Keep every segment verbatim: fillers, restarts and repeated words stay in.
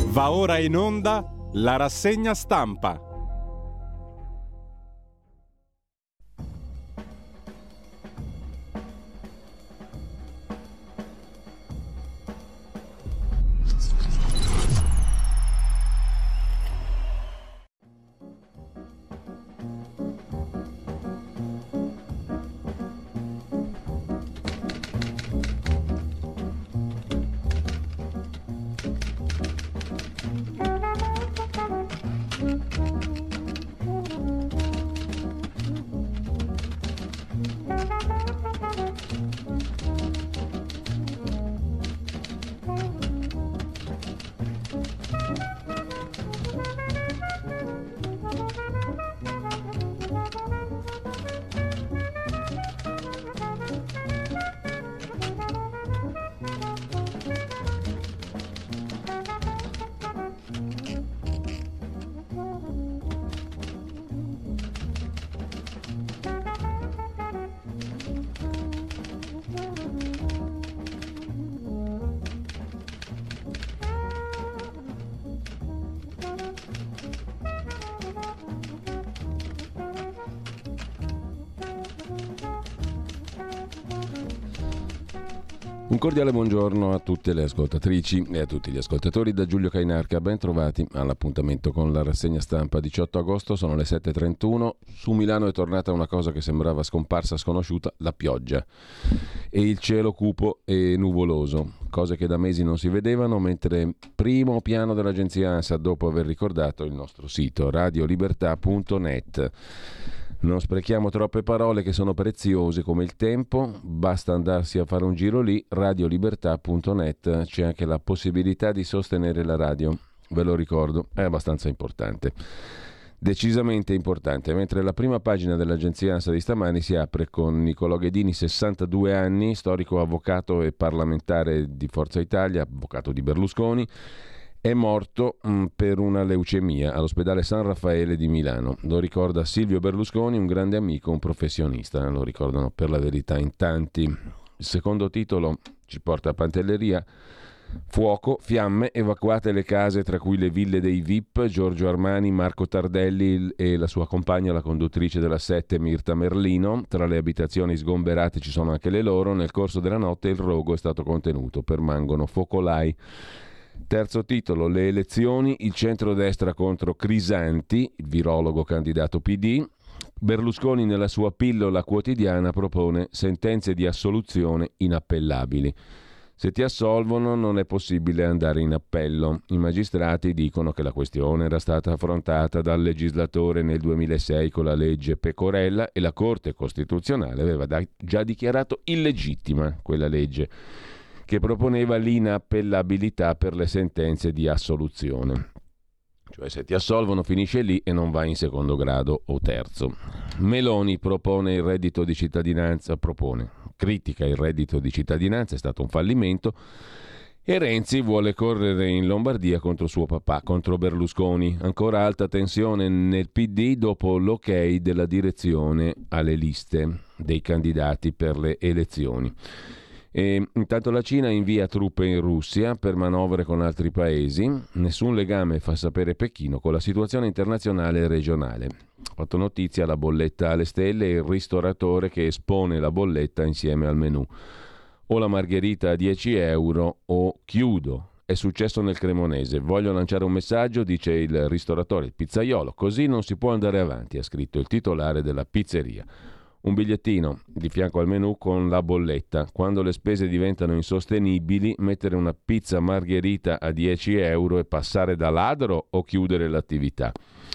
Va ora in onda la rassegna stampa. Un cordiale buongiorno a tutte le ascoltatrici e a tutti gli ascoltatori da Giulio Cainarca. Ben trovati all'appuntamento con la rassegna stampa. diciotto agosto, sono le sette e trentuno. Su Milano è tornata una cosa che sembrava scomparsa, sconosciuta, la pioggia. E il cielo cupo e nuvoloso, cose che da mesi non si vedevano, mentre primo piano dell'agenzia ANSA dopo aver ricordato il nostro sito radio libertà punto net. Non sprechiamo troppe parole che sono preziose come il tempo, basta andarsi a fare un giro lì, radio libertà punto net, c'è anche la possibilità di sostenere la radio, ve lo ricordo, è abbastanza importante, decisamente importante, mentre la prima pagina dell'agenzia ANSA di stamani si apre con Nicolò Ghedini, sessantadue anni, storico avvocato e parlamentare di Forza Italia, avvocato di Berlusconi. È morto mh, per una leucemia all'ospedale San Raffaele di Milano. Lo ricorda Silvio Berlusconi, un grande amico, un professionista. Lo ricordano per la verità in tanti. Il secondo titolo ci porta a Pantelleria. Fuoco, fiamme, evacuate le case, tra cui le ville dei V I P, Giorgio Armani, Marco Tardelli e la sua compagna, la conduttrice della sette, Mirta Merlino. Tra le abitazioni sgomberate ci sono anche le loro. Nel corso della notte il rogo è stato contenuto. Permangono focolai. Terzo titolo, le elezioni, il centrodestra contro Crisanti, il virologo candidato P D. Berlusconi nella sua pillola quotidiana propone sentenze di assoluzione inappellabili. Se ti assolvono non è possibile andare in appello. I magistrati dicono che la questione era stata affrontata dal legislatore nel duemilasei con la legge Pecorella e la Corte Costituzionale aveva da- già dichiarato illegittima quella legge che proponeva l'inappellabilità per le sentenze di assoluzione. Cioè se ti assolvono finisce lì e non vai in secondo grado o terzo. Meloni propone il reddito di cittadinanza, propone, critica il reddito di cittadinanza, è stato un fallimento, e Renzi vuole correre in Lombardia contro suo papà, contro Berlusconi. Ancora alta tensione nel P D dopo l'ok della direzione alle liste dei candidati per le elezioni. E intanto la Cina invia truppe in Russia per manovre con altri paesi, nessun legame, fa sapere Pechino, con la situazione internazionale e regionale. Ha fatto notizia la bolletta alle stelle e il ristoratore che espone la bolletta insieme al menù. O la margherita a dieci euro o chiudo. È successo nel Cremonese. Voglio lanciare un messaggio, dice il ristoratore, il pizzaiolo, così non si può andare avanti, ha scritto il titolare della pizzeria. Un bigliettino di fianco al menù con la bolletta. Quando le spese diventano insostenibili, mettere una pizza margherita a dieci euro e passare da ladro o chiudere l'attività.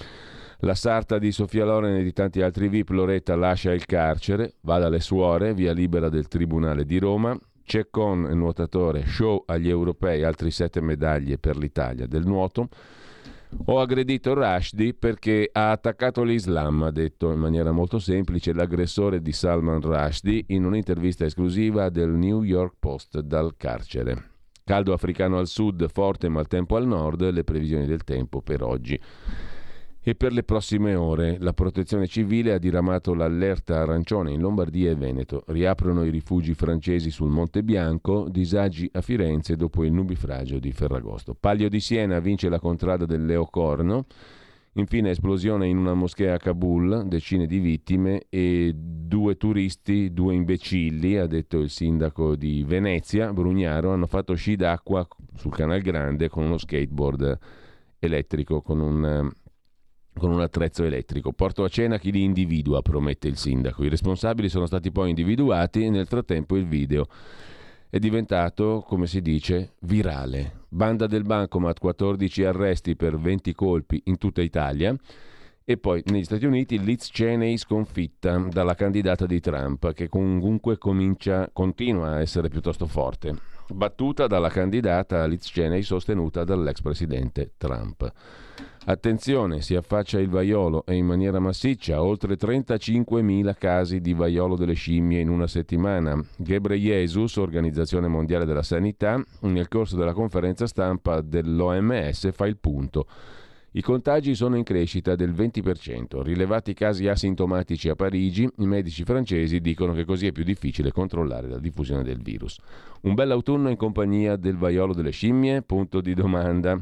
La sarta di Sofia Loren e di tanti altri V I P, Loretta lascia il carcere, va dalle suore, via libera del Tribunale di Roma. Ceccon, nuotatore, show agli europei, altri sette medaglie per l'Italia del nuoto. Ho aggredito Rushdie perché ha attaccato l'Islam, ha detto in maniera molto semplice l'aggressore di Salman Rushdie in un'intervista esclusiva del New York Post dal carcere. Caldo africano al sud, forte maltempo al nord, le previsioni del tempo per oggi. E per le prossime ore la Protezione Civile ha diramato l'allerta arancione in Lombardia e Veneto. Riaprono i rifugi francesi sul Monte Bianco, disagi a Firenze dopo il nubifragio di Ferragosto. Palio di Siena vince la contrada del Leocorno. Infine esplosione in una moschea a Kabul, decine di vittime e due turisti, due imbecilli, ha detto il sindaco di Venezia, Brugnaro, hanno fatto sci d'acqua sul Canal Grande con uno skateboard elettrico, con un... con un attrezzo elettrico. Porto a cena chi li individua, promette il sindaco. I responsabili sono stati poi individuati e nel frattempo il video è diventato, come si dice, virale. Banda del Bancomat, quattordici arresti per venti colpi in tutta Italia. E poi negli Stati Uniti Liz Cheney sconfitta dalla candidata di Trump, che comunque comincia, continua a essere piuttosto forte. Battuta dalla candidata Liz Cheney sostenuta dall'ex presidente Trump. Attenzione, si affaccia il vaiolo e in maniera massiccia, oltre trentacinquemila casi di vaiolo delle scimmie in una settimana. Ghebreyesus, Organizzazione Mondiale della Sanità, nel corso della conferenza stampa dell'O M S fa il punto. I contagi sono in crescita del venti per cento. Rilevati casi asintomatici a Parigi, i medici francesi dicono che così è più difficile controllare la diffusione del virus. Un bell'autunno in compagnia del vaiolo delle scimmie? Punto di domanda.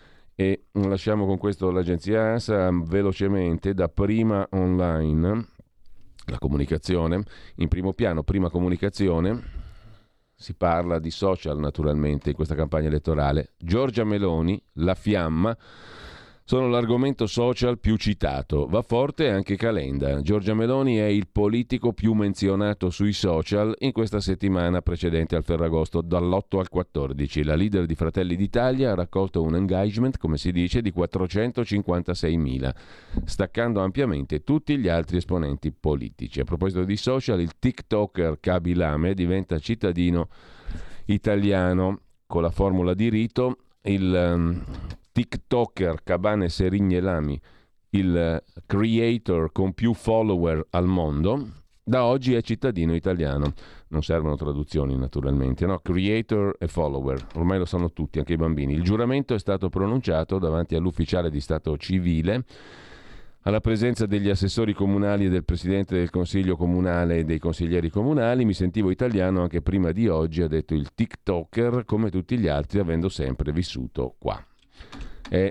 E lasciamo con questo l'agenzia ANSA velocemente. Da Prima Online, la comunicazione, in primo piano Prima Comunicazione, si parla di social naturalmente in questa campagna elettorale. Giorgia Meloni, la fiamma, sono l'argomento social più citato. Va forte anche Calenda. Giorgia Meloni è il politico più menzionato sui social in questa settimana precedente al Ferragosto, dall'otto al quattordici. La leader di Fratelli d'Italia ha raccolto un engagement, come si dice, di quattrocentocinquantaseimila, staccando ampiamente tutti gli altri esponenti politici. A proposito di social, il TikToker Kaby Lame diventa cittadino italiano con la formula di rito. Il um, TikToker Cabane Serignelami, il creator con più follower al mondo, da oggi è cittadino italiano. Non servono traduzioni naturalmente, no? Creator e follower, ormai lo sanno tutti, anche i bambini. Il giuramento è stato pronunciato davanti all'ufficiale di stato civile, alla presenza degli assessori comunali e del presidente del consiglio comunale e dei consiglieri comunali. Mi sentivo italiano anche prima di oggi, ha detto il TikToker, come tutti gli altri, avendo sempre vissuto qua. È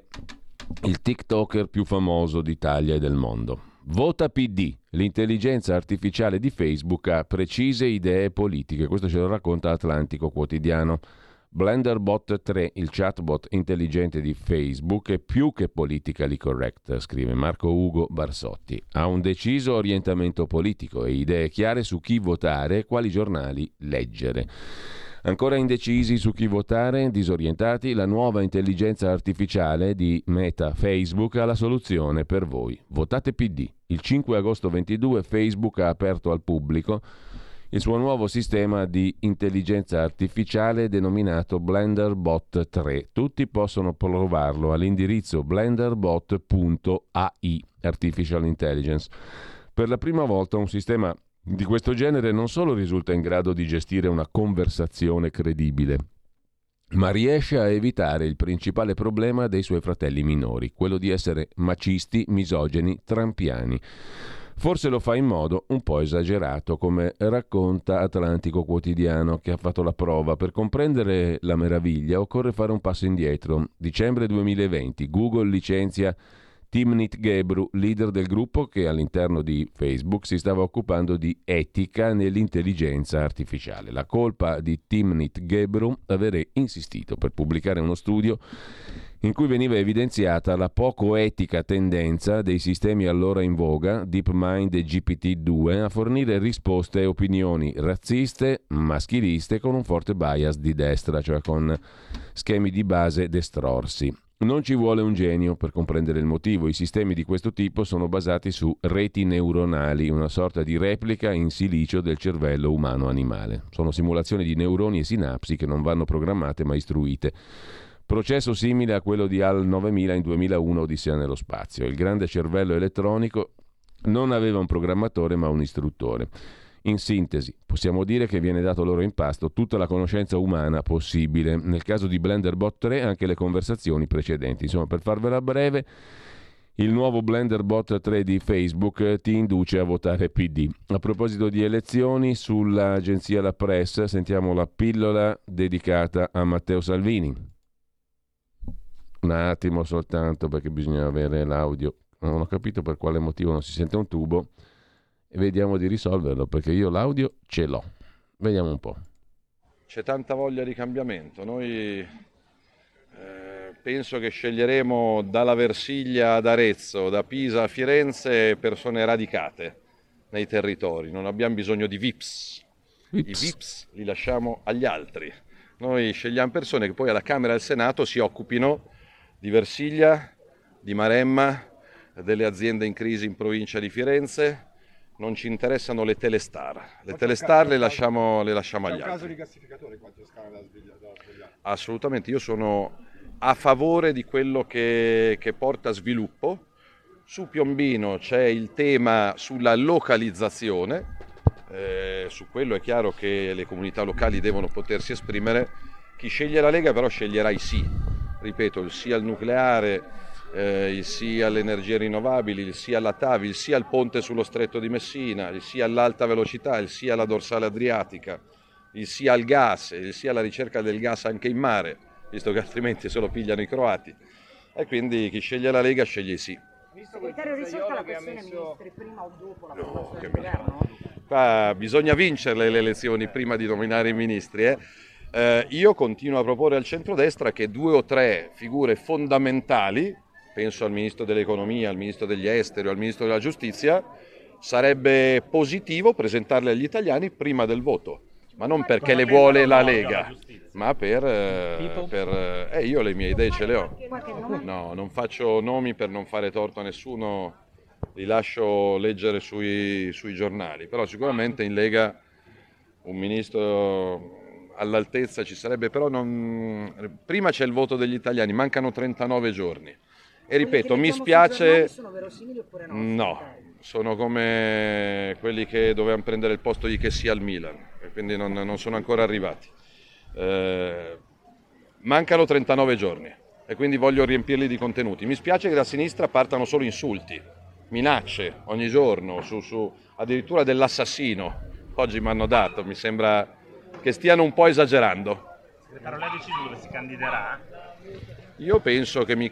il TikToker più famoso d'Italia e del mondo. Vota P D. L'intelligenza artificiale di Facebook ha precise idee politiche. Questo ce lo racconta Atlantico Quotidiano. Blenderbot tre, il chatbot intelligente di Facebook, è più che politically correct, scrive Marco Ugo Barsotti. Ha un deciso orientamento politico e idee chiare su chi votare e quali giornali leggere. Ancora indecisi su chi votare, disorientati, la nuova intelligenza artificiale di Meta Facebook ha la soluzione per voi. Votate P D. Il cinque agosto ventidue Facebook ha aperto al pubblico il suo nuovo sistema di intelligenza artificiale denominato Blenderbot tre. Tutti possono provarlo all'indirizzo blenderbot punto a i, Artificial Intelligence. Per la prima volta un sistema di questo genere non solo risulta in grado di gestire una conversazione credibile, ma riesce a evitare il principale problema dei suoi fratelli minori, quello di essere macisti, misogeni, trampiani. Forse lo fa in modo un po' esagerato, come racconta Atlantico Quotidiano, che ha fatto la prova. Per comprendere la meraviglia occorre fare un passo indietro. Dicembre duemilaventi, Google licenzia Timnit Gebru, leader del gruppo che all'interno di Facebook si stava occupando di etica nell'intelligenza artificiale. La colpa di Timnit Gebru avere insistito per pubblicare uno studio in cui veniva evidenziata la poco etica tendenza dei sistemi allora in voga, DeepMind e G P T due, a fornire risposte e opinioni razziste, maschiliste, con un forte bias di destra, cioè con schemi di base destrorsi. Non ci vuole un genio per comprendere il motivo. I sistemi di questo tipo sono basati su reti neuronali, una sorta di replica in silicio del cervello umano-animale. Sono simulazioni di neuroni e sinapsi che non vanno programmate ma istruite. Processo simile a quello di H A L novemila in duemilauno, Odissea nello spazio. Il grande cervello elettronico non aveva un programmatore ma un istruttore. In sintesi, possiamo dire che viene dato loro in pasto tutta la conoscenza umana possibile. Nel caso di Blenderbot tre anche le conversazioni precedenti. Insomma, per farvela breve, Il nuovo Blender Bot tre di Facebook ti induce a votare P D. A proposito di elezioni, sull'agenzia La Press sentiamo la pillola dedicata a Matteo Salvini. Un attimo soltanto, perché bisogna avere l'audio. Non ho capito per quale motivo non si sente un tubo e vediamo di risolverlo, perché io l'audio ce l'ho. Vediamo un po'. C'è tanta voglia di cambiamento. Noi eh, penso che sceglieremo dalla Versiglia ad Arezzo, da Pisa a Firenze, persone radicate nei territori. Non abbiamo bisogno di V I Ps. I V I Ps li lasciamo agli altri. Noi scegliamo persone che poi alla Camera e al Senato si occupino di Versiglia, di Maremma, delle aziende in crisi in provincia di Firenze. Non ci interessano le telestar, le telestar le lasciamo, le lasciamo agli altri. C'è un caso di gassificatore quanto scala da svegliare? Assolutamente, io sono a favore di quello che, che porta sviluppo. Su Piombino c'è il tema sulla localizzazione, eh, su quello è chiaro che le comunità locali devono potersi esprimere. Chi sceglie la Lega però sceglierà i sì, ripeto, il sì al nucleare, Eh, il sì alle energie rinnovabili, il sì alla T A V, il sì al ponte sullo stretto di Messina, il sì all'alta velocità, il sì alla dorsale adriatica, il sì al gas, il sì alla ricerca del gas anche in mare, visto che altrimenti se lo pigliano i croati. E quindi chi sceglie la Lega sceglie i sì. Segretario, risolta la questione messo... ministri prima o dopo la no, del governo? Qua bisogna vincerle le elezioni prima di nominare i ministri, eh? Eh, io continuo a proporre al centrodestra che due o tre figure fondamentali, penso al Ministro dell'Economia, al Ministro degli Esteri o al Ministro della Giustizia, sarebbe positivo presentarle agli italiani prima del voto, ma non perché le vuole la Lega, ma per... Eh, per eh, io le mie idee ce le ho. No, non faccio nomi per non fare torto a nessuno, li lascio leggere sui, sui giornali, però sicuramente in Lega un Ministro all'altezza ci sarebbe, però non... prima c'è il voto degli italiani, mancano trentanove giorni. E ripeto, mi spiace, sono verosimili oppure no? No, sono come quelli che dovevano prendere il posto di Chessy al Milan, e quindi non, non sono ancora arrivati. Eh, mancano trentanove giorni e quindi voglio riempirli di contenuti. Mi spiace che da sinistra partano solo insulti, minacce ogni giorno, su, su, addirittura dell'assassino. Oggi mi hanno dato, mi sembra che stiano un po' esagerando. Segretario, lei decide dove si candiderà? Io penso che mi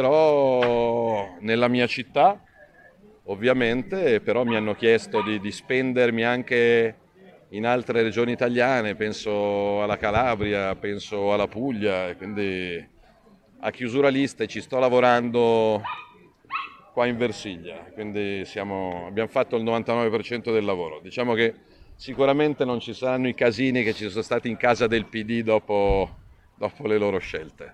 candiderò nella mia città, ovviamente, però mi hanno chiesto di, di spendermi anche in altre regioni italiane, penso alla Calabria, penso alla Puglia, e quindi a chiusura liste ci sto lavorando qua in Versiglia, quindi siamo, abbiamo fatto il novantanove per cento del lavoro. Diciamo che sicuramente non ci saranno i casini che ci sono stati in casa del P D dopo, dopo le loro scelte.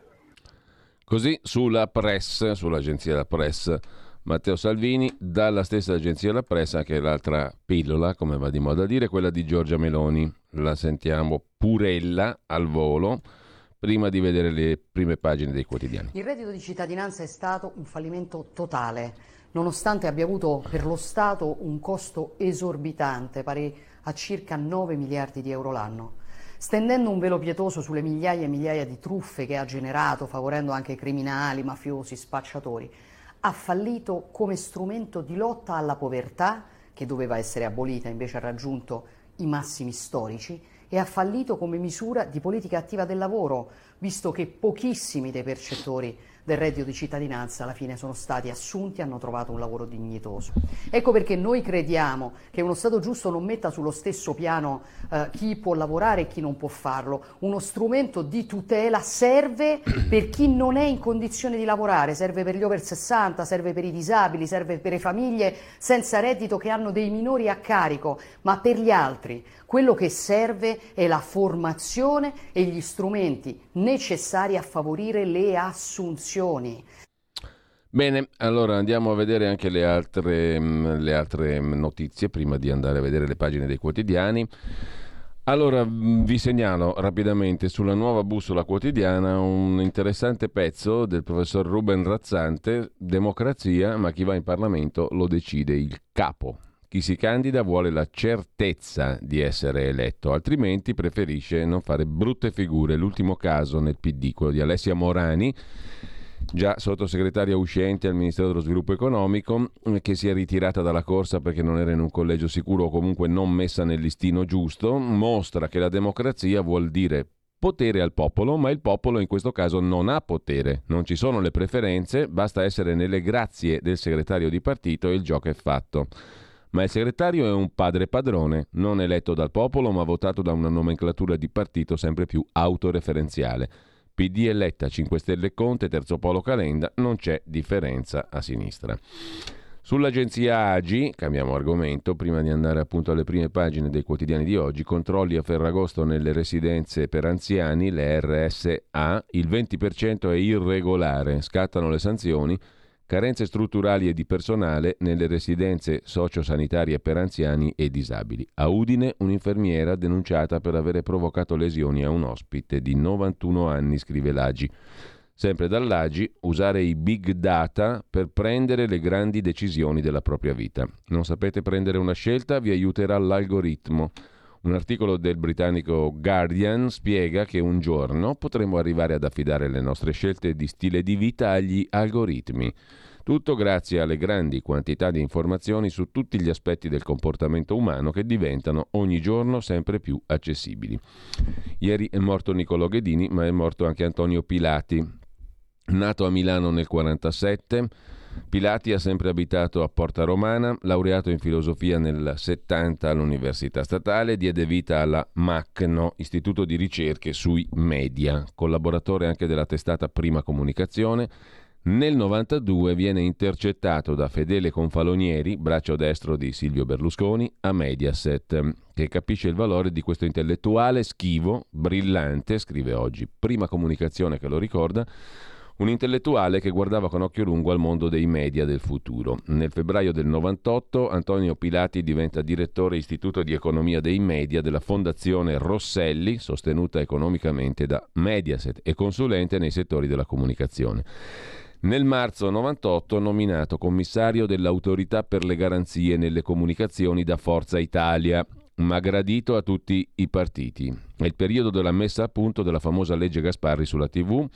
Così sulla Press, sull'agenzia La Press, Matteo Salvini, dalla stessa agenzia La Press anche l'altra pillola, come va di moda dire, quella di Giorgia Meloni. La sentiamo purella al volo, prima di vedere le prime pagine dei quotidiani. Il reddito di cittadinanza è stato un fallimento totale, nonostante abbia avuto per lo Stato un costo esorbitante, pari a circa nove miliardi di euro l'anno. Stendendo un velo pietoso sulle migliaia e migliaia di truffe che ha generato, favorendo anche criminali, mafiosi, spacciatori, ha fallito come strumento di lotta alla povertà, che doveva essere abolita, invece ha raggiunto i massimi storici, e ha fallito come misura di politica attiva del lavoro, visto che pochissimi dei percettori del reddito di cittadinanza alla fine sono stati assunti e hanno trovato un lavoro dignitoso. Ecco perché noi crediamo che uno Stato giusto non metta sullo stesso piano eh, chi può lavorare e chi non può farlo. Uno strumento di tutela serve per chi non è in condizione di lavorare, serve per gli over sessanta, serve per i disabili, serve per le famiglie senza reddito che hanno dei minori a carico, ma per gli altri quello che serve è la formazione e gli strumenti necessari a favorire le assunzioni. Bene, allora andiamo a vedere anche le altre, le altre notizie prima di andare a vedere le pagine dei quotidiani. Allora vi segnalo rapidamente sulla Nuova Bussola Quotidiana un interessante pezzo del professor Ruben Razzante, Democrazia, ma chi va in Parlamento lo decide il capo. Chi si candida vuole la certezza di essere eletto, altrimenti preferisce non fare brutte figure. L'ultimo caso nel P D, quello di Alessia Morani, già sottosegretaria uscente al Ministero dello Sviluppo Economico, che si è ritirata dalla corsa perché non era in un collegio sicuro o comunque non messa nel listino giusto, mostra che la democrazia vuol dire potere al popolo, ma il popolo in questo caso non ha potere, non ci sono le preferenze, basta essere nelle grazie del segretario di partito e il gioco è fatto. Ma il segretario è un padre padrone, non eletto dal popolo ma votato da una nomenclatura di partito sempre più autoreferenziale. P D e Letta, cinque Stelle Conte, Terzo Polo Calenda, non c'è differenza a sinistra. Sull'agenzia Agi, cambiamo argomento, prima di andare appunto alle prime pagine dei quotidiani di oggi, controlli a Ferragosto nelle residenze per anziani, le R S A, il venti per cento è irregolare, scattano le sanzioni, carenze strutturali e di personale nelle residenze sociosanitarie per anziani e disabili. A Udine un'infermiera denunciata per avere provocato lesioni a un ospite di novantuno anni, scrive l'Agi. Sempre dall'Agi, usare i big data per prendere le grandi decisioni della propria vita. Non sapete prendere una scelta? Vi aiuterà l'algoritmo. Un articolo del britannico Guardian spiega che un giorno potremo arrivare ad affidare le nostre scelte di stile di vita agli algoritmi. Tutto grazie alle grandi quantità di informazioni su tutti gli aspetti del comportamento umano che diventano ogni giorno sempre più accessibili. Ieri è morto Niccolò Ghedini, ma è morto anche Antonio Pilati. Nato a Milano nel quarantasette, Pilati ha sempre abitato a Porta Romana, laureato in filosofia nel settanta all'Università Statale, diede vita alla MACNO, Istituto di Ricerche sui Media, collaboratore anche della testata Prima Comunicazione. Nel novantadue viene intercettato da Fedele Confalonieri, braccio destro di Silvio Berlusconi, a Mediaset, che capisce il valore di questo intellettuale schivo, brillante, scrive oggi Prima Comunicazione che lo ricorda, un intellettuale che guardava con occhio lungo al mondo dei media del futuro. Nel febbraio del novantotto Antonio Pilati diventa direttore Istituto di Economia dei Media della Fondazione Rosselli, sostenuta economicamente da Mediaset, e consulente nei settori della comunicazione. Nel marzo novantotto nominato commissario dell'Autorità per le garanzie nelle comunicazioni da Forza Italia, ma gradito a tutti i partiti. È il periodo della messa a punto della famosa legge Gasparri sulla tivù,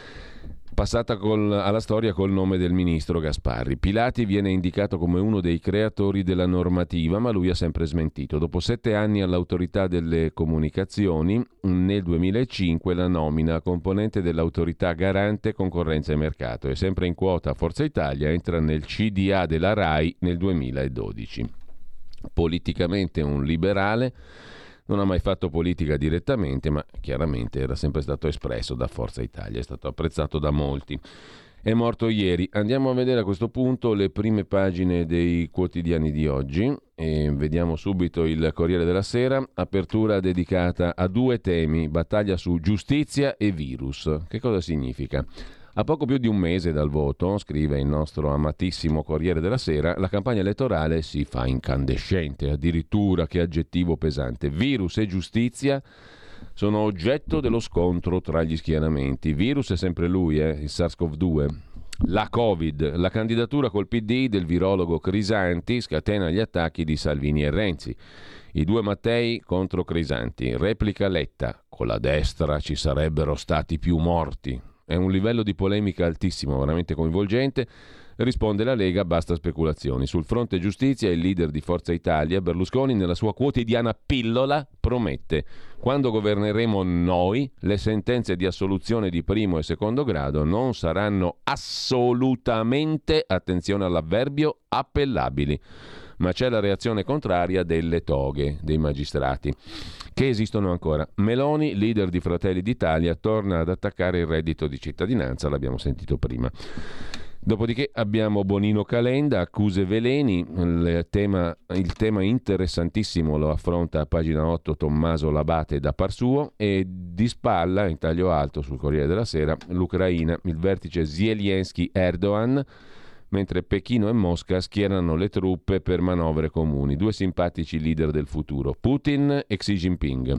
passata col, alla storia col nome del ministro Gasparri. Pilati viene indicato come uno dei creatori della normativa, ma lui ha sempre smentito. Dopo sette anni all'Autorità delle Comunicazioni, nel duemilacinque la nomina componente dell'Autorità Garante Concorrenza e Mercato e sempre in quota Forza Italia entra nel C D A della RAI nel duemiladodici. Politicamente un liberale, non ha mai fatto politica direttamente, ma chiaramente era sempre stato espresso da Forza Italia, è stato apprezzato da molti. È morto ieri. Andiamo a vedere a questo punto le prime pagine dei quotidiani di oggi e vediamo subito il Corriere della Sera, apertura dedicata a due temi, battaglia su giustizia e virus. Che cosa significa? A poco più di un mese dal voto, scrive il nostro amatissimo Corriere della Sera, la campagna elettorale si fa incandescente, addirittura, che aggettivo pesante. Virus e giustizia sono oggetto dello scontro tra gli schieramenti. Virus è sempre lui, eh, il SARS-CoV due. La Covid, la candidatura col P D del virologo Crisanti scatena gli attacchi di Salvini e Renzi. I due Mattei contro Crisanti. Replica Letta, con la destra ci sarebbero stati più morti. È un livello di polemica altissimo, veramente coinvolgente. Risponde la Lega, basta speculazioni. Sul fronte giustizia, il leader di Forza Italia, Berlusconi, nella sua quotidiana pillola, promette: quando governeremo noi, le sentenze di assoluzione di primo e secondo grado non saranno assolutamente, attenzione all'avverbio, appellabili. Ma c'è la reazione contraria delle toghe, dei magistrati, che esistono ancora. Meloni, leader di Fratelli d'Italia, torna ad attaccare il reddito di cittadinanza, l'abbiamo sentito prima. Dopodiché abbiamo Bonino Calenda, accuse veleni, il tema, il tema interessantissimo lo affronta a pagina otto Tommaso Labate da par suo, e di spalla, in taglio alto sul Corriere della Sera, l'Ucraina, il vertice Zelensky-Erdogan, mentre Pechino e Mosca schierano le truppe per manovre comuni. Due simpatici leader del futuro, Putin e Xi Jinping.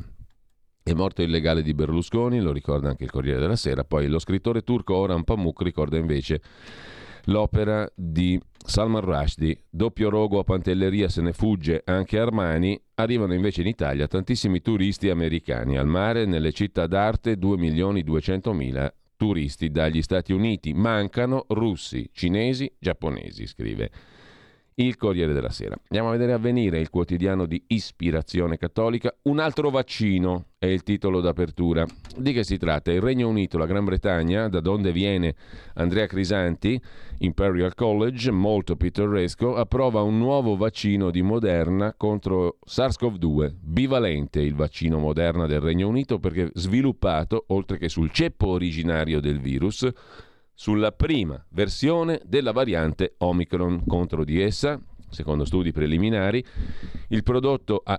È morto il legale di Berlusconi, lo ricorda anche il Corriere della Sera. Poi lo scrittore turco Orhan Pamuk ricorda invece l'opera di Salman Rushdie. Doppio rogo a Pantelleria, se ne fugge anche Armani. Arrivano invece in Italia tantissimi turisti americani. Al mare, nelle città d'arte, due milioni duecentomila turisti dagli Stati Uniti. Mancano russi, cinesi, giapponesi, scrive il Corriere della Sera. Andiamo a vedere Avvenire, il quotidiano di ispirazione cattolica. Un altro vaccino è il titolo d'apertura. Di che si tratta? Il Regno Unito, la Gran Bretagna, da donde viene Andrea Crisanti, Imperial College, molto pittoresco, approva un nuovo vaccino di Moderna contro SARS-CoV due, bivalente il vaccino Moderna del Regno Unito, perché sviluppato, oltre che sul ceppo originario del virus, sulla prima versione della variante Omicron. Contro di essa, secondo studi preliminari, il prodotto a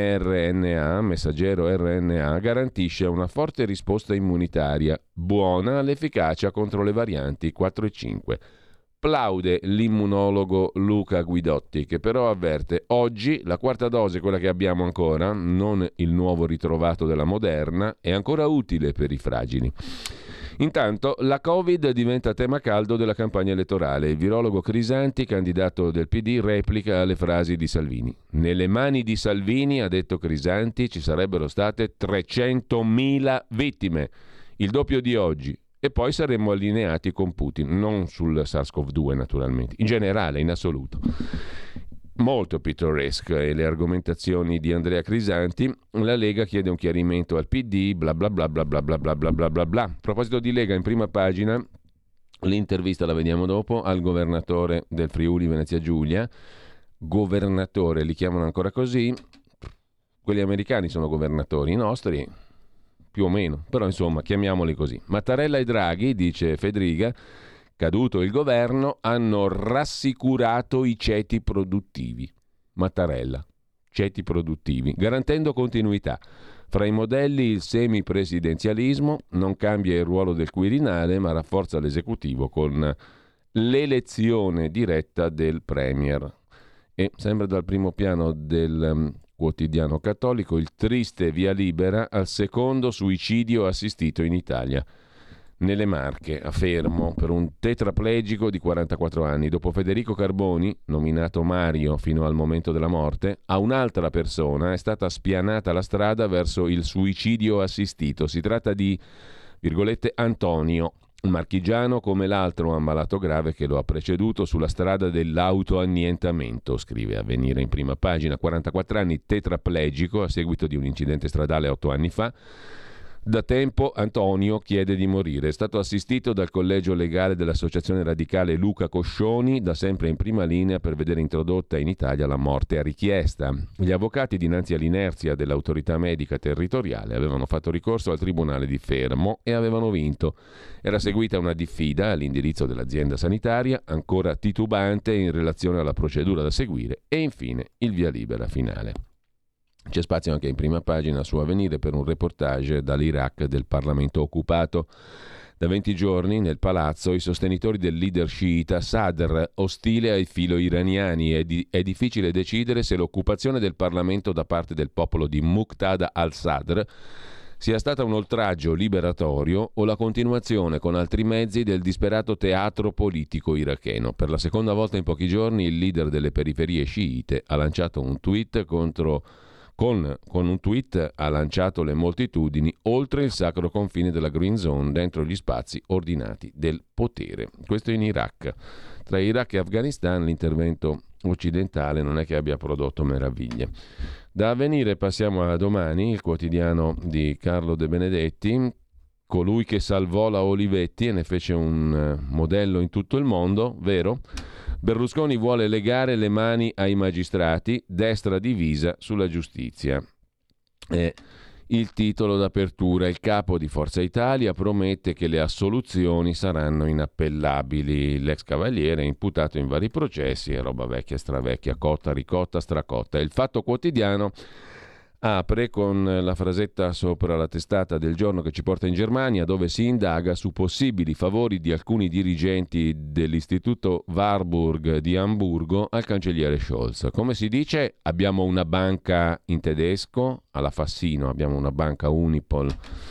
mRNA, messaggero R N A, garantisce una forte risposta immunitaria, buona all'efficacia contro le varianti quattro e cinque. Plaude l'immunologo Luca Guidotti, che però avverte: oggi la quarta dose, quella che abbiamo ancora, non il nuovo ritrovato della Moderna, è ancora utile per i fragili. Intanto la Covid diventa tema caldo della campagna elettorale. Il virologo Crisanti, candidato del P D, replica alle frasi di Salvini. Nelle mani di Salvini, ha detto Crisanti, ci sarebbero state trecentomila vittime, il doppio di oggi, e poi saremmo allineati con Putin, non sul SARS-CoV due naturalmente, in generale, in assoluto. Molto pittoresche le argomentazioni di Andrea Crisanti. La Lega chiede un chiarimento al P D, bla bla bla bla bla bla bla bla bla bla bla. A proposito di Lega, in prima pagina l'intervista, la vediamo dopo, al governatore del Friuli Venezia Giulia. Governatore, li chiamano ancora così? Quelli americani sono governatori, i nostri più o meno, però insomma chiamiamoli così. Mattarella e Draghi, dice Fedriga, caduto il governo, hanno rassicurato i ceti produttivi. Mattarella, ceti produttivi, garantendo continuità. Fra i modelli il semipresidenzialismo, non cambia il ruolo del Quirinale, ma rafforza l'esecutivo con l'elezione diretta del Premier. E sempre dal primo piano del um, quotidiano cattolico, il triste via libera al secondo suicidio assistito in Italia. Nelle Marche, a Fermo, per un tetraplegico di quarantaquattro anni. Dopo Federico Carboni, nominato Mario fino al momento della morte, a un'altra persona è stata spianata la strada verso il suicidio assistito. Si tratta di, virgolette, Antonio, un marchigiano come l'altro ammalato grave che lo ha preceduto sulla strada dell'autoannientamento, scrive Avvenire in prima pagina. quarantaquattro anni, tetraplegico a seguito di un incidente stradale otto anni fa. Da tempo Antonio chiede di morire. È stato assistito dal collegio legale dell'associazione radicale Luca Coscioni, da sempre in prima linea per vedere introdotta in Italia la morte a richiesta. Gli avvocati, dinanzi all'inerzia dell'autorità medica territoriale, avevano fatto ricorso al tribunale di Fermo e avevano vinto. Era seguita una diffida all'indirizzo dell'azienda sanitaria, ancora titubante in relazione alla procedura da seguire, e infine il via libera finale. C'è spazio anche in prima pagina su Avvenire per un reportage dall'Iraq del Parlamento occupato. Da venti giorni nel palazzo i sostenitori del leader sciita Sadr, ostile ai filo-iraniani. È, di, è difficile decidere se l'occupazione del Parlamento da parte del popolo di Muqtada al-Sadr sia stata un oltraggio liberatorio o la continuazione con altri mezzi del disperato teatro politico iracheno. Per la seconda volta in pochi giorni il leader delle periferie sciite ha lanciato un tweet contro Con, con un tweet ha lanciato le moltitudini oltre il sacro confine della Green Zone, dentro gli spazi ordinati del potere. Questo in Iraq. Tra Iraq e Afghanistan l'intervento occidentale non è che abbia prodotto meraviglie. Da Avvenire passiamo a Domani, il quotidiano di Carlo De Benedetti, colui che salvò la Olivetti e ne fece un modello in tutto il mondo, vero? Berlusconi vuole legare le mani ai magistrati, destra divisa sulla giustizia. È il titolo d'apertura. Il capo di Forza Italia promette che le assoluzioni saranno inappellabili. L'ex cavaliere è imputato in vari processi, è roba vecchia, stravecchia, cotta, ricotta, stracotta. Il Fatto Quotidiano apre con la frasetta sopra la testata del giorno che ci porta in Germania, dove si indaga su possibili favori di alcuni dirigenti dell'istituto Warburg di Amburgo al cancelliere Scholz. Come si dice, abbiamo una banca in tedesco, alla Fassino, abbiamo una banca Unipol,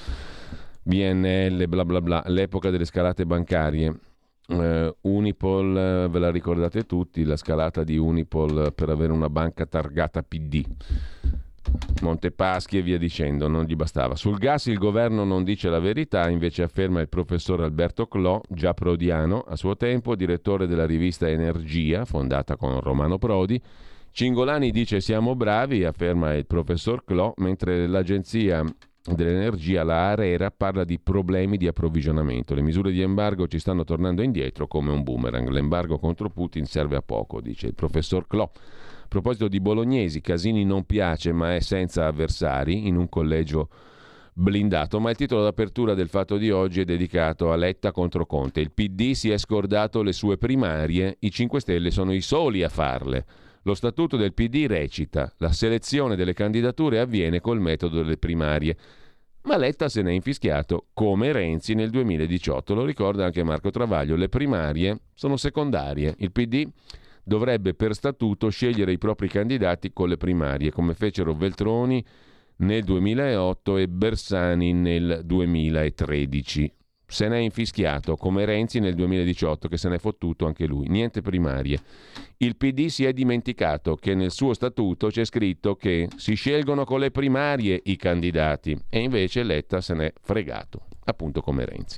B N L, bla bla bla, l'epoca delle scalate bancarie. Uh, Unipol, ve la ricordate tutti, la scalata di Unipol per avere una banca targata P D. Montepaschi e via dicendo, non gli bastava. Sul gas il governo non dice la verità, invece afferma il professor Alberto Clò, già prodiano a suo tempo, direttore della rivista Energia, fondata con Romano Prodi. Cingolani dice siamo bravi, afferma il professor Clò, mentre l'agenzia dell'energia, la ARERA, parla di problemi di approvvigionamento. Le misure di embargo ci stanno tornando indietro come un boomerang. L'embargo contro Putin serve a poco, dice il professor Clò. A proposito di bolognesi, Casini non piace ma è senza avversari in un collegio blindato, ma il titolo d'apertura del Fatto di oggi è dedicato a Letta contro Conte. Il P D si è scordato le sue primarie, i cinque Stelle sono i soli a farle. Lo statuto del P D recita: la selezione delle candidature avviene col metodo delle primarie. Ma Letta se n'è infischiato, come Renzi nel duemiladiciotto. Lo ricorda anche Marco Travaglio: le primarie sono secondarie. Il P D dovrebbe per statuto scegliere i propri candidati con le primarie, come fecero Veltroni nel duemilaotto e Bersani nel duemilatredici. Se n'è infischiato, come Renzi nel duemiladiciotto, che se n'è fottuto anche lui. Niente primarie. Il P D si è dimenticato che nel suo statuto c'è scritto che si scelgono con le primarie i candidati, e invece Letta se n'è fregato, appunto come Renzi.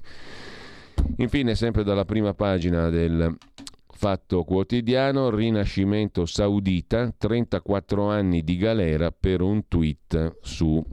Infine, sempre dalla prima pagina del Fatto Quotidiano, Rinascimento saudita, trentaquattro anni di galera per un tweet su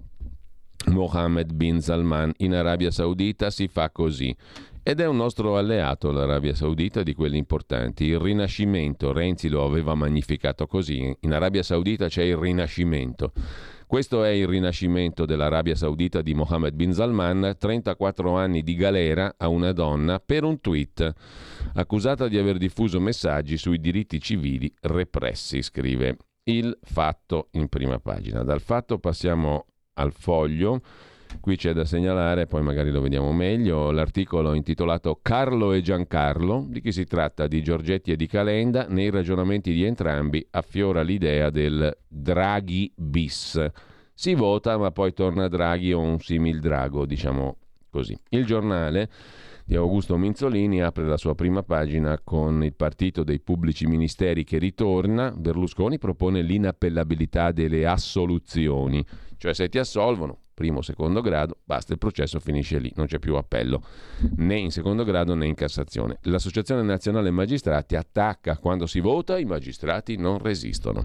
Mohammed bin Salman. In Arabia Saudita si fa così, ed è un nostro alleato l'Arabia Saudita, di quelli importanti. Il Rinascimento, Renzi lo aveva magnificato così: in Arabia Saudita c'è il Rinascimento. Questo è il rinascimento dell'Arabia Saudita di Mohammed bin Salman, trentaquattro anni di galera a una donna per un tweet, accusata di aver diffuso messaggi sui diritti civili repressi, scrive il Fatto in prima pagina. Dal Fatto passiamo al Foglio. Qui c'è da segnalare, poi magari lo vediamo meglio, l'articolo intitolato Carlo e Giancarlo. Di chi si tratta? Di Giorgetti e di Calenda. Nei ragionamenti di entrambi affiora l'idea del Draghi bis. Si vota ma poi torna Draghi o un simil drago, diciamo così. Il Giornale di Augusto Minzolini apre la sua prima pagina con il partito dei pubblici ministeri che ritorna. Berlusconi propone l'inappellabilità delle assoluzioni, cioè se ti assolvono primo o secondo grado, basta, il processo finisce lì, non c'è più appello né in secondo grado né in Cassazione. L'Associazione Nazionale Magistrati attacca: quando si vota i magistrati non resistono.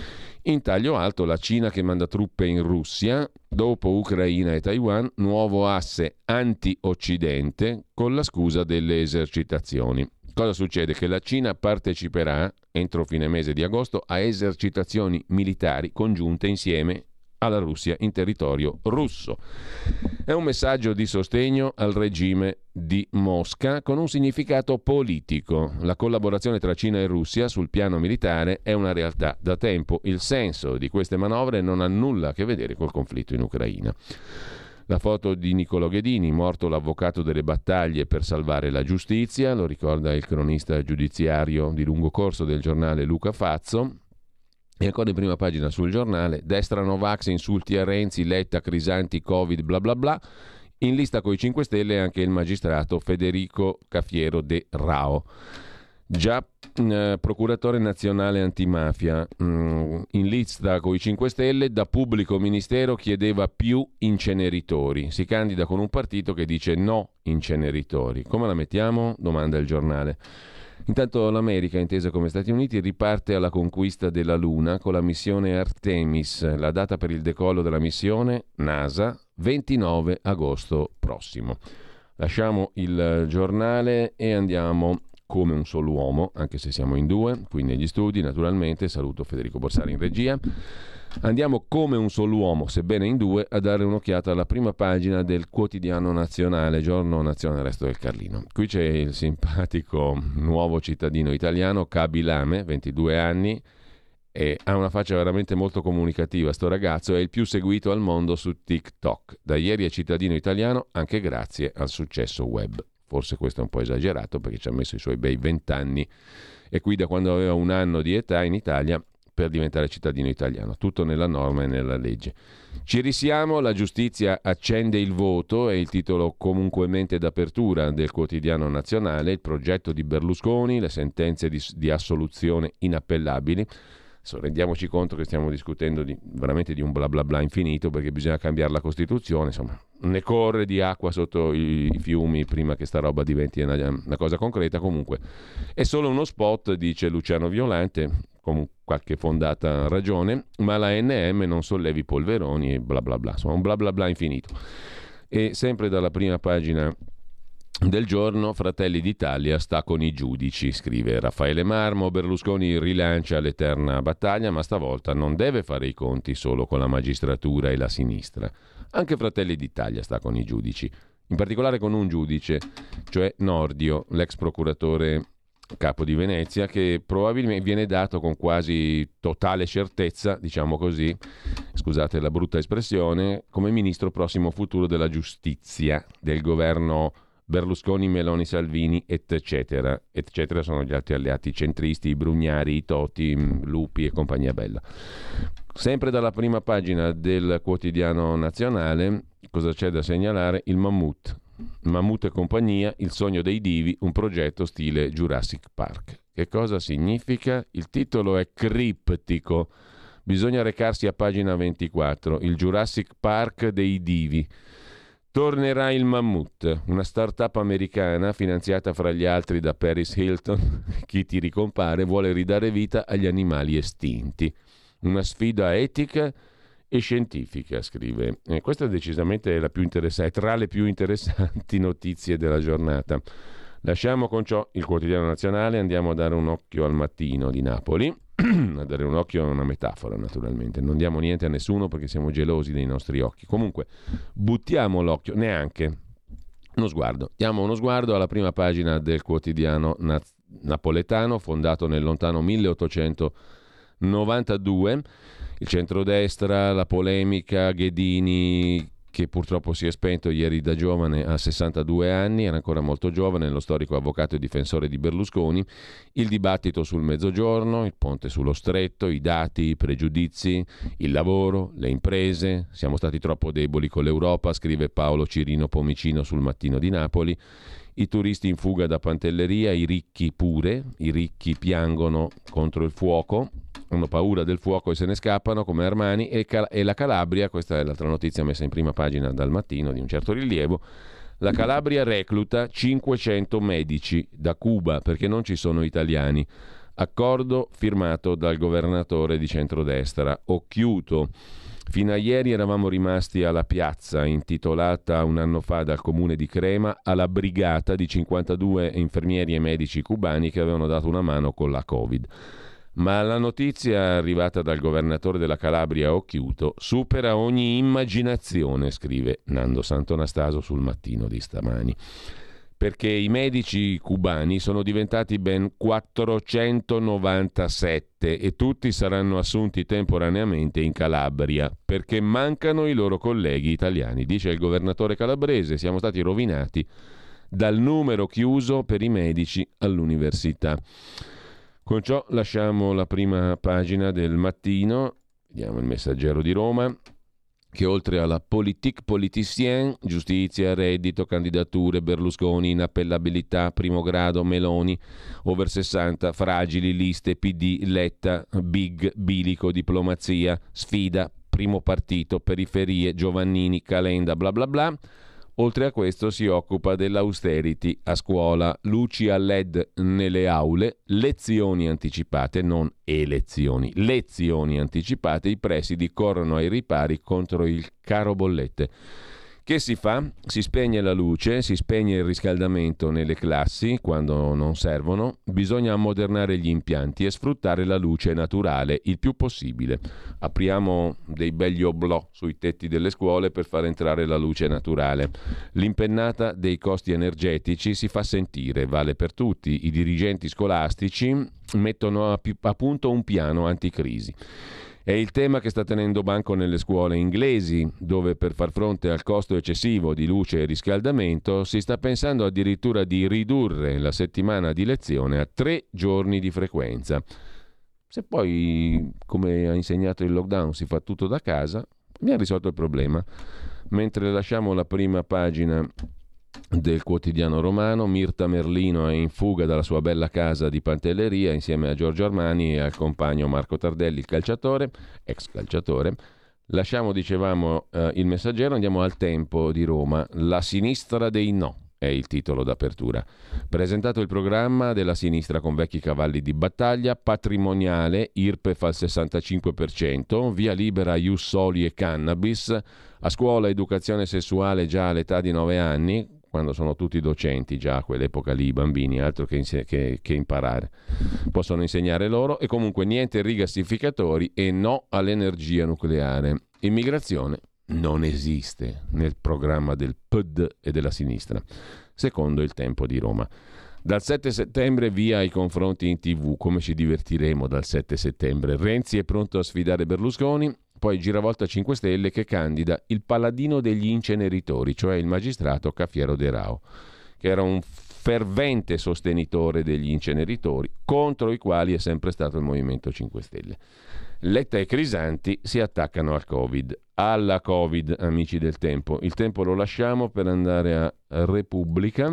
In taglio alto la Cina che manda truppe in Russia, dopo Ucraina e Taiwan, nuovo asse anti-Occidente con la scusa delle esercitazioni. Cosa succede? Che la Cina parteciperà entro fine mese di agosto a esercitazioni militari congiunte insieme alla Russia in territorio russo. È un messaggio di sostegno al regime di Mosca con un significato politico. La collaborazione tra Cina e Russia sul piano militare è una realtà da tempo. Il senso di queste manovre non ha nulla a che vedere col conflitto in Ucraina. La foto di Niccolò Ghedini, morto l'avvocato delle battaglie per salvare la giustizia, lo ricorda il cronista giudiziario di lungo corso del giornale Luca Fazzo. E ancora in prima pagina sul Giornale: destra Novax, insulti a Renzi, Letta, Crisanti, Covid, bla bla bla. In lista coi cinque Stelle anche il magistrato Federico Cafiero de Rao, già eh, procuratore nazionale antimafia. Mm, in lista coi cinque Stelle, da pubblico ministero chiedeva più inceneritori. Si candida con un partito che dice no inceneritori. Come la mettiamo? Domanda il Giornale. Intanto l'America, intesa come Stati Uniti, riparte alla conquista della Luna con la missione Artemis. La data per il decollo della missione NASA, ventinove agosto prossimo. Lasciamo il Giornale e andiamo come un solo uomo, anche se siamo in due, qui negli studi naturalmente. Saluto Federico Borsari in regia. Andiamo come un solo uomo, sebbene in due, a dare un'occhiata alla prima pagina del Quotidiano Nazionale, Giorno Nazione, Resto del Carlino. Qui c'è il simpatico nuovo cittadino italiano, Kabilame, ventidue anni, e ha una faccia veramente molto comunicativa. Sto ragazzo è il più seguito al mondo su TikTok. Da ieri è cittadino italiano anche grazie al successo web. Forse questo è un po' esagerato perché ci ha messo i suoi bei vent'anni e qui da quando aveva un anno di età in Italia per diventare cittadino italiano. Tutto nella norma e nella legge. Ci risiamo, la giustizia accende il voto, è il titolo comunquemente d'apertura del Quotidiano Nazionale. Il progetto di Berlusconi, le sentenze di, di assoluzione inappellabili. Adesso rendiamoci conto che stiamo discutendo di, veramente di un bla bla bla infinito, perché bisogna cambiare la Costituzione, insomma ne corre di acqua sotto i, i fiumi prima che sta roba diventi una, una cosa concreta. Comunque è solo uno spot, dice Luciano Violante, con qualche fondata ragione, ma la N M non sollevi polveroni e bla bla bla, insomma un bla bla bla infinito. E sempre dalla prima pagina del Giorno, Fratelli d'Italia sta con i giudici, scrive Raffaele Marmo. Berlusconi rilancia l'eterna battaglia, ma stavolta non deve fare i conti solo con la magistratura e la sinistra. Anche Fratelli d'Italia sta con i giudici, in particolare con un giudice, cioè Nordio, l'ex procuratore capo di Venezia, che probabilmente viene dato con quasi totale certezza, diciamo così, scusate la brutta espressione, come ministro prossimo futuro della giustizia del governo Berlusconi, Meloni, Salvini, eccetera, eccetera, sono gli altri alleati centristi, i Brugnari, i Toti, Lupi e compagnia bella. Sempre dalla prima pagina del Quotidiano Nazionale, cosa c'è da segnalare? Il Mammut. Mammut e compagnia, il sogno dei divi, un progetto stile Jurassic Park. Che cosa significa? Il titolo è criptico. Bisogna recarsi a pagina ventiquattro. Il Jurassic Park dei divi. Tornerà il Mammut, una start-up americana finanziata fra gli altri da Paris Hilton, chi ti ricompare, vuole ridare vita agli animali estinti. Una sfida etica e scientifica, scrive. E questa è decisamente la più interessante, tra le più interessanti notizie della giornata. Lasciamo con ciò il Quotidiano Nazionale, andiamo a dare un occhio al Mattino di Napoli. A dare un occhio è una metafora, naturalmente, non diamo niente a nessuno perché siamo gelosi dei nostri occhi. Comunque buttiamo l'occhio, neanche uno sguardo, diamo uno sguardo alla prima pagina del Quotidiano naz- napoletano, fondato nel lontano millottocentonovantadue. Il centrodestra, la polemica, Ghedini che purtroppo si è spento ieri da giovane a sessantadue anni, era ancora molto giovane, lo storico avvocato e difensore di Berlusconi, il dibattito sul mezzogiorno, il ponte sullo stretto, i dati, i pregiudizi, il lavoro, le imprese, siamo stati troppo deboli con l'Europa, scrive Paolo Cirino Pomicino sul Mattino di Napoli, i turisti in fuga da Pantelleria, i ricchi pure, i ricchi piangono contro il fuoco, hanno paura del fuoco e se ne scappano come Armani, e, Cal- e la Calabria, questa è l'altra notizia messa in prima pagina dal Mattino di un certo rilievo, la Calabria recluta cinquecento medici da Cuba perché non ci sono italiani, accordo firmato dal governatore di centrodestra Occhiuto. Fino a ieri eravamo rimasti alla piazza intitolata un anno fa dal comune di Crema alla brigata di cinquantadue infermieri e medici cubani che avevano dato una mano con la Covid. Ma la notizia arrivata dal governatore della Calabria Occhiuto supera ogni immaginazione, scrive Nando Santonastaso sul Mattino di stamani. Perché i medici cubani sono diventati ben quattrocentonovantasette e tutti saranno assunti temporaneamente in Calabria perché mancano i loro colleghi italiani, dice il governatore calabrese. Siamo stati rovinati dal numero chiuso per i medici all'università. Con ciò lasciamo la prima pagina del Mattino, vediamo il Messaggero di Roma, che oltre alla politique politicienne, giustizia, reddito, candidature, Berlusconi, inappellabilità, primo grado, Meloni, over sessanta, fragili, liste, P D, Letta, big, bilico, diplomazia, sfida, primo partito, periferie, Giovannini, Calenda, bla bla bla. Oltre a questo si occupa dell'austerity a scuola, luci a L E D nelle aule, lezioni anticipate, non elezioni, lezioni anticipate, i presidi corrono ai ripari contro il caro bollette. Che si fa? Si spegne la luce, si spegne il riscaldamento nelle classi quando non servono, bisogna ammodernare gli impianti e sfruttare la luce naturale il più possibile. Apriamo dei begli oblò sui tetti delle scuole per far entrare la luce naturale. L'impennata dei costi energetici si fa sentire, vale per tutti. I dirigenti scolastici mettono a, a punto un piano anticrisi. È il tema che sta tenendo banco nelle scuole inglesi, dove per far fronte al costo eccessivo di luce e riscaldamento si sta pensando addirittura di ridurre la settimana di lezione a tre giorni di frequenza. Se poi, come ha insegnato il lockdown, si fa tutto da casa, abbiamo risolto il problema. Mentre lasciamo la prima pagina del Quotidiano Romano. Mirta Merlino è in fuga dalla sua bella casa di Pantelleria insieme a Giorgio Armani e al compagno Marco Tardelli, il calciatore, ex calciatore. Lasciamo, dicevamo, eh, il Messaggero, andiamo al Tempo di Roma. La sinistra dei no è il titolo d'apertura. Presentato il programma della sinistra con vecchi cavalli di battaglia, patrimoniale, I R P E F al sessantacinque per cento, via libera a Ius Soli e cannabis, a scuola educazione sessuale già all'età di nove anni, quando sono tutti docenti già a quell'epoca lì, i bambini, altro che, inse- che, che imparare. Possono insegnare loro, e comunque niente rigassificatori e no all'energia nucleare. Immigrazione non esiste nel programma del P D e della sinistra, secondo il Tempo di Roma. Dal sette settembre via i confronti in tivù, come ci divertiremo dal sette settembre. Renzi è pronto a sfidare Berlusconi, poi Giravolta cinque Stelle che candida il paladino degli inceneritori, cioè il magistrato Cafiero De Rao, che era un fervente sostenitore degli inceneritori, contro i quali è sempre stato il Movimento cinque Stelle. Letta e Crisanti si attaccano al Covid. Alla Covid, amici del Tempo. Il Tempo lo lasciamo per andare a Repubblica.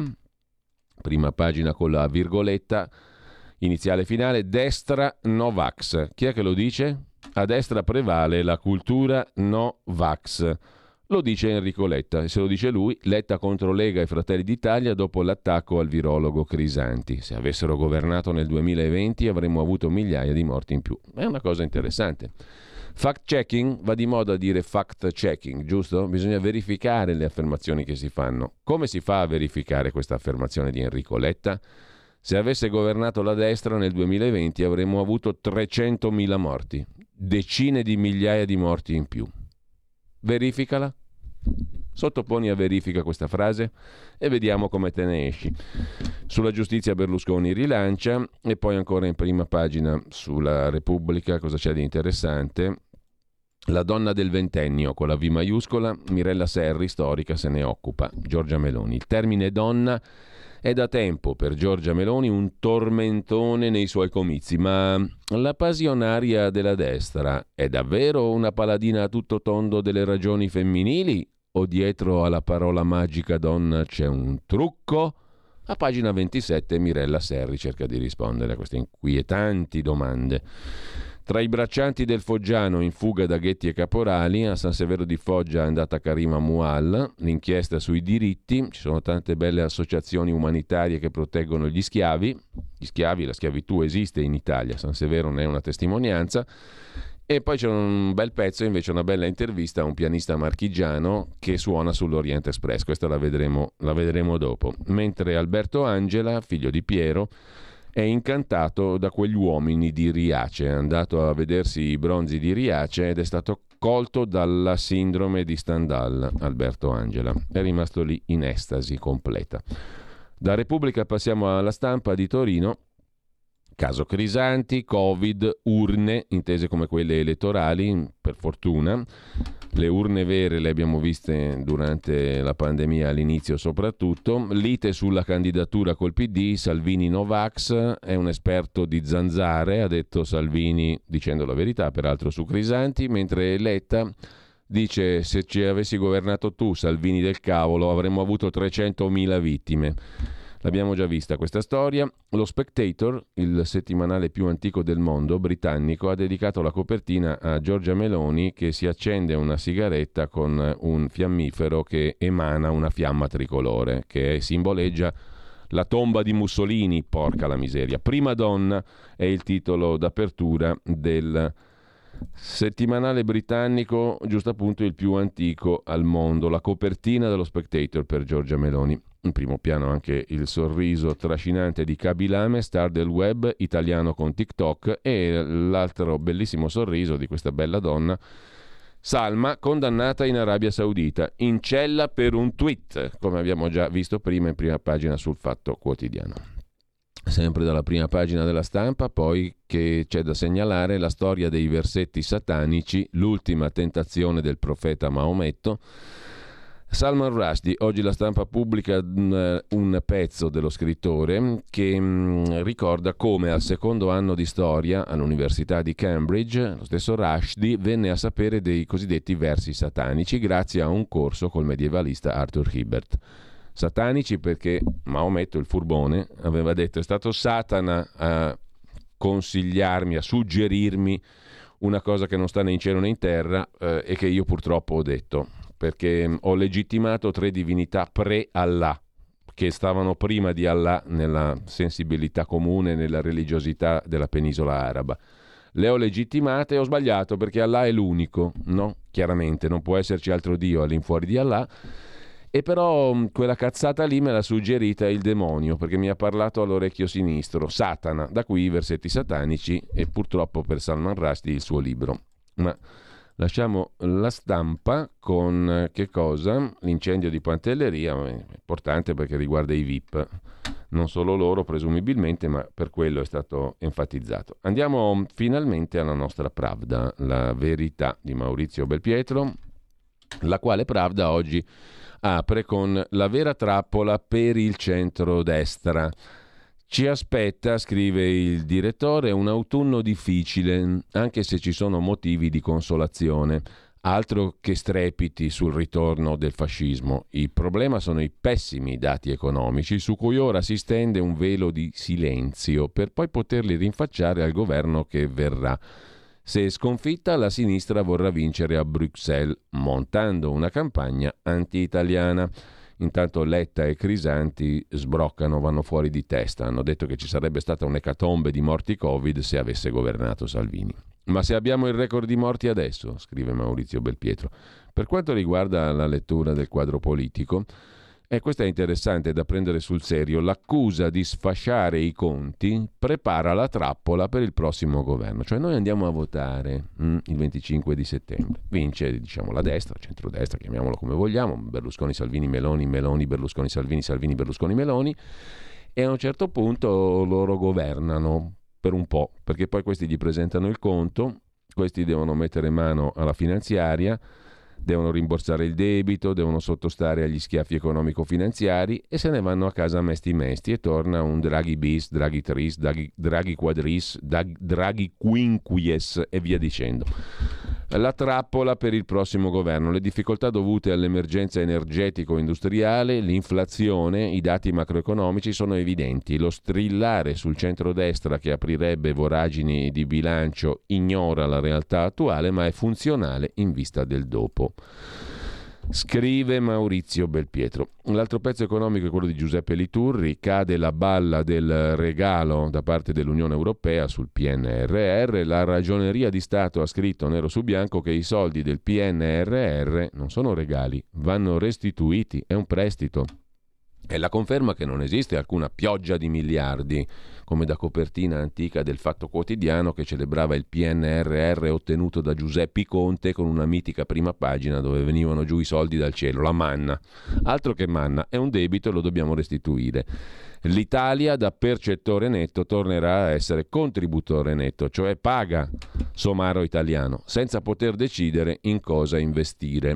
Prima pagina con la virgoletta iniziale finale, destra no vax. Chi è che lo dice? A destra prevale la cultura no vax. Lo dice Enrico Letta, e se lo dice lui, Letta contro Lega e Fratelli d'Italia dopo l'attacco al virologo Crisanti. Se avessero governato nel duemilaventi avremmo avuto migliaia di morti in più. È una cosa interessante. Fact checking, va di moda dire fact checking, giusto? Bisogna verificare le affermazioni che si fanno. Come si fa a verificare questa affermazione di Enrico Letta? Se avesse governato la destra nel duemilaventi avremmo avuto trecentomila morti, decine di migliaia di morti in più. Verificala. Sottoponi a verifica questa frase e vediamo come te ne esci. Sulla giustizia Berlusconi rilancia, e poi ancora in prima pagina sulla Repubblica cosa c'è di interessante? La donna del ventennio con la V maiuscola, Mirella Serri, storica, se ne occupa. Giorgia Meloni. Il termine donna è da tempo per Giorgia Meloni un tormentone nei suoi comizi, ma la passionaria della destra è davvero una paladina a tutto tondo delle ragioni femminili? O dietro alla parola magica donna c'è un trucco? A pagina ventisette Mirella Serri cerca di rispondere a queste inquietanti domande. Tra i braccianti del Foggiano in fuga da ghetti e caporali, a San Severo di Foggia è andata Karima Mual, l'inchiesta sui diritti, ci sono tante belle associazioni umanitarie che proteggono gli schiavi, gli schiavi, la schiavitù esiste in Italia, San Severo ne è una testimonianza. E poi c'è un bel pezzo, invece una bella intervista a un pianista marchigiano che suona sull'Orient Express, questa la vedremo, la vedremo dopo. Mentre Alberto Angela, figlio di Piero, è incantato da quegli uomini di Riace, è andato a vedersi i bronzi di Riace ed è stato colto dalla sindrome di Stendhal. Alberto Angela è rimasto lì in estasi completa. Da Repubblica passiamo alla Stampa di Torino. Caso Crisanti, Covid, urne, intese come quelle elettorali, per fortuna. Le urne vere le abbiamo viste durante la pandemia, all'inizio soprattutto. Lite sulla candidatura col P D, Salvini Novax, è un esperto di zanzare, ha detto Salvini, dicendo la verità peraltro su Crisanti, mentre Letta dice se ci avessi governato tu, Salvini del cavolo, avremmo avuto trecentomila vittime. L'abbiamo già vista questa storia. Lo Spectator, il settimanale più antico del mondo, britannico, ha dedicato la copertina a Giorgia Meloni che si accende una sigaretta con un fiammifero che emana una fiamma tricolore, che simboleggia la tomba di Mussolini, porca la miseria. Prima donna è il titolo d'apertura del settimanale britannico, giusto appunto il più antico al mondo. La copertina dello Spectator per Giorgia Meloni. In primo piano anche il sorriso trascinante di Kabilame, star del web italiano con TikTok, e l'altro bellissimo sorriso di questa bella donna, Salma, condannata in Arabia Saudita, in cella per un tweet, come abbiamo già visto prima in prima pagina sul Fatto Quotidiano. Sempre dalla prima pagina della Stampa, poi, che c'è da segnalare la storia dei versetti satanici, l'ultima tentazione del profeta Maometto. Salman Rushdie, oggi la Stampa pubblica un, un pezzo dello scrittore che mh, ricorda come al secondo anno di storia all'Università di Cambridge lo stesso Rushdie venne a sapere dei cosiddetti versi satanici grazie a un corso col medievalista Arthur Hibbert. Satanici perché Maometto, il furbone, aveva detto: è stato Satana a consigliarmi, a suggerirmi una cosa che non sta né in cielo né in terra eh, e che io purtroppo ho detto, perché ho legittimato tre divinità pre-Allah, che stavano prima di Allah nella sensibilità comune, nella religiosità della penisola araba. Le ho legittimate e ho sbagliato, perché Allah è l'unico, no? Chiaramente non può esserci altro Dio all'infuori di Allah. E però quella cazzata lì me l'ha suggerita il demonio, perché mi ha parlato all'orecchio sinistro, Satana, da qui i versetti satanici e purtroppo per Salman Rushdie il suo libro. Ma lasciamo La Stampa con che cosa? L'incendio di Pantelleria, è importante perché riguarda i V I P, non solo loro presumibilmente, ma per quello è stato enfatizzato. Andiamo finalmente alla nostra Pravda, la verità di Maurizio Belpietro, la quale Pravda oggi apre con la vera trappola per il centrodestra. Ci aspetta, scrive il direttore, un autunno difficile, anche se ci sono motivi di consolazione. Altro che strepiti sul ritorno del fascismo. Il problema sono i pessimi dati economici su cui ora si stende un velo di silenzio per poi poterli rinfacciare al governo che verrà. Se sconfitta, la sinistra vorrà vincere a Bruxelles, montando una campagna anti-italiana. Intanto Letta e Crisanti sbroccano, vanno fuori di testa. Hanno detto che ci sarebbe stata un'ecatombe di morti Covid se avesse governato Salvini. Ma se abbiamo il record di morti adesso, scrive Maurizio Belpietro. Per quanto riguarda la lettura del quadro politico, e questo è interessante da prendere sul serio, l'accusa di sfasciare i conti prepara la trappola per il prossimo governo. Cioè noi andiamo a votare mm, il venticinque di settembre. Vince, diciamo, la destra, centrodestra, chiamiamolo come vogliamo, Berlusconi, Salvini, Meloni, Meloni, Berlusconi, Salvini, Salvini, Berlusconi, Meloni, e a un certo punto loro governano per un po', perché poi questi gli presentano il conto, questi devono mettere mano alla finanziaria, devono rimborsare il debito, devono sottostare agli schiaffi economico-finanziari e se ne vanno a casa mesti mesti e torna un Draghi bis, Draghi tris, Draghi, Draghi quadris, Draghi quinquies e via dicendo. La trappola per il prossimo governo, le difficoltà dovute all'emergenza energetico-industriale, l'inflazione, i dati macroeconomici sono evidenti. Lo strillare sul centrodestra che aprirebbe voragini di bilancio ignora la realtà attuale, ma è funzionale in vista del dopo. Scrive Maurizio Belpietro. L'altro pezzo economico è quello di Giuseppe Liturri. Cade la balla del regalo da parte dell'Unione Europea sul P N R R. La Ragioneria di Stato ha scritto nero su bianco che i soldi del P N R R non sono regali, vanno restituiti, è un prestito. È la conferma che non esiste alcuna pioggia di miliardi, come da copertina antica del Fatto Quotidiano che celebrava il P N R R ottenuto da Giuseppe Conte con una mitica prima pagina dove venivano giù i soldi dal cielo, la manna. Altro che manna, è un debito e lo dobbiamo restituire. L'Italia da percettore netto tornerà a essere contributore netto, cioè paga somaro italiano, senza poter decidere in cosa investire.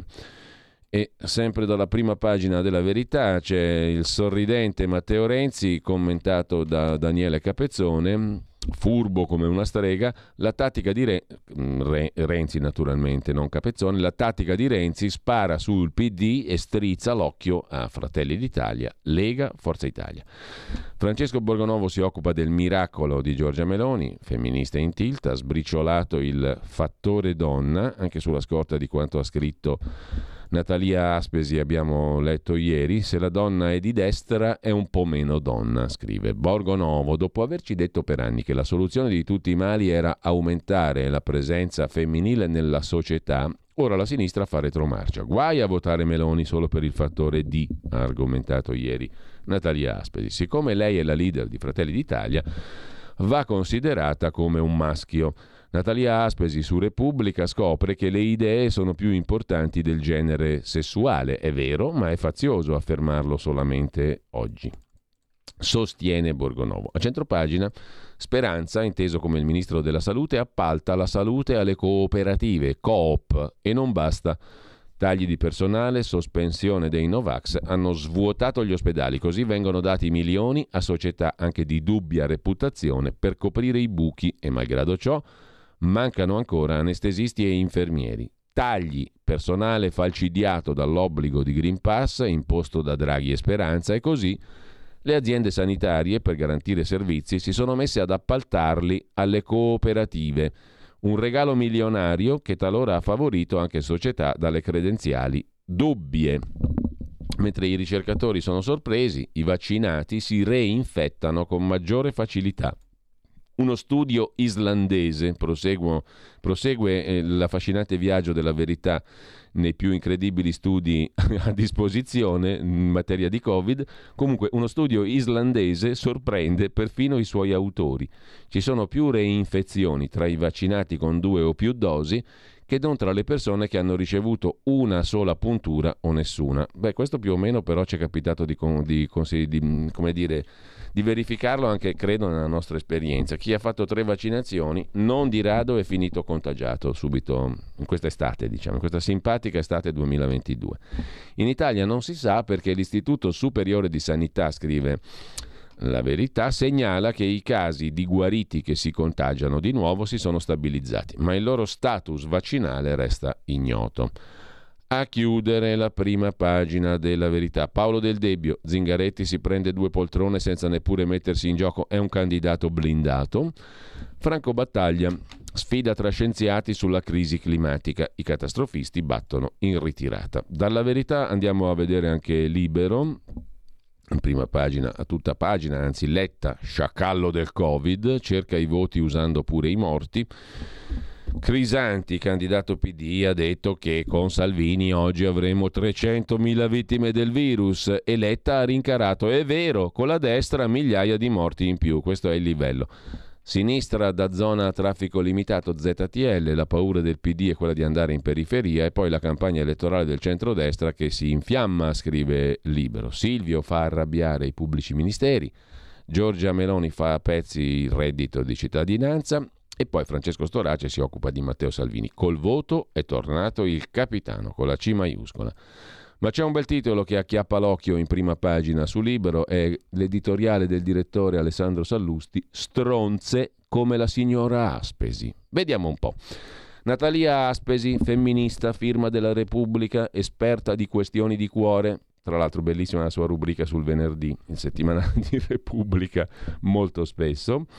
E sempre dalla prima pagina della Verità c'è il sorridente Matteo Renzi commentato da Daniele Capezzone, furbo come una strega, la tattica di Re... Re... Renzi naturalmente, non Capezzone, la tattica di Renzi spara sul P D e strizza l'occhio a Fratelli d'Italia, Lega, Forza Italia. Francesco Borgonovo si occupa del miracolo di Giorgia Meloni, femminista in tilt, ha sbriciolato il fattore donna, anche sulla scorta di quanto ha scritto Natalia Aspesi, abbiamo letto ieri. Se la donna è di destra è un po' meno donna, scrive Borgonovo, dopo averci detto per anni che la soluzione di tutti i mali era aumentare la presenza femminile nella società. Ora la sinistra fa retromarcia. Guai a votare Meloni solo per il fattore D, ha argomentato ieri Natalia Aspesi. Siccome lei è la leader di Fratelli d'Italia, va considerata come un maschio. Natalia Aspesi su Repubblica scopre che le idee sono più importanti del genere sessuale. È vero, ma è fazioso affermarlo solamente oggi, sostiene Borgonovo. A centropagina, Speranza, inteso come il ministro della salute, appalta la salute alle cooperative, Coop, e non basta. Tagli di personale, sospensione dei Novax hanno svuotato gli ospedali, così vengono dati milioni a società anche di dubbia reputazione per coprire i buchi e malgrado ciò mancano ancora anestesisti e infermieri. tagli, personale falcidiato dall'obbligo di Green Pass imposto da Draghi e Speranza, e così le aziende sanitarie, per garantire servizi, si sono messe ad appaltarli alle cooperative. Un regalo milionario che talora ha favorito anche società dalle credenziali dubbie. Mentre i ricercatori sono sorpresi, i vaccinati si reinfettano con maggiore facilità. Uno studio islandese proseguo, prosegue eh, l'affascinante viaggio della verità nei più incredibili studi a disposizione in materia di Covid. Comunque, uno studio islandese sorprende perfino i suoi autori. Ci sono più reinfezioni tra i vaccinati con due o più dosi che non tra le persone che hanno ricevuto una sola puntura o nessuna. Beh, questo più o meno però ci è capitato di, di, di, di, come dire, di verificarlo anche, credo, nella nostra esperienza. Chi ha fatto tre vaccinazioni non di rado è finito contagiato subito in quest'estate, diciamo, in questa simpatica estate duemilaventidue. In Italia non si sa perché l'Istituto Superiore di Sanità, scrive La Verità, segnala che i casi di guariti che si contagiano di nuovo si sono stabilizzati, ma il loro status vaccinale resta ignoto. A chiudere la prima pagina della Verità, Paolo Del Debbio: Zingaretti si prende due poltrone senza neppure mettersi in gioco, è un candidato blindato. Franco Battaglia: sfida tra scienziati sulla crisi climatica, i catastrofisti battono in ritirata. Dalla Verità andiamo a vedere anche Libero. In prima pagina, a tutta pagina, anzi Letta, sciacallo del Covid, cerca i voti usando pure i morti. Crisanti, candidato P D, ha detto che con Salvini oggi avremo trecentomila vittime del virus, e Letta ha rincarato: è vero, con la destra migliaia di morti in più, questo è il livello. Sinistra da zona a traffico limitato Z T L, la paura del P D è quella di andare in periferia, e poi la campagna elettorale del centrodestra che si infiamma, scrive Libero. Silvio fa arrabbiare i pubblici ministeri, Giorgia Meloni fa a pezzi il reddito di cittadinanza, e poi Francesco Storace si occupa di Matteo Salvini. Col voto è tornato il capitano, con la C maiuscola. Ma c'è un bel titolo che acchiappa l'occhio in prima pagina su Libero, è l'editoriale del direttore Alessandro Sallusti: stronze come la signora Aspesi. Vediamo un po'. Natalia Aspesi, femminista, firma della Repubblica, esperta di questioni di cuore. Tra l'altro bellissima la sua rubrica sul venerdì, il settimanale di Repubblica, molto spesso.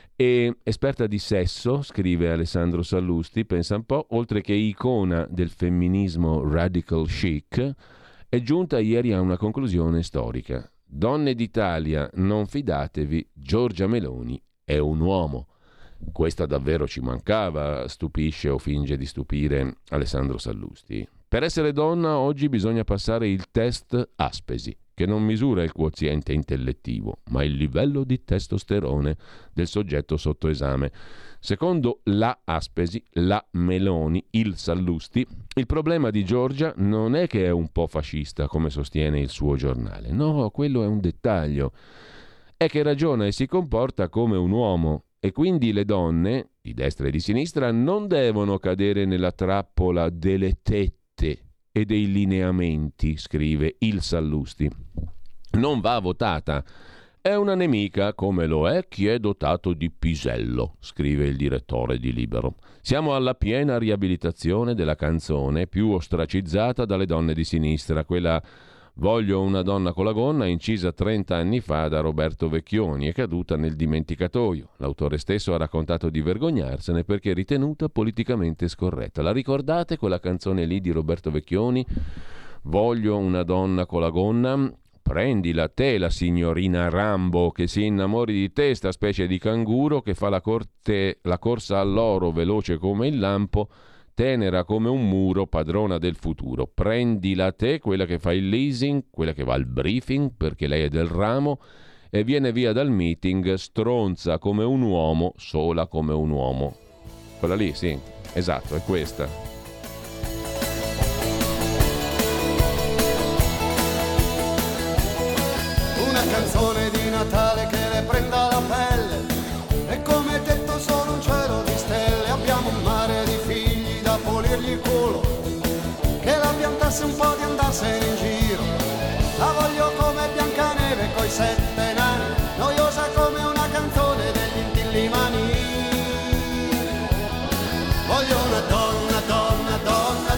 E esperta di sesso, scrive Alessandro Sallusti, pensa un po', oltre che icona del femminismo radical chic, è giunta ieri a una conclusione storica. Donne d'Italia, non fidatevi, Giorgia Meloni è un uomo. Questa davvero ci mancava, stupisce o finge di stupire Alessandro Sallusti. Per essere donna oggi bisogna passare il test Aspesi, che non misura il quoziente intellettivo, ma il livello di testosterone del soggetto sotto esame. Secondo la Aspesi, la Meloni, il Sallusti, il problema di Giorgia non è che è un po' fascista, come sostiene il suo giornale. No, quello è un dettaglio. È che ragiona e si comporta come un uomo, e quindi le donne, di destra e di sinistra, non devono cadere nella trappola delle tette e dei lineamenti, scrive il Sallusti. Non va votata. È una nemica, come lo è chi è dotato di pisello, scrive il direttore di Libero. Siamo alla piena riabilitazione della canzone più ostracizzata dalle donne di sinistra, quella Voglio una donna con la gonna, incisa trenta anni fa da Roberto Vecchioni, è caduta nel dimenticatoio. L'autore stesso ha raccontato di vergognarsene perché ritenuta politicamente scorretta. La ricordate quella canzone lì di Roberto Vecchioni? Voglio una donna con la gonna? Prendila te la signorina Rambo, che si innamori di te, sta specie di canguro che fa la, corte, la corsa all'oro veloce come il lampo, tenera come un muro, padrona del futuro. Prendila te, quella che fa il leasing, quella che va al briefing, perché lei è del ramo, e viene via dal meeting stronza come un uomo, sola come un uomo. Quella lì, sì, esatto, è questa. Una canzone di Natale che le prenda la pelle, e come detto sono un cielo di stelle, abbiamo un mare di figli da pulirgli il culo, che la piantasse un po' di andarsene in giro. La voglio come Biancaneve coi sette nani, noiosa come una canzone degli Intillimani. Voglio una donna, donna, donna,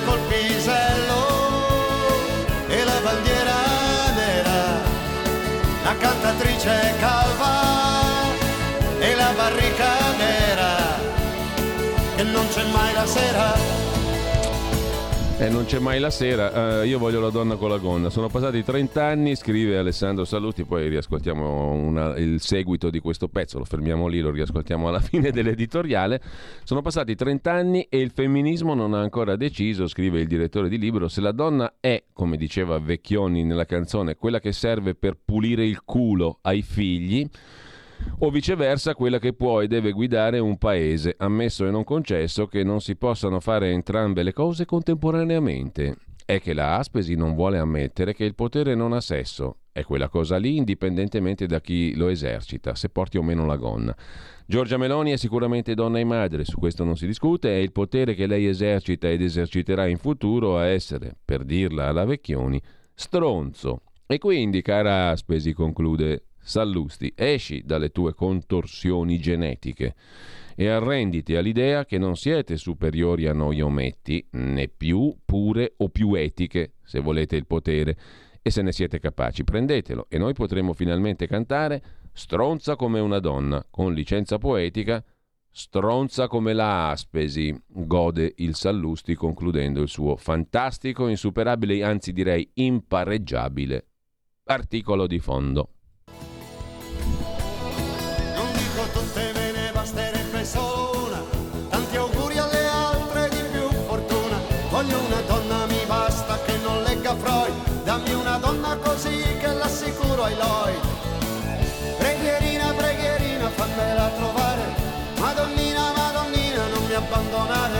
col pisello e la bandiera nera, la cantatrice calva e la barrica nera, e non c'è mai la sera. E non c'è mai la sera, uh, io voglio la donna con la gonna. Sono passati trenta anni, scrive Alessandro Sallusti, poi riascoltiamo una, il seguito di questo pezzo, lo fermiamo lì, lo riascoltiamo alla fine dell'editoriale. Sono passati trenta anni e il femminismo non ha ancora deciso, scrive il direttore di Libero, se la donna è, come diceva Vecchioni nella canzone, quella che serve per pulire il culo ai figli, o viceversa quella che può e deve guidare un paese, ammesso e non concesso che non si possano fare entrambe le cose contemporaneamente. È che la Aspesi non vuole ammettere che il potere non ha sesso, è quella cosa lì indipendentemente da chi lo esercita, se porti o meno la gonna. Giorgia Meloni è sicuramente donna e madre, su questo non si discute, è il potere che lei esercita ed eserciterà in futuro a essere, per dirla alla Vecchioni, stronzo. E quindi, cara Aspesi, conclude Sallusti, esci dalle tue contorsioni genetiche e arrenditi all'idea che non siete superiori a noi ometti, né più pure o più etiche, se volete il potere, e se ne siete capaci prendetelo e noi potremo finalmente cantare stronza come una donna, con licenza poetica, stronza come la Aspesi, gode il Sallusti concludendo il suo fantastico, insuperabile, anzi direi impareggiabile articolo di fondo. Tutte me ne basterebbe solo una, tanti auguri alle altre di più fortuna. Voglio una donna, mi basta che non legga Freud, dammi una donna così che l'assicuro ai Lloyd. Preghierina, preghierina, fammela trovare, Madonnina, Madonnina, non mi abbandonare.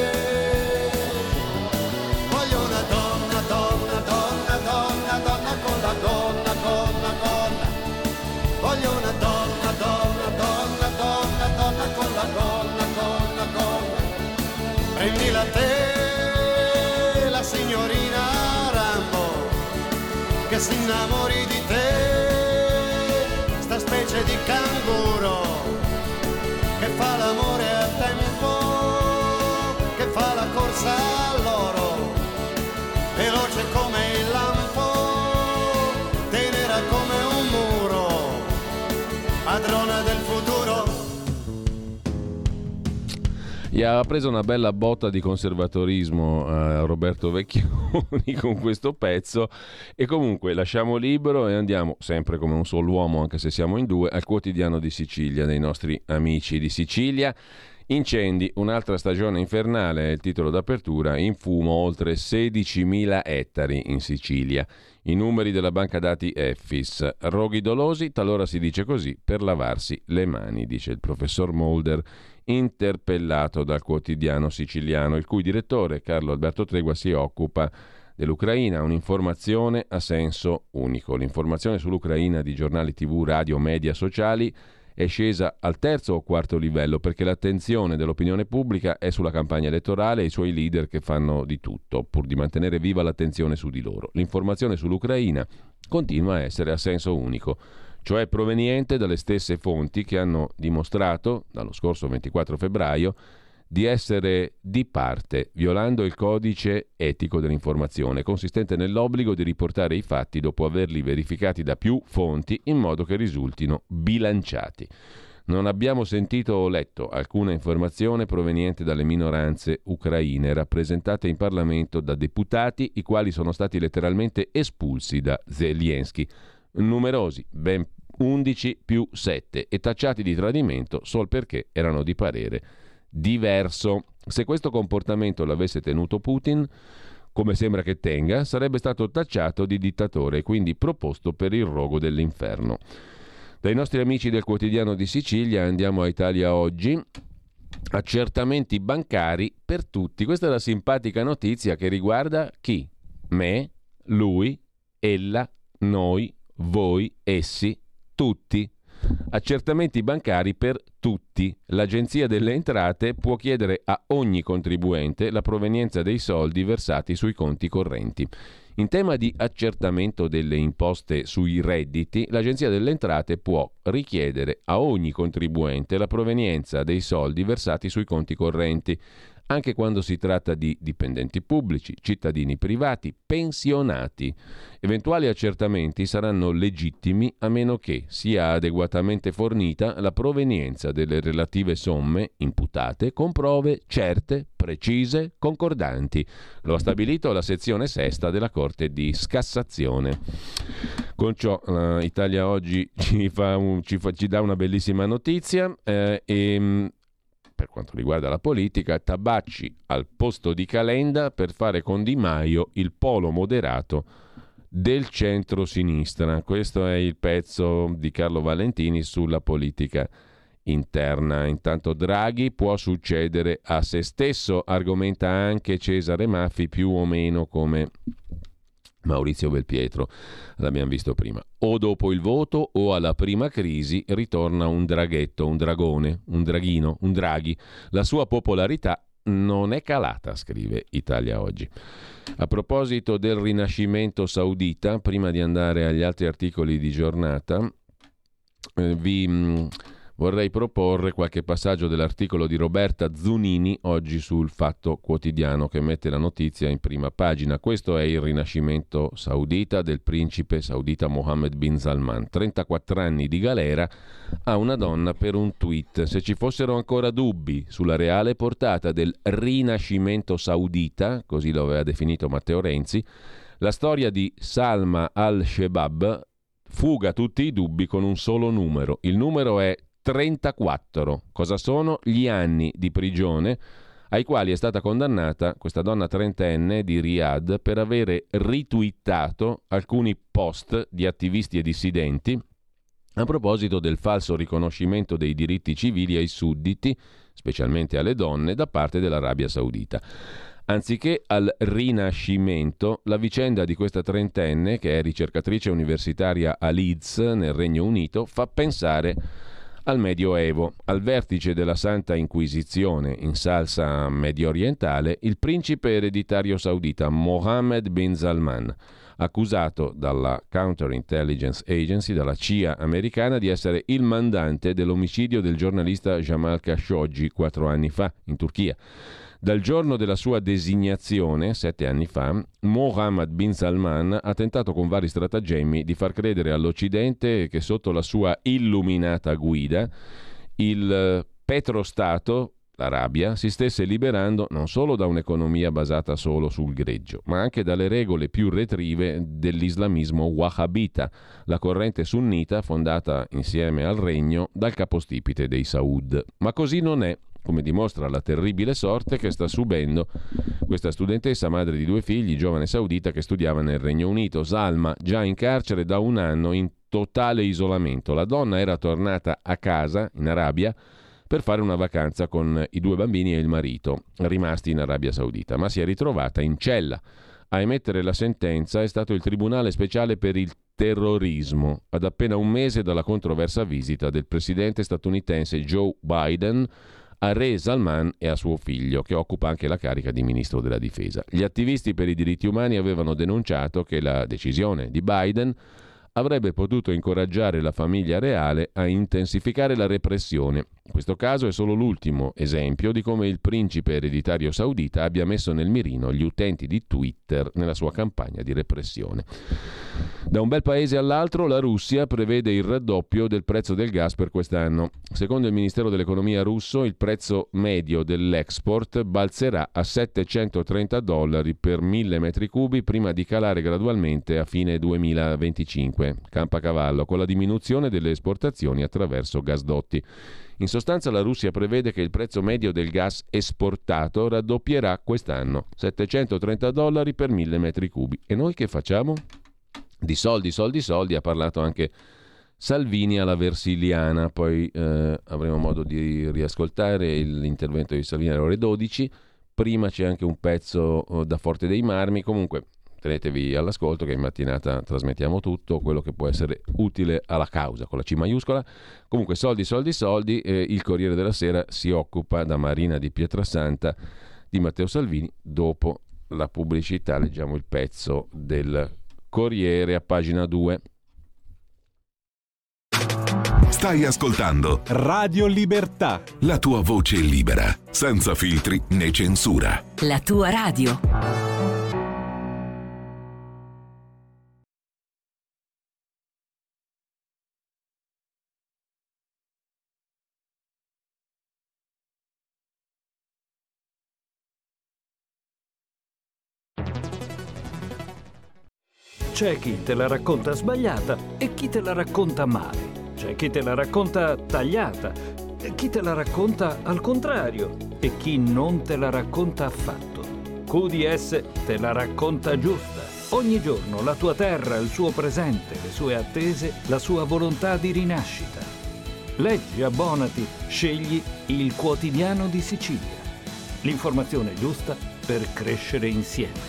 Voglio una donna, donna, donna, donna, donna con la gonna, gonna, gonna. Voglio una donna, donna, donna, donna, donna con la gonna, gonna, gonna. Prendila te, la signorina Rambo, che si innamori di te, sta specie di canguro, che fa l'amore a tempo, che fa la corsa all'oro, veloce come il lampo, tenera come un muro, padrona del futuro. Gli ha preso una bella botta di conservatorismo a Roberto Vecchioni con questo pezzo, e comunque lasciamo libero e andiamo sempre come un solo uomo, anche se siamo in due, al Quotidiano di Sicilia, dei nostri amici di Sicilia. Incendi, un'altra stagione infernale è il titolo d'apertura, in fumo oltre sedicimila ettari in Sicilia. I numeri della banca dati Effis, roghi dolosi, talora si dice così, per lavarsi le mani, dice il professor Mulder, interpellato dal Quotidiano Siciliano, il cui direttore Carlo Alberto Tregua si occupa dell'Ucraina, un'informazione a senso unico. L'informazione sull'Ucraina di giornali tivù, radio, media, sociali è scesa al terzo o quarto livello perché l'attenzione dell'opinione pubblica è sulla campagna elettorale e i suoi leader che fanno di tutto pur di mantenere viva l'attenzione su di loro. L'informazione sull'Ucraina continua a essere a senso unico, cioè proveniente dalle stesse fonti che hanno dimostrato, dallo scorso ventiquattro febbraio, di essere di parte, violando il codice etico dell'informazione, consistente nell'obbligo di riportare i fatti dopo averli verificati da più fonti in modo che risultino bilanciati. Non abbiamo sentito o letto alcuna informazione proveniente dalle minoranze ucraine rappresentate in Parlamento da deputati i quali sono stati letteralmente espulsi da Zelensky, numerosi, ben undici più sette, e tacciati di tradimento sol perché erano di parere diverso. Se questo comportamento l'avesse tenuto Putin, come sembra che tenga, sarebbe stato tacciato di dittatore e quindi proposto per il rogo dell'inferno. Dai nostri amici del Quotidiano di Sicilia andiamo a Italia Oggi. Accertamenti bancari per tutti. Questa è la simpatica notizia che riguarda chi? Me, lui, ella, noi, voi, essi, tutti. Accertamenti bancari per tutti. L'Agenzia delle Entrate può chiedere a ogni contribuente la provenienza dei soldi versati sui conti correnti. In tema di accertamento delle imposte sui redditi, l'Agenzia delle Entrate può richiedere a ogni contribuente la provenienza dei soldi versati sui conti correnti, anche quando si tratta di dipendenti pubblici, cittadini privati, pensionati. Eventuali accertamenti saranno legittimi a meno che sia adeguatamente fornita la provenienza delle relative somme imputate con prove certe, precise, concordanti. Lo ha stabilito la sezione sesta della Corte di Cassazione. Con ciò uh, Italia Oggi ci, fa un, ci, fa, ci dà una bellissima notizia eh, e per quanto riguarda la politica, Tabacci al posto di Calenda per fare con Di Maio il polo moderato del centro-sinistra. Questo è il pezzo di Carlo Valentini sulla politica interna. Intanto Draghi può succedere a se stesso, argomenta anche Cesare Maffi, più o meno come Maurizio Belpietro, l'abbiamo visto prima. O dopo il voto o alla prima crisi ritorna un draghetto, un dragone, un draghino, un Draghi. La sua popolarità non è calata, scrive Italia Oggi. A proposito del rinascimento saudita, prima di andare agli altri articoli di giornata, eh, vi mh, vorrei proporre qualche passaggio dell'articolo di Roberta Zunini oggi sul Fatto Quotidiano, che mette la notizia in prima pagina. Questo è il rinascimento saudita del principe saudita Mohammed bin Salman. trentaquattro anni di galera a una donna per un tweet. Se ci fossero ancora dubbi sulla reale portata del rinascimento saudita, così lo aveva definito Matteo Renzi, la storia di Salma al-Shebab fuga tutti i dubbi con un solo numero. Il numero è trentaquattro. Cosa sono? Gli anni di prigione ai quali è stata condannata questa donna trentenne di Riyadh per avere ritwittato alcuni post di attivisti e dissidenti a proposito del falso riconoscimento dei diritti civili ai sudditi, specialmente alle donne, da parte dell'Arabia Saudita. Anziché al rinascimento, la vicenda di questa trentenne, che è ricercatrice universitaria a Leeds, nel Regno Unito, fa pensare al Medioevo. Al vertice della Santa Inquisizione in salsa medio orientale, il principe ereditario saudita Mohammed bin Salman, accusato dalla Counterintelligence Agency, dalla C I A americana, di essere il mandante dell'omicidio del giornalista Jamal Khashoggi quattro anni fa in Turchia. Dal giorno della sua designazione, sette anni fa, Mohammed bin Salman ha tentato con vari stratagemmi di far credere all'Occidente che sotto la sua illuminata guida il petrostato, l'Arabia, si stesse liberando non solo da un'economia basata solo sul greggio, ma anche dalle regole più retrive dell'islamismo wahhabita, la corrente sunnita fondata insieme al regno dal capostipite dei Saud. Ma così non è, come dimostra la terribile sorte che sta subendo questa studentessa, madre di due figli, giovane saudita che studiava nel Regno Unito. Salma, già in carcere da un anno in totale isolamento. La donna era tornata a casa, in Arabia, per fare una vacanza con i due bambini e il marito, rimasti in Arabia Saudita, ma si è ritrovata in cella. A emettere la sentenza è stato il Tribunale Speciale per il Terrorismo, ad appena un mese dalla controversa visita del presidente statunitense Joe Biden a Re Salman e a suo figlio, che occupa anche la carica di ministro della difesa. Gli attivisti per i diritti umani avevano denunciato che la decisione di Biden avrebbe potuto incoraggiare la famiglia reale a intensificare la repressione. Questo caso è solo l'ultimo esempio di come il principe ereditario saudita abbia messo nel mirino gli utenti di Twitter nella sua campagna di repressione. Da un bel paese all'altro, la Russia prevede il raddoppio del prezzo del gas per quest'anno. Secondo il Ministero dell'Economia russo, il prezzo medio dell'export balzerà a settecentotrenta dollari per mille metri cubi prima di calare gradualmente a fine duemilaventicinque, campacavallo, con la diminuzione delle esportazioni attraverso gasdotti. In sostanza la Russia prevede che il prezzo medio del gas esportato raddoppierà quest'anno, settecentotrenta dollari per mille metri cubi. E noi che facciamo? Di soldi, soldi, soldi, ha parlato anche Salvini alla Versiliana, poi eh, avremo modo di riascoltare l'intervento di Salvini alle ore dodici, prima c'è anche un pezzo da Forte dei Marmi, comunque tenetevi all'ascolto che in mattinata trasmettiamo tutto quello che può essere utile alla causa, con la C maiuscola. Comunque soldi, soldi, soldi, eh, il Corriere della Sera si occupa da Marina di Pietrasanta di Matteo Salvini. Dopo la pubblicità leggiamo il pezzo del Corriere a pagina due. Stai ascoltando Radio Libertà. La tua voce libera, senza filtri né censura. La tua radio. C'è chi te la racconta sbagliata e chi te la racconta male. C'è chi te la racconta tagliata e chi te la racconta al contrario e chi non te la racconta affatto. Q D S te la racconta giusta. Ogni giorno la tua terra, il suo presente, le sue attese, la sua volontà di rinascita. Leggi, abbonati, scegli il Quotidiano di Sicilia. L'informazione giusta per crescere insieme.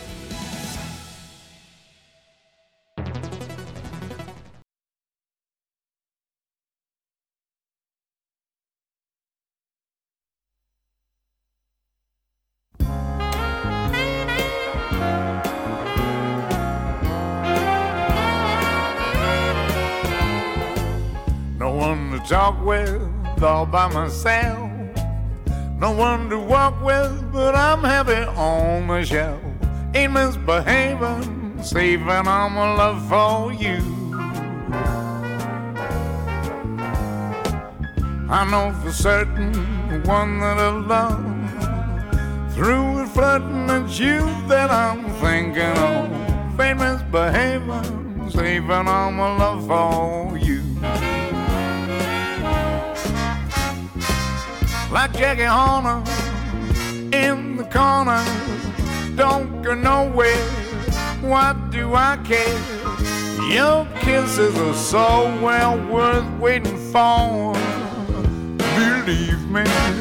Talk with all by myself. No one to walk with, but I'm heavy on the shelf. Ain't misbehaving, saving all my love for you. I know for certain the one that I love. Through with flirting, it's you that I'm thinking of. Ain't misbehaving, saving all my love for you. Like Jackie Horner in the corner, don't go nowhere, what do I care? Your kisses are so well worth waiting for, believe me.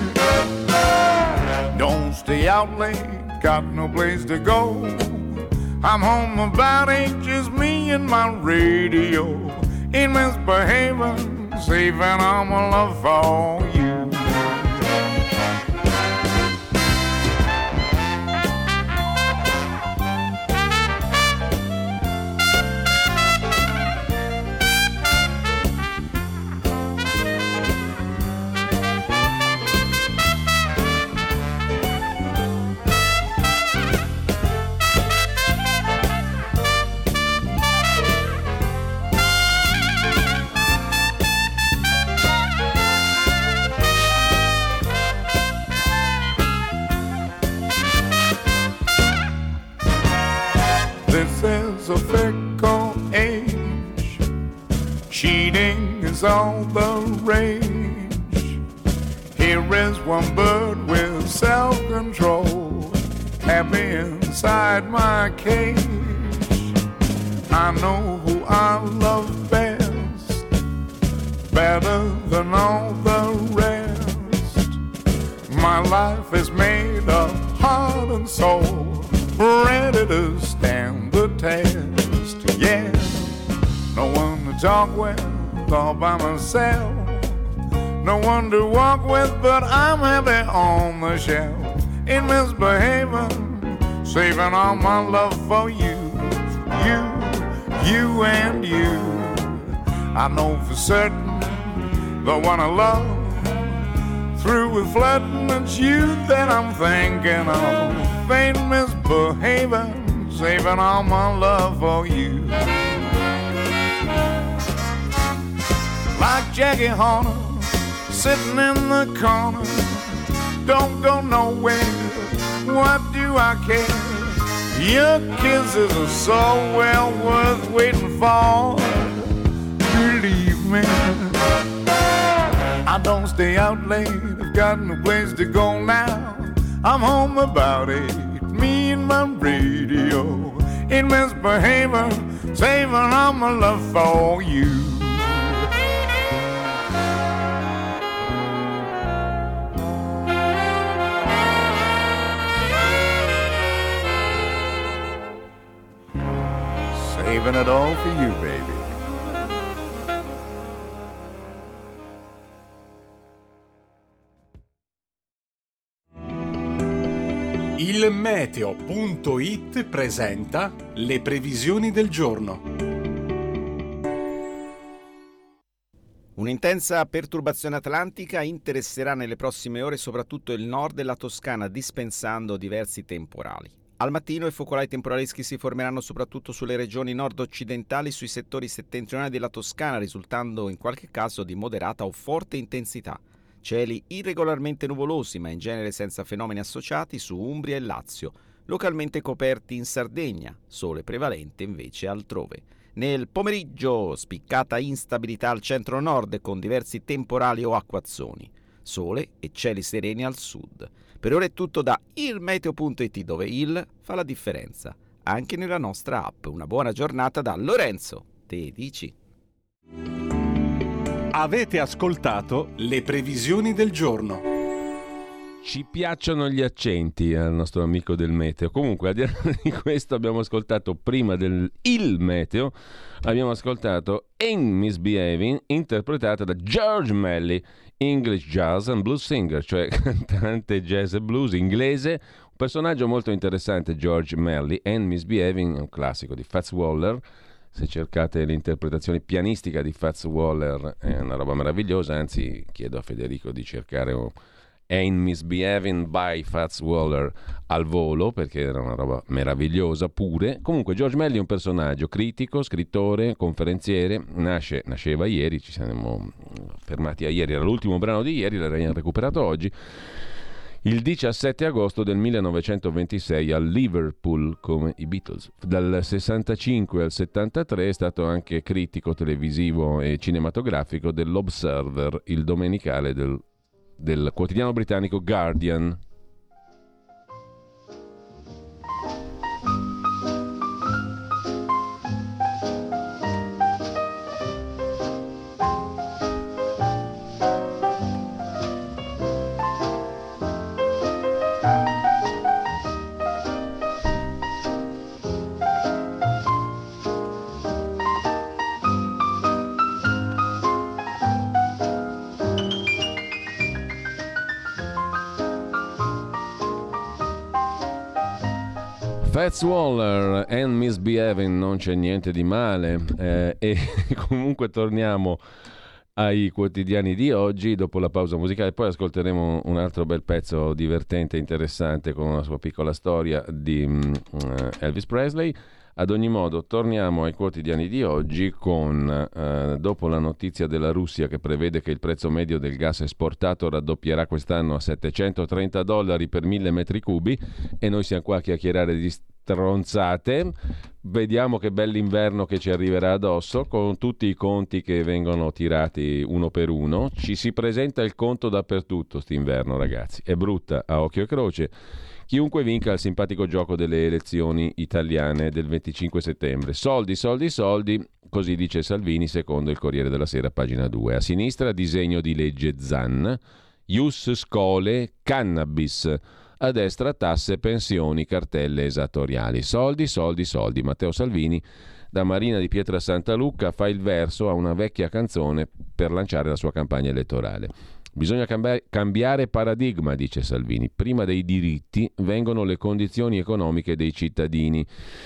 Don't stay out late, got no place to go. I'm home about eight, just me and my radio. Ain't misbehaving, saving all my love for you. This is a fickle age. Cheating is all the rage. Here is one bird with self-control, happy inside my cage. I know who I love best, better than all the rest. My life is made of heart and soul, ready to stand the test. Yeah, no one to talk with, all by myself. No one to walk with, but I'm heavy on the shelf. Ain't misbehaving, saving all my love for you. You, you and you. I know for certain the one I love. Through with flirting, it's you that I'm thinking of. Ain't misbehaving, saving all my love for you. Like Jackie Horner, sitting in the corner, don't go nowhere, what do I care? Your kisses are so well worth waiting for, believe me. I don't stay out late, I've got no place to go now. I'm home about eight, me and my radio. Ain't misbehaving, saving all my love for you. Saving it all for you, baby. Il meteo punto it presenta le previsioni del giorno. Un'intensa perturbazione atlantica interesserà nelle prossime ore soprattutto il nord della Toscana, dispensando diversi temporali. Al mattino i focolai temporaleschi si formeranno soprattutto sulle regioni nord-occidentali e sui settori settentrionali della Toscana, risultando in qualche caso di moderata o forte intensità. Cieli irregolarmente nuvolosi, ma in genere senza fenomeni associati, su Umbria e Lazio, localmente coperti in Sardegna, sole prevalente invece altrove. Nel pomeriggio spiccata instabilità al centro-nord con diversi temporali o acquazzoni. Sole e cieli sereni al sud. Per ora è tutto da ilmeteo punto it, dove il fa la differenza. Anche nella nostra app. Una buona giornata da Lorenzo. Te dici? Avete ascoltato le previsioni del giorno. Ci piacciono gli accenti al nostro amico del meteo. Comunque, al di là di questo, abbiamo ascoltato prima del il meteo, abbiamo ascoltato Ain't Misbehaving, interpretata da George Melly, English jazz and blues singer, cioè cantante jazz e blues inglese. Un personaggio molto interessante, George Melly. Ain't Misbehaving è un classico di Fats Waller. Se cercate l'interpretazione pianistica di Fats Waller è una roba meravigliosa, anzi chiedo a Federico di cercare un Ain't Misbehaving by Fats Waller al volo, perché era una roba meravigliosa pure. Comunque George Melly è un personaggio critico, scrittore, conferenziere, nasce, nasceva ieri, ci siamo fermati a ieri, era l'ultimo brano di ieri, l'abbiamo recuperato oggi, il diciassette agosto del millenovecentoventisei a Liverpool, come i Beatles. Dal sessantacinque al settantatré è stato anche critico televisivo e cinematografico dell'Observer, il domenicale del del quotidiano britannico Guardian. Fats Waller and Misbehaving, non c'è niente di male, eh, e comunque torniamo ai quotidiani di oggi dopo la pausa musicale, poi ascolteremo un altro bel pezzo divertente e interessante con una sua piccola storia di um, Elvis Presley. Ad ogni modo torniamo ai quotidiani di oggi con, eh, dopo la notizia della Russia che prevede che il prezzo medio del gas esportato raddoppierà quest'anno a settecentotrenta dollari per mille metri cubi, e noi siamo qua a chiacchierare di stronzate. Vediamo che bell'inverno che ci arriverà addosso, con tutti i conti che vengono tirati uno per uno. Ci si presenta il conto dappertutto st'inverno, ragazzi, è brutta a occhio e croce. Chiunque vinca il simpatico gioco delle elezioni italiane del venticinque settembre. Soldi, soldi, soldi, così dice Salvini secondo il Corriere della Sera, pagina due. A sinistra disegno di legge Zan, ius schole, cannabis. A destra tasse, pensioni, cartelle esattoriali. Soldi, soldi, soldi. Matteo Salvini da Marina di Pietra Santa Luca fa il verso a una vecchia canzone per lanciare la sua campagna elettorale. Bisogna cambiare paradigma, dice Salvini. Prima dei diritti vengono le condizioni economiche dei cittadini.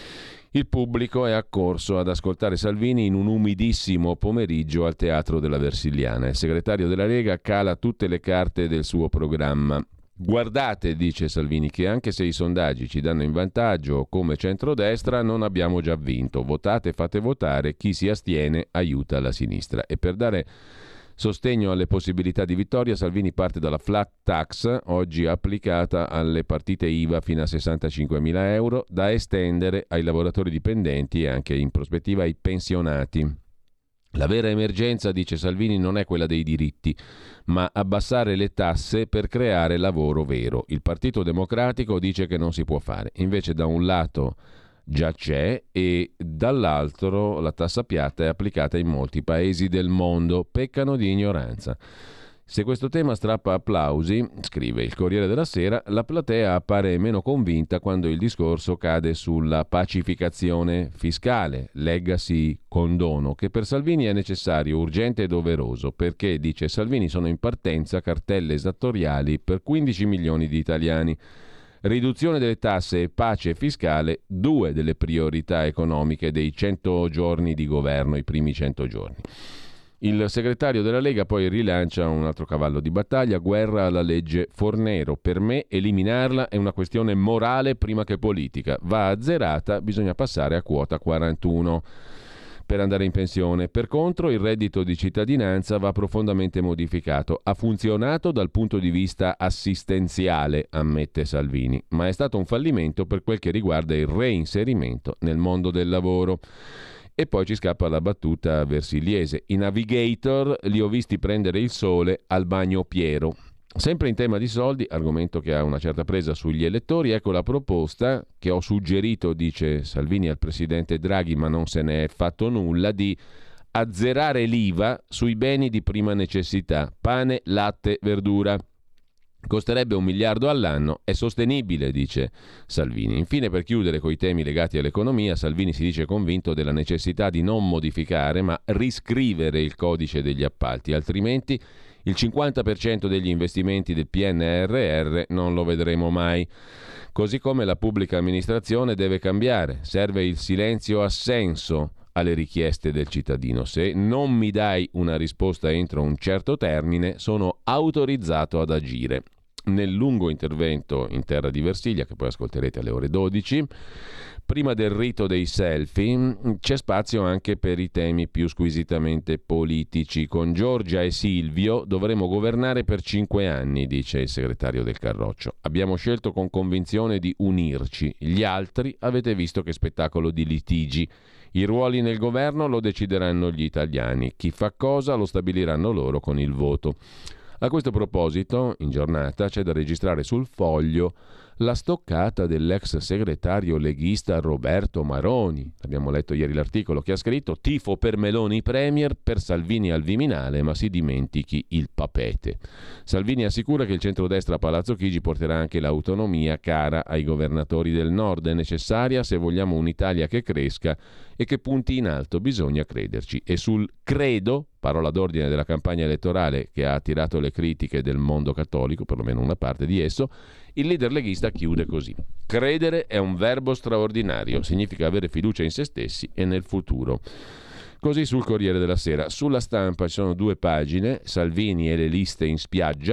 Il pubblico è accorso ad ascoltare Salvini in un umidissimo pomeriggio al Teatro della Versiliana. Il segretario della Lega cala tutte le carte del suo programma. Guardate, dice Salvini, che anche se i sondaggi ci danno in vantaggio come centrodestra, non abbiamo già vinto. Votate, fate votare, chi si astiene aiuta la sinistra. E per dare sostegno alle possibilità di vittoria, Salvini parte dalla flat tax, oggi applicata alle partite I V A fino a sessantacinquemila euro, da estendere ai lavoratori dipendenti e anche in prospettiva ai pensionati. La vera emergenza, dice Salvini, non è quella dei diritti, ma abbassare le tasse per creare lavoro vero. Il Partito Democratico dice che non si può fare. Invece da un lato già c'è e dall'altro la tassa piatta è applicata in molti paesi del mondo, peccano di ignoranza. Se questo tema strappa applausi, scrive il Corriere della Sera, la platea appare meno convinta quando il discorso cade sulla pacificazione fiscale, leggasi condono, che per Salvini è necessario, urgente e doveroso, perché, dice Salvini, sono in partenza cartelle esattoriali per quindici milioni di italiani. Riduzione delle tasse e pace fiscale, due delle priorità economiche dei cento giorni di governo, i primi cento giorni. Il segretario della Lega poi rilancia un altro cavallo di battaglia, guerra alla legge Fornero. Per me eliminarla è una questione morale prima che politica. Va azzerata, bisogna passare a quota quarantuno per andare in pensione. Per contro, il reddito di cittadinanza va profondamente modificato. Ha funzionato dal punto di vista assistenziale, ammette Salvini, ma è stato un fallimento per quel che riguarda il reinserimento nel mondo del lavoro. E poi ci scappa la battuta versigliese. I navigator li ho visti prendere il sole al bagno Piero. Sempre in tema di soldi, argomento che ha una certa presa sugli elettori, ecco la proposta che ho suggerito, dice Salvini al presidente Draghi, ma non se ne è fatto nulla, di azzerare l'I V A sui beni di prima necessità, pane, latte, verdura. Costerebbe un miliardo all'anno, è sostenibile, dice Salvini. Infine, per chiudere coi temi legati all'economia, Salvini si dice convinto della necessità di non modificare, ma riscrivere il codice degli appalti, altrimenti il cinquanta per cento degli investimenti del P N R R non lo vedremo mai. Così come la pubblica amministrazione deve cambiare, serve il silenzio assenso alle richieste del cittadino. Se non mi dai una risposta entro un certo termine, sono autorizzato ad agire. Nel lungo intervento in Terra di Versiglia, che poi ascolterete alle ore dodici, prima del rito dei selfie, c'è spazio anche per i temi più squisitamente politici. Con Giorgia e Silvio dovremo governare per cinque anni, dice il segretario del Carroccio. Abbiamo scelto con convinzione di unirci. Gli altri avete visto che spettacolo di litigi. I ruoli nel governo lo decideranno gli italiani, chi fa cosa lo stabiliranno loro con il voto. A questo proposito, in giornata c'è da registrare sul Foglio la stoccata dell'ex segretario leghista Roberto Maroni. Abbiamo letto ieri l'articolo che ha scritto: tifo per Meloni Premier, per Salvini al Viminale, ma si dimentichi il papete. Salvini assicura che il centrodestra a Palazzo Chigi porterà anche l'autonomia cara ai governatori del nord, è necessaria se vogliamo un'Italia che cresca e che punti in alto, bisogna crederci. E sul credo, parola d'ordine della campagna elettorale che ha attirato le critiche del mondo cattolico, perlomeno una parte di esso, il leader leghista chiude così: credere è un verbo straordinario, significa avere fiducia in se stessi e nel futuro. Così sul Corriere della Sera. Sulla Stampa ci sono due pagine: Salvini e le liste in spiaggia.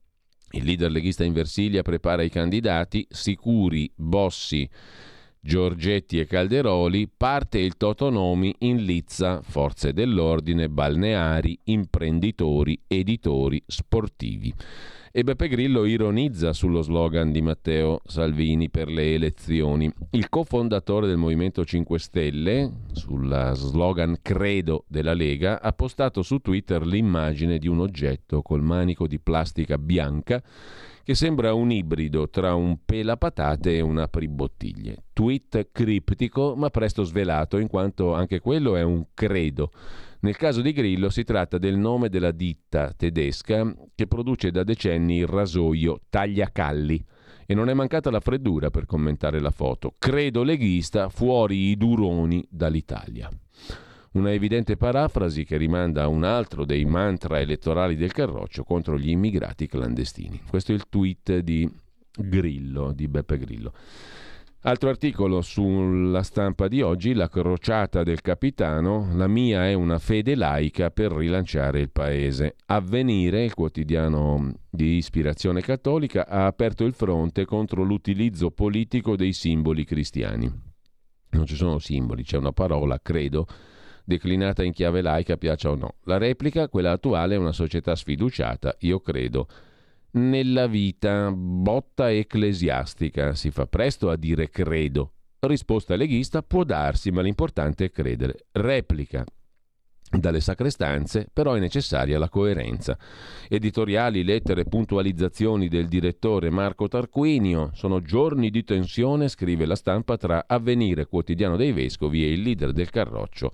Il leader leghista in Versilia prepara i candidati, sicuri Bossi, Giorgetti e Calderoli, parte il Totonomi in lizza, forze dell'ordine, balneari, imprenditori, editori, sportivi. E Beppe Grillo ironizza sullo slogan di Matteo Salvini per le elezioni. Il cofondatore del Movimento cinque Stelle, sulla slogan Credo della Lega, ha postato su Twitter l'immagine di un oggetto col manico di plastica bianca che sembra un ibrido tra un pelapatate e un apribottiglie. Tweet criptico ma presto svelato, in quanto anche quello è un credo. Nel caso di Grillo si tratta del nome della ditta tedesca che produce da decenni il rasoio Tagliacalli, e non è mancata la freddura per commentare la foto. Credo leghista, fuori i duroni dall'Italia. Una evidente parafrasi che rimanda a un altro dei mantra elettorali del Carroccio contro gli immigrati clandestini. Questo è il tweet di Grillo, di Beppe Grillo. Altro articolo sulla Stampa di oggi: la crociata del capitano, la mia è una fede laica per rilanciare il paese. Avvenire, il quotidiano di ispirazione cattolica, ha aperto il fronte contro l'utilizzo politico dei simboli cristiani. Non ci sono simboli, c'è una parola, credo, declinata in chiave laica, piaccia o no. La replica, quella attuale, è una società sfiduciata, io credo nella vita, botta ecclesiastica, si fa presto a dire credo. Risposta leghista: può darsi, ma l'importante è credere. Replica dalle sacre stanze, però è necessaria la coerenza. Editoriali, lettere, puntualizzazioni del direttore Marco Tarquinio. Sono giorni di tensione, scrive la Stampa, tra Avvenire, quotidiano dei vescovi, e il leader del Carroccio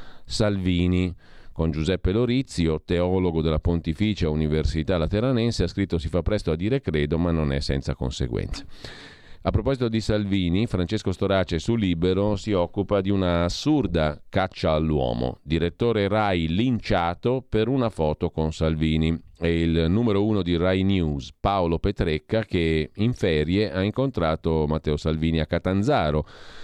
Salvini. Con Giuseppe Lorizio, teologo della Pontificia Università Lateranense, ha scritto: si fa presto a dire credo, ma non è senza conseguenze. A proposito di Salvini, Francesco Storace su Libero si occupa di una assurda caccia all'uomo. Direttore Rai linciato per una foto con Salvini. È il numero uno di Rai News, Paolo Petrecca, che in ferie ha incontrato Matteo Salvini a Catanzaro.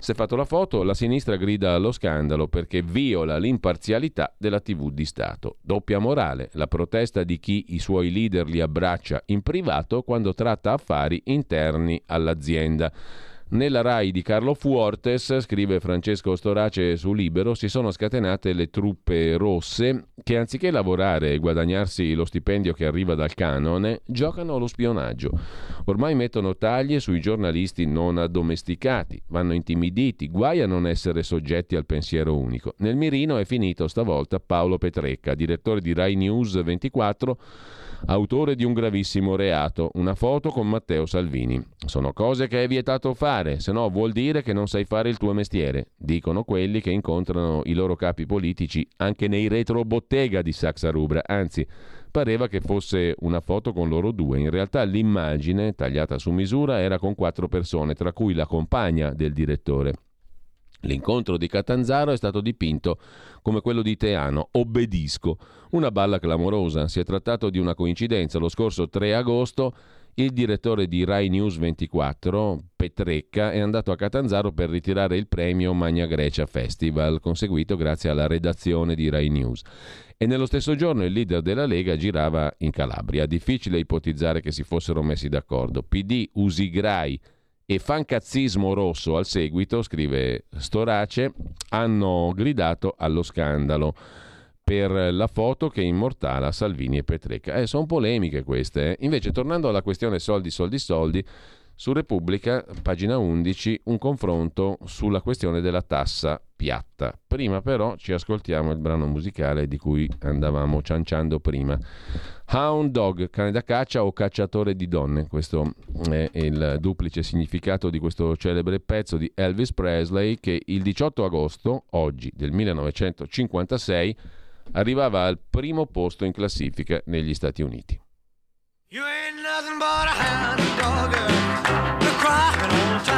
Si è fatto la foto, la sinistra grida allo scandalo perché viola l'imparzialità della tivù di Stato. Doppia morale, la protesta di chi i suoi leader li abbraccia in privato quando tratta affari interni all'azienda. Nella Rai di Carlo Fuortes, scrive Francesco Storace su Libero, si sono scatenate le truppe rosse che anziché lavorare e guadagnarsi lo stipendio che arriva dal canone, giocano allo spionaggio. Ormai mettono taglie sui giornalisti non addomesticati, vanno intimiditi, guai a non essere soggetti al pensiero unico. Nel mirino è finito stavolta Paolo Petrecca, direttore di Rai News ventiquattro, autore di un gravissimo reato, una foto con Matteo Salvini. Sono cose che è vietato fare, se no vuol dire che non sai fare il tuo mestiere, dicono quelli che incontrano i loro capi politici anche nei retrobottega di Saxa Rubra, anzi pareva che fosse una foto con loro due, in realtà l'immagine tagliata su misura era con quattro persone, tra cui la compagna del direttore. L'incontro di Catanzaro è stato dipinto come quello di Teano, obbedisco, una balla clamorosa. Si è trattato di una coincidenza. Lo scorso tre agosto il direttore di Rai News ventiquattro, Petrecca, è andato a Catanzaro per ritirare il premio Magna Grecia Festival, conseguito grazie alla redazione di Rai News. E nello stesso giorno il leader della Lega girava in Calabria. Difficile ipotizzare che si fossero messi d'accordo. P D, Usigrai e fancazzismo rosso al seguito, scrive Storace, hanno gridato allo scandalo per la foto che immortala Salvini e Petrecca. Eh, sono polemiche queste. Eh. Invece, tornando alla questione soldi, soldi, soldi, su Repubblica, pagina undici, un confronto sulla questione della tassa piatta. Prima però ci ascoltiamo il brano musicale di cui andavamo cianciando prima. Hound Dog, cane da caccia o cacciatore di donne. Questo è il duplice significato di questo celebre pezzo di Elvis Presley che il diciotto agosto, oggi del millenovecentocinquantasei, arrivava al primo posto in classifica negli Stati Uniti. You ain't nothing but a hound dog, you're crying all the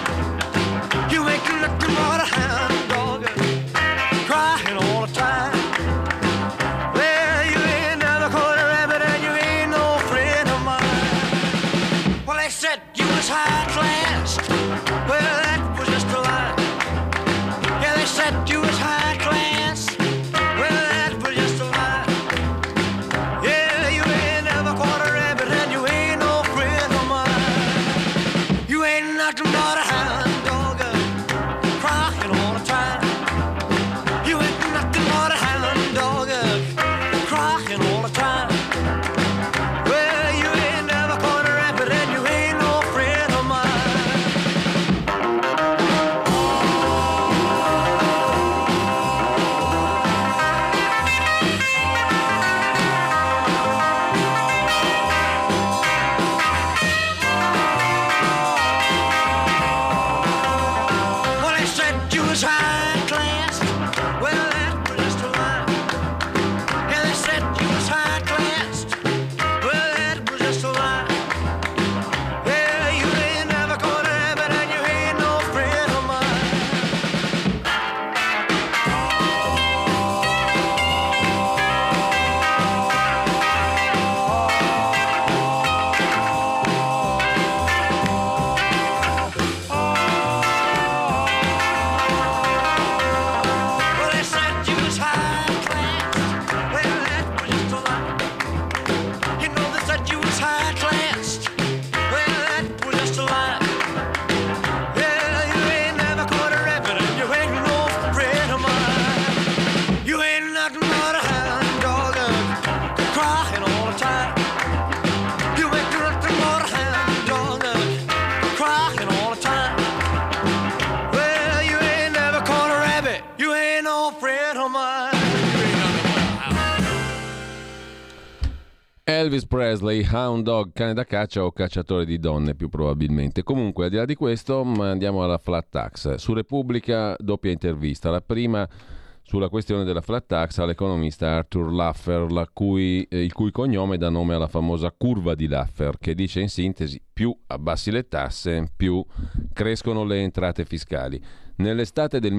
time. You ain't nothing but a hound dog, crying all the time. Well, you ain't never caught a rabbit and you ain't no friend of mine. Well, they said you was high class, well, that was just a lie. Yeah, they said you was high class. Nothing but a hound dog, crying all the time. You ain't nothing but a hound dog, crying all the time. Well, you ain't never caught a rabbit and you ain't no friend of mine. High class, well that was just a lie. Yeah, they said you was high class, well that was just a lie. Yeah, you ain't never caught a rabbit and you ain't no friend of Elvis Presley, Hound Dog, cane da caccia o cacciatore di donne più probabilmente. Comunque, al di là di questo, andiamo alla flat tax. Su Repubblica, doppia intervista. La prima sulla questione della flat tax all'economista Arthur Laffer, la cui, eh, il cui cognome dà nome alla famosa curva di Laffer, che dice in sintesi: più abbassi le tasse, più crescono le entrate fiscali. Nell'estate del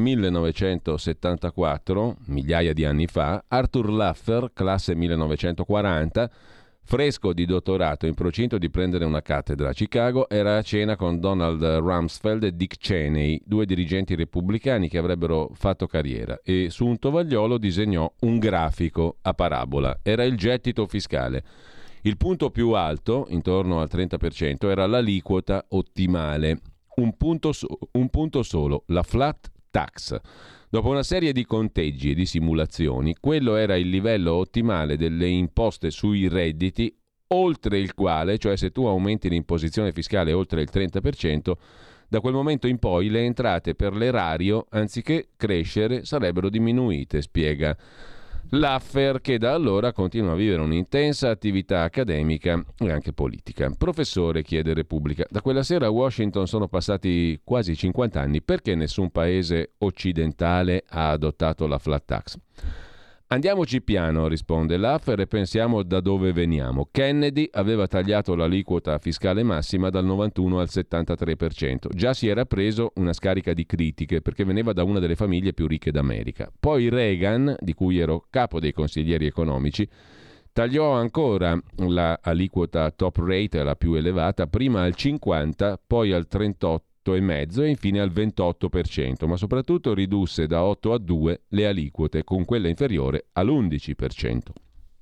millenovecentosettantaquattro, migliaia di anni fa, Arthur Laffer, classe millenovecentoquaranta, fresco di dottorato, in procinto di prendere una cattedra a Chicago, era a cena con Donald Rumsfeld e Dick Cheney, due dirigenti repubblicani che avrebbero fatto carriera, e su un tovagliolo disegnò un grafico a parabola. Era il gettito fiscale. Il punto più alto, intorno al trenta per cento, era l'aliquota ottimale. Un punto, so- un punto solo, la flat tax. Dopo una serie di conteggi e di simulazioni, quello era il livello ottimale delle imposte sui redditi, oltre il quale, cioè se tu aumenti l'imposizione fiscale oltre il trenta per cento, da quel momento in poi le entrate per l'erario, anziché crescere, sarebbero diminuite, spiega Laffer, che da allora continua a vivere un'intensa attività accademica e anche politica. Professore, chiede Repubblica, da quella sera a Washington sono passati quasi cinquanta anni, perché nessun paese occidentale ha adottato la flat tax? Andiamoci piano, risponde Laffer, e pensiamo da dove veniamo. Kennedy aveva tagliato l'aliquota fiscale massima dal novantuno al settantatré per cento. Già si era preso una scarica di critiche perché veniva da una delle famiglie più ricche d'America. Poi Reagan, di cui ero capo dei consiglieri economici, tagliò ancora l'aliquota top rate, la più elevata, prima al cinquanta, poi al trentotto e mezzo e infine al ventotto per cento, ma soprattutto ridusse da otto a due le aliquote, con quella inferiore all'undici per cento.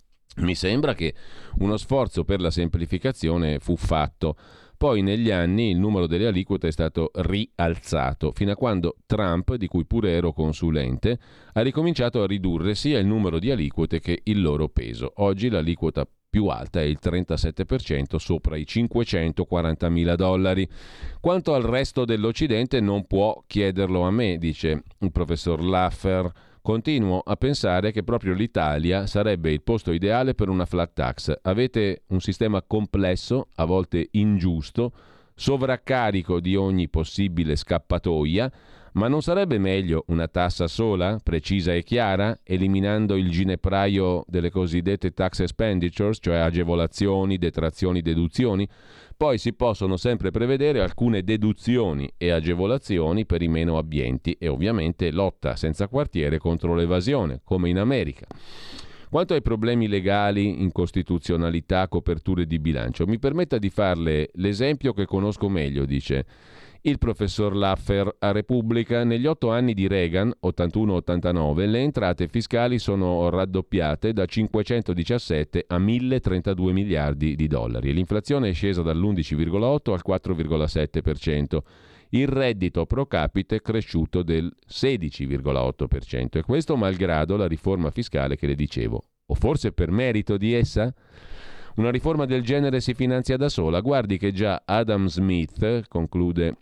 Mi sembra che uno sforzo per la semplificazione fu fatto. Poi negli anni il numero delle aliquote è stato rialzato, fino a quando Trump, di cui pure ero consulente, ha ricominciato a ridurre sia il numero di aliquote che il loro peso. Oggi l'aliquota più alta è il trentasette per cento sopra i cinquecentoquarantamila dollari. Quanto al resto dell'Occidente non può chiederlo a me, dice il professor Laffer. Continuo a pensare che proprio l'Italia sarebbe il posto ideale per una flat tax. Avete un sistema complesso, a volte ingiusto, sovraccarico di ogni possibile scappatoia, ma non sarebbe meglio una tassa sola, precisa e chiara, eliminando il ginepraio delle cosiddette tax expenditures, cioè agevolazioni, detrazioni, deduzioni? Poi si possono sempre prevedere alcune deduzioni e agevolazioni per i meno abbienti e ovviamente lotta senza quartiere contro l'evasione, come in America. Quanto ai problemi legali, incostituzionalità, coperture di bilancio, mi permetta di farle l'esempio che conosco meglio, dice il professor Laffer a Repubblica. Negli otto anni di Reagan, ottantuno ottantanove, le entrate fiscali sono raddoppiate da cinquecentodiciassette a mille trentadue miliardi di dollari e l'inflazione è scesa dall'undici virgola otto al quattro virgola sette per cento. Il reddito pro capite è cresciuto del sedici virgola otto per cento e questo malgrado la riforma fiscale che le dicevo. O forse per merito di essa? Una riforma del genere si finanzia da sola. Guardi che già Adam Smith, conclude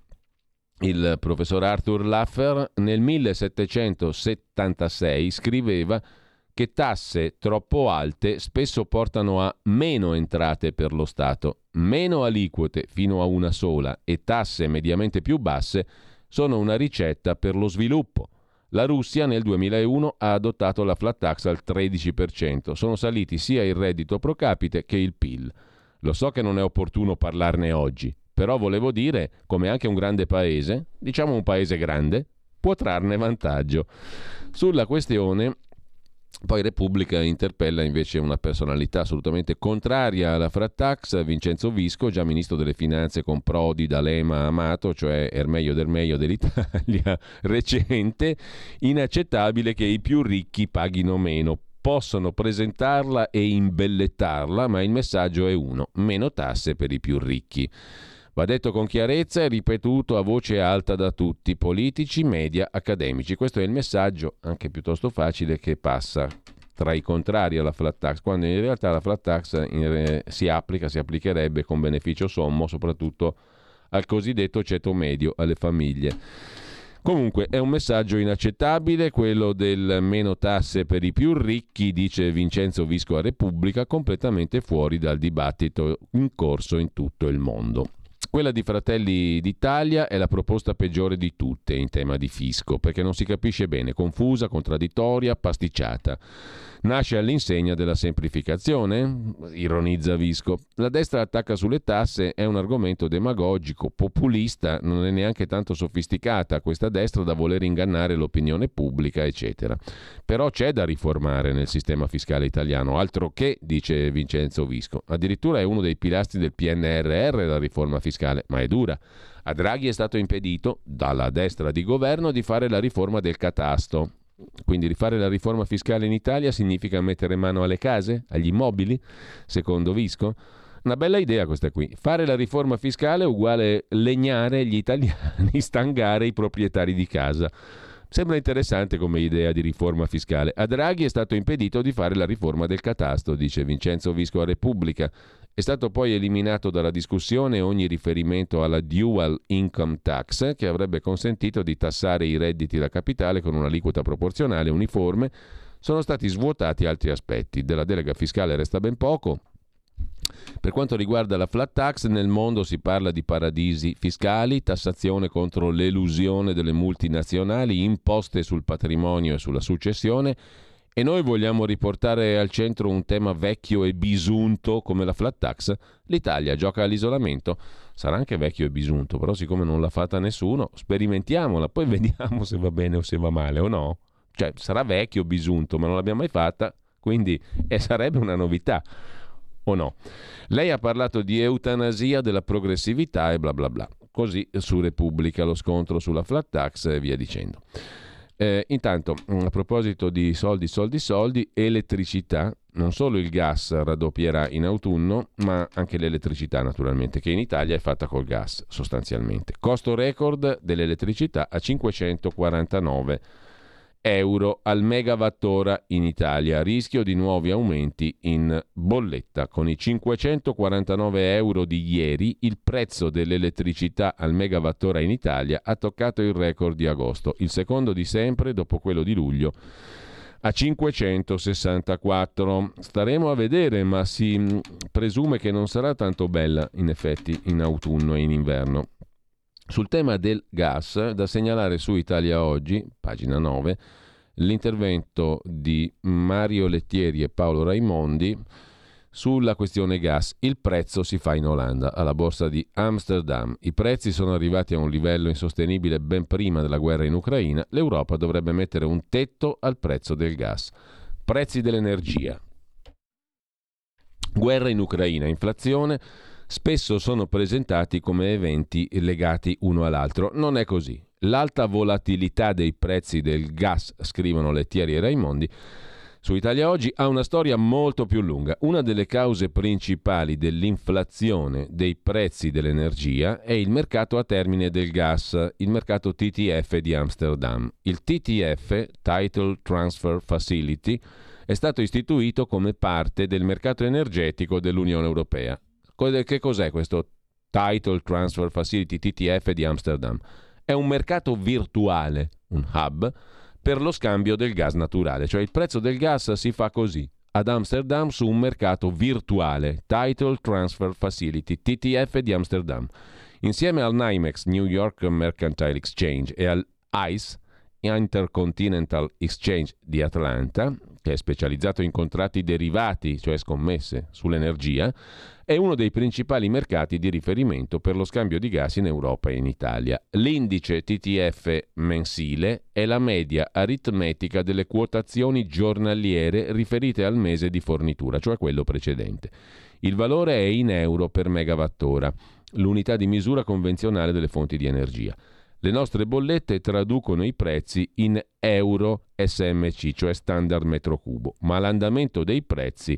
il professor Arthur Laffer, nel millesettecentosettantasei scriveva che tasse troppo alte spesso portano a meno entrate per lo Stato, meno aliquote fino a una sola e tasse mediamente più basse sono una ricetta per lo sviluppo. La Russia nel duemilauno ha adottato la flat tax al tredici per cento, sono saliti sia il reddito pro capite che il P I L. Lo so che non è opportuno parlarne oggi, però volevo dire come anche un grande paese, diciamo un paese grande, può trarne vantaggio. Sulla questione, poi Repubblica interpella invece una personalità assolutamente contraria alla flat tax, Vincenzo Visco, già ministro delle finanze con Prodi, D'Alema, Amato, cioè Ermeio del meglio dell'Italia recente. Inaccettabile che i più ricchi paghino meno. Possono presentarla e imbellettarla, ma il messaggio è uno: meno tasse per i più ricchi. Va detto con chiarezza e ripetuto a voce alta da tutti, politici, media, accademici. Questo è il messaggio, anche piuttosto facile, che passa tra i contrari alla flat tax, quando in realtà la flat tax in, si applica, si applicherebbe con beneficio sommo, soprattutto al cosiddetto ceto medio, alle famiglie. Comunque è un messaggio inaccettabile, quello del meno tasse per i più ricchi, dice Vincenzo Visco a Repubblica, completamente fuori dal dibattito in corso in tutto il mondo. Quella di Fratelli d'Italia è la proposta peggiore di tutte in tema di fisco, perché non si capisce bene, confusa, contraddittoria, pasticciata. Nasce all'insegna della semplificazione? Ironizza Visco. La destra attacca sulle tasse, è un argomento demagogico, populista, non è neanche tanto sofisticata questa destra da voler ingannare l'opinione pubblica, eccetera. Però c'è da riformare nel sistema fiscale italiano, altro che, dice Vincenzo Visco. Addirittura è uno dei pilastri del P N R R la riforma fiscale, ma è dura. A Draghi è stato impedito dalla destra di governo di fare la riforma del catasto. Quindi rifare la riforma fiscale in Italia significa mettere mano alle case, agli immobili, secondo Visco? Una bella idea questa qui. Fare la riforma fiscale è uguale legnare gli italiani, stangare i proprietari di casa. Sembra interessante come idea di riforma fiscale. A Draghi è stato impedito di fare la riforma del catasto, dice Vincenzo Visco a Repubblica. È stato poi eliminato dalla discussione ogni riferimento alla dual income tax, che avrebbe consentito di tassare i redditi da capitale con un'aliquota proporzionale uniforme. Sono stati svuotati altri aspetti. Della delega fiscale resta ben poco. Per quanto riguarda la flat tax, nel mondo si parla di paradisi fiscali, tassazione contro l'elusione delle multinazionali, imposte sul patrimonio e sulla successione, e noi vogliamo riportare al centro un tema vecchio e bisunto come la flat tax. L'Italia gioca all'isolamento, sarà anche vecchio e bisunto, però siccome non l'ha fatta nessuno, sperimentiamola, poi vediamo se va bene o se va male o no. Cioè sarà vecchio o bisunto, ma non l'abbiamo mai fatta, quindi eh, sarebbe una novità. O no? Lei ha parlato di eutanasia della progressività e bla bla bla. Così su Repubblica lo scontro sulla flat tax e via dicendo. Eh, intanto, a proposito di soldi, soldi, soldi, elettricità, non solo il gas raddoppierà in autunno, ma anche l'elettricità naturalmente, che in Italia è fatta col gas sostanzialmente. Costo record dell'elettricità a cinquecentoquarantanove euro al megawattora in Italia, rischio di nuovi aumenti in bolletta. Con i cinquecentoquarantanove euro di ieri il prezzo dell'elettricità al megawattora in Italia ha toccato il record di agosto, il secondo di sempre dopo quello di luglio a cinquecentosessantaquattro. Staremo a vedere, ma si presume che non sarà tanto bella in effetti in autunno e in inverno. Sul tema del gas, da segnalare su Italia Oggi, pagina nove, l'intervento di Mario Lettieri e Paolo Raimondi sulla questione gas. Il prezzo si fa in Olanda, alla borsa di Amsterdam. I prezzi sono arrivati a un livello insostenibile ben prima della guerra in Ucraina. L'Europa dovrebbe mettere un tetto al prezzo del gas. Prezzi dell'energia. Guerra in Ucraina, inflazione, spesso sono presentati come eventi legati uno all'altro. Non è così. L'alta volatilità dei prezzi del gas, scrivono Lettieri e Raimondi, su Italia Oggi, ha una storia molto più lunga. Una delle cause principali dell'inflazione dei prezzi dell'energia è il mercato a termine del gas, il mercato T T F di Amsterdam. Il T T F, Title Transfer Facility, è stato istituito come parte del mercato energetico dell'Unione Europea. Che cos'è questo Title Transfer Facility T T F di Amsterdam? È un mercato virtuale, un hub, per lo scambio del gas naturale. Cioè il prezzo del gas si fa così, ad Amsterdam, su un mercato virtuale, Title Transfer Facility T T F di Amsterdam. Insieme al NYMEX, New York Mercantile Exchange, e al I C E, Intercontinental Exchange di Atlanta, che è specializzato in contratti derivati, cioè scommesse sull'energia, è uno dei principali mercati di riferimento per lo scambio di gas in Europa e in Italia. L'indice T T F mensile è la media aritmetica delle quotazioni giornaliere riferite al mese di fornitura, cioè quello precedente. Il valore è in euro per megawattora, l'unità di misura convenzionale delle fonti di energia. Le nostre bollette traducono i prezzi in euro S M C, cioè standard metro cubo, ma l'andamento dei prezzi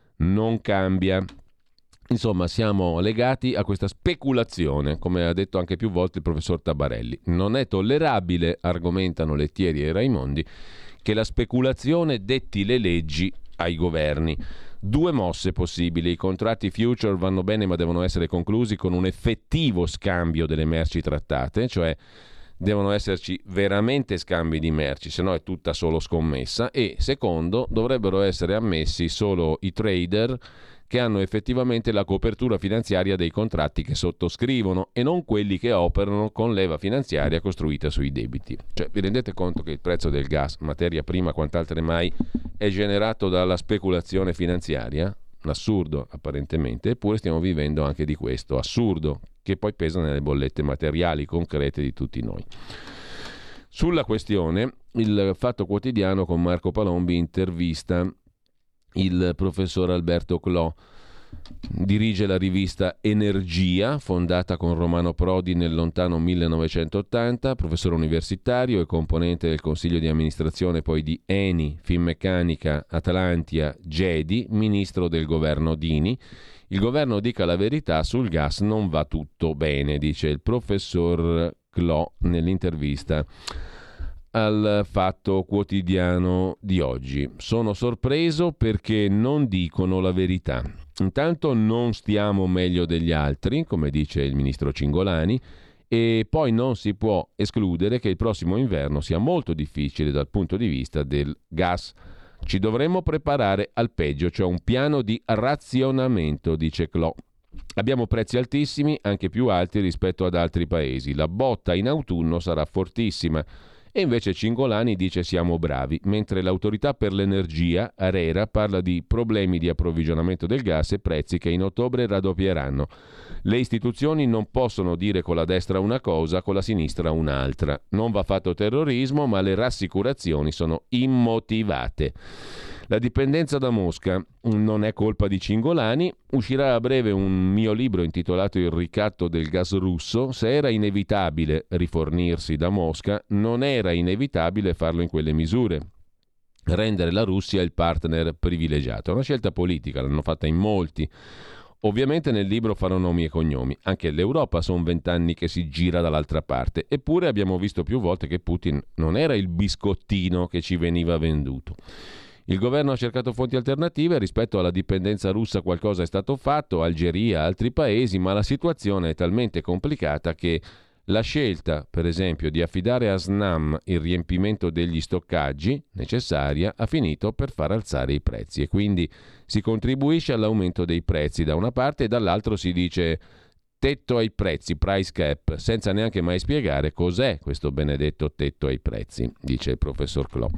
non cambia. Insomma, siamo legati a questa speculazione, come ha detto anche più volte il professor Tabarelli. Non è tollerabile, argomentano Lettieri e Raimondi, che la speculazione detti le leggi ai governi. Due mosse possibili: i contratti future vanno bene ma devono essere conclusi con un effettivo scambio delle merci trattate, cioè devono esserci veramente scambi di merci, se no è tutta solo scommessa. E secondo, dovrebbero essere ammessi solo i trader che hanno effettivamente la copertura finanziaria dei contratti che sottoscrivono e non quelli che operano con leva finanziaria costruita sui debiti. Cioè, vi rendete conto che il prezzo del gas, materia prima quant'altre mai, è generato dalla speculazione finanziaria? Un assurdo apparentemente, eppure stiamo vivendo anche di questo assurdo che poi pesa nelle bollette materiali concrete di tutti noi. Sulla questione, il Fatto Quotidiano con Marco Palombi intervista il professor Alberto Clò. Dirige la rivista Energia, fondata con Romano Prodi nel lontano millenovecentottanta, professore universitario e componente del consiglio di amministrazione poi di Eni, Finmeccanica, Atlantia, Gedi, ministro del governo Dini. Il governo dica la verità, sul gas non va tutto bene, dice il professor Clò nell'intervista al Fatto Quotidiano di oggi. Sono sorpreso perché non dicono la verità. Intanto non stiamo meglio degli altri, come dice il ministro Cingolani, e poi non si può escludere che il prossimo inverno sia molto difficile dal punto di vista del gas. Ci dovremmo preparare al peggio, cioè un piano di razionamento, dice Clò. Abbiamo prezzi altissimi, anche più alti rispetto ad altri paesi. La botta in autunno sarà fortissima. E invece Cingolani dice siamo bravi, mentre l'autorità per l'energia, ARERA, parla di problemi di approvvigionamento del gas e prezzi che in ottobre raddoppieranno. Le istituzioni non possono dire con la destra una cosa, con la sinistra un'altra. Non va fatto terrorismo, ma le rassicurazioni sono immotivate. La dipendenza da Mosca non è colpa di Cingolani. Uscirà a breve un mio libro intitolato Il ricatto del gas russo. Se era inevitabile rifornirsi da Mosca, non era inevitabile farlo in quelle misure. Rendere la Russia il partner privilegiato. È una scelta politica, l'hanno fatta in molti. Ovviamente nel libro farò nomi e cognomi. Anche l'Europa sono vent'anni che si gira dall'altra parte. Eppure abbiamo visto più volte che Putin non era il biscottino che ci veniva venduto. Il governo ha cercato fonti alternative, rispetto alla dipendenza russa qualcosa è stato fatto, Algeria, altri paesi, ma la situazione è talmente complicata che la scelta, per esempio, di affidare a Snam il riempimento degli stoccaggi necessaria ha finito per far alzare i prezzi e quindi si contribuisce all'aumento dei prezzi da una parte e dall'altro si dice tetto ai prezzi, price cap, senza neanche mai spiegare cos'è questo benedetto tetto ai prezzi, dice il professor Clò.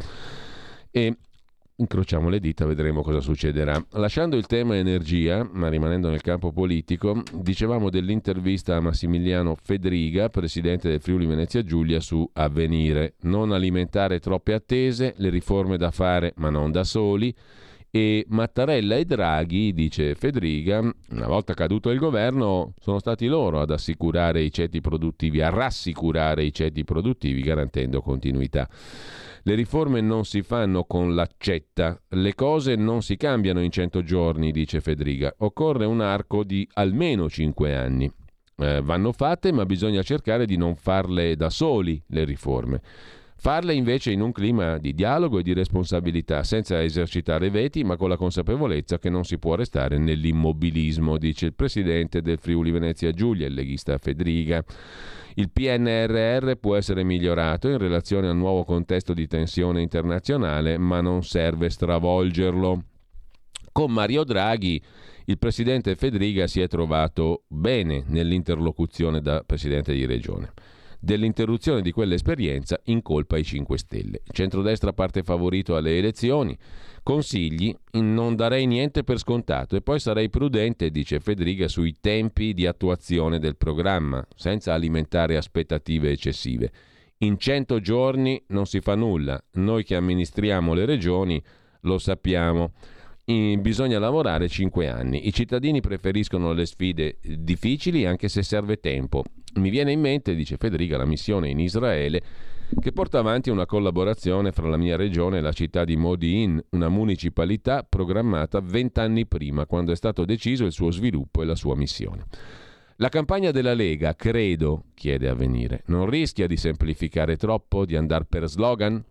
E incrociamo le dita, vedremo cosa succederà. Lasciando il tema energia, ma rimanendo nel campo politico, dicevamo dell'intervista a Massimiliano Fedriga, presidente del Friuli Venezia Giulia, su Avvenire. Non alimentare troppe attese, le riforme da fare ma non da soli. E Mattarella e Draghi, dice Fedriga, una volta caduto il governo, sono stati loro ad assicurare i ceti produttivi, a rassicurare i ceti produttivi, garantendo continuità. Le riforme non si fanno con l'accetta, le cose non si cambiano in cento giorni, dice Fedriga. Occorre un arco di almeno cinque anni. Eh, vanno fatte, ma bisogna cercare di non farle da soli, le riforme. Farle invece in un clima di dialogo e di responsabilità, senza esercitare veti, ma con la consapevolezza che non si può restare nell'immobilismo, dice il presidente del Friuli Venezia Giulia, il leghista Fedriga. Il P N R R può essere migliorato in relazione al nuovo contesto di tensione internazionale, ma non serve stravolgerlo. Con Mario Draghi il presidente Fedriga si è trovato bene nell'interlocuzione da presidente di regione. Dell'interruzione di quell'esperienza incolpa i cinque Stelle. Il centrodestra parte favorito alle elezioni. Consigli: non darei niente per scontato e poi sarei prudente, dice Fedriga, sui tempi di attuazione del programma, senza alimentare aspettative eccessive. In cento giorni non si fa nulla. Noi che amministriamo le regioni lo sappiamo. Bisogna lavorare cinque anni. I cittadini preferiscono le sfide difficili anche se serve tempo. Mi viene in mente, dice Fedriga, la missione in Israele che porta avanti una collaborazione fra la mia regione e la città di Modi'in, una municipalità programmata vent'anni prima, quando è stato deciso il suo sviluppo e la sua missione. La campagna della Lega, credo, chiede Avvenire, non rischia di semplificare troppo, di andare per slogan?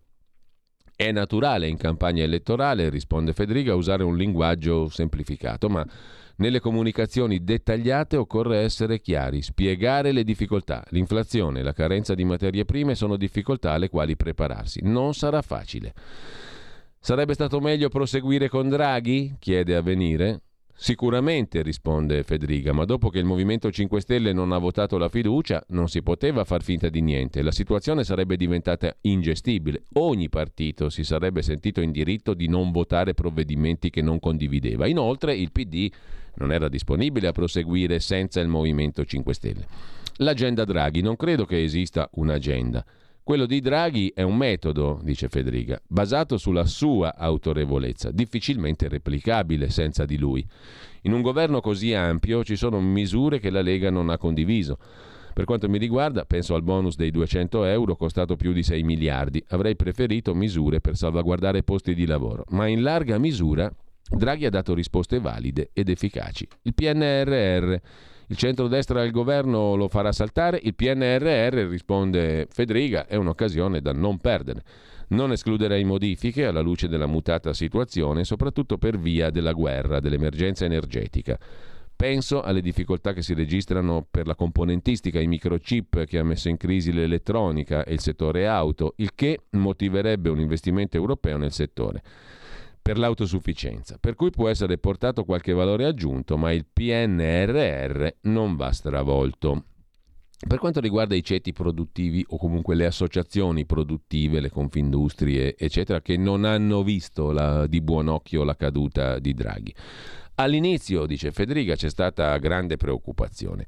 È naturale in campagna elettorale, risponde Fedriga, usare un linguaggio semplificato, ma nelle comunicazioni dettagliate occorre essere chiari, spiegare le difficoltà. L'inflazione e la carenza di materie prime sono difficoltà alle quali prepararsi. Non sarà facile. Sarebbe stato meglio proseguire con Draghi? Chiede Avvenire. Sicuramente, risponde Fedriga, ma dopo che il Movimento cinque Stelle non ha votato la fiducia non si poteva far finta di niente. La situazione sarebbe diventata ingestibile. Ogni partito si sarebbe sentito in diritto di non votare provvedimenti che non condivideva. Inoltre il P D non era disponibile a proseguire senza il Movimento cinque Stelle. L'agenda Draghi, non credo che esista un'agenda. Quello di Draghi è un metodo, dice Fedriga, basato sulla sua autorevolezza, difficilmente replicabile senza di lui. In un governo così ampio ci sono misure che la Lega non ha condiviso. Per quanto mi riguarda, penso al bonus dei duecento euro costato più di sei miliardi. Avrei preferito misure per salvaguardare posti di lavoro, ma in larga misura Draghi ha dato risposte valide ed efficaci. Il P N R R. Il centrodestra al governo lo farà saltare, il P N R R, risponde Fedriga, è un'occasione da non perdere. Non escluderei modifiche alla luce della mutata situazione, soprattutto per via della guerra, dell'emergenza energetica. Penso alle difficoltà che si registrano per la componentistica, i microchip che ha messo in crisi l'elettronica e il settore auto, il che motiverebbe un investimento europeo nel settore. Per l'autosufficienza, per cui può essere portato qualche valore aggiunto, ma il P N R R non va stravolto. Per quanto riguarda i ceti produttivi o comunque le associazioni produttive, le Confindustrie, eccetera, che non hanno visto la, di buon occhio la caduta di Draghi. All'inizio, dice Fedriga, c'è stata grande preoccupazione,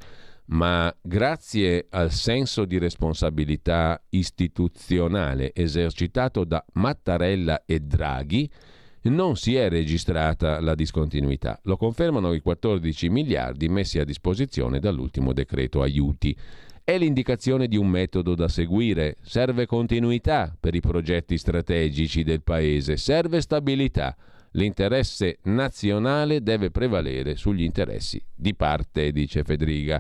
ma grazie al senso di responsabilità istituzionale esercitato da Mattarella e Draghi, non si è registrata la discontinuità. Lo confermano i quattordici miliardi messi a disposizione dall'ultimo decreto aiuti. È l'indicazione di un metodo da seguire. Serve continuità per i progetti strategici del Paese, serve stabilità. L'interesse nazionale deve prevalere sugli interessi di parte, dice Fedriga.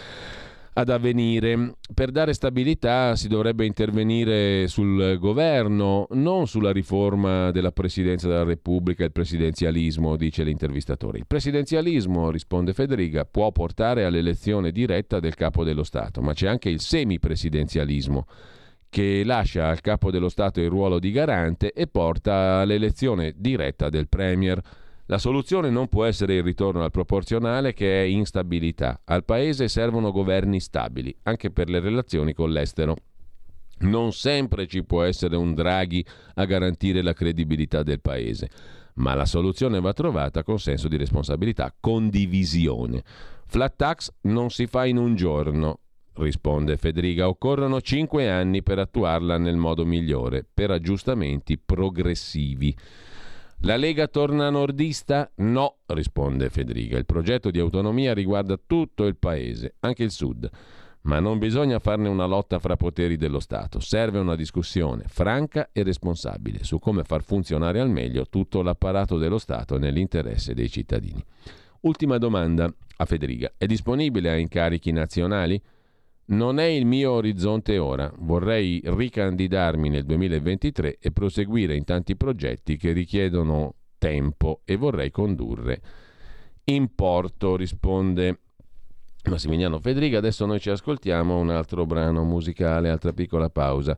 Ad avvenire. Per dare stabilità si dovrebbe intervenire sul governo, non sulla riforma della Presidenza della Repubblica e il presidenzialismo, dice l'intervistatore. Il presidenzialismo, risponde Fedriga, può portare all'elezione diretta del capo dello Stato, ma c'è anche il semipresidenzialismo, che lascia al capo dello Stato il ruolo di garante e porta all'elezione diretta del Premier. La soluzione non può essere il ritorno al proporzionale, che è instabilità. Al Paese servono governi stabili, anche per le relazioni con l'estero. Non sempre ci può essere un Draghi a garantire la credibilità del Paese, ma la soluzione va trovata con senso di responsabilità, condivisione. Flat tax non si fa in un giorno, risponde Fedriga, occorrono cinque anni per attuarla nel modo migliore, per aggiustamenti progressivi. La Lega torna nordista? No, risponde Fedriga. Il progetto di autonomia riguarda tutto il Paese, anche il Sud. Ma non bisogna farne una lotta fra poteri dello Stato. Serve una discussione franca e responsabile su come far funzionare al meglio tutto l'apparato dello Stato nell'interesse dei cittadini. Ultima domanda a Fedriga. È disponibile a incarichi nazionali? Non è il mio orizzonte ora, vorrei ricandidarmi nel duemilaventitré e proseguire in tanti progetti che richiedono tempo e vorrei condurre in porto, risponde Massimiliano Fedriga. Adesso noi ci ascoltiamo un altro brano musicale, altra piccola pausa.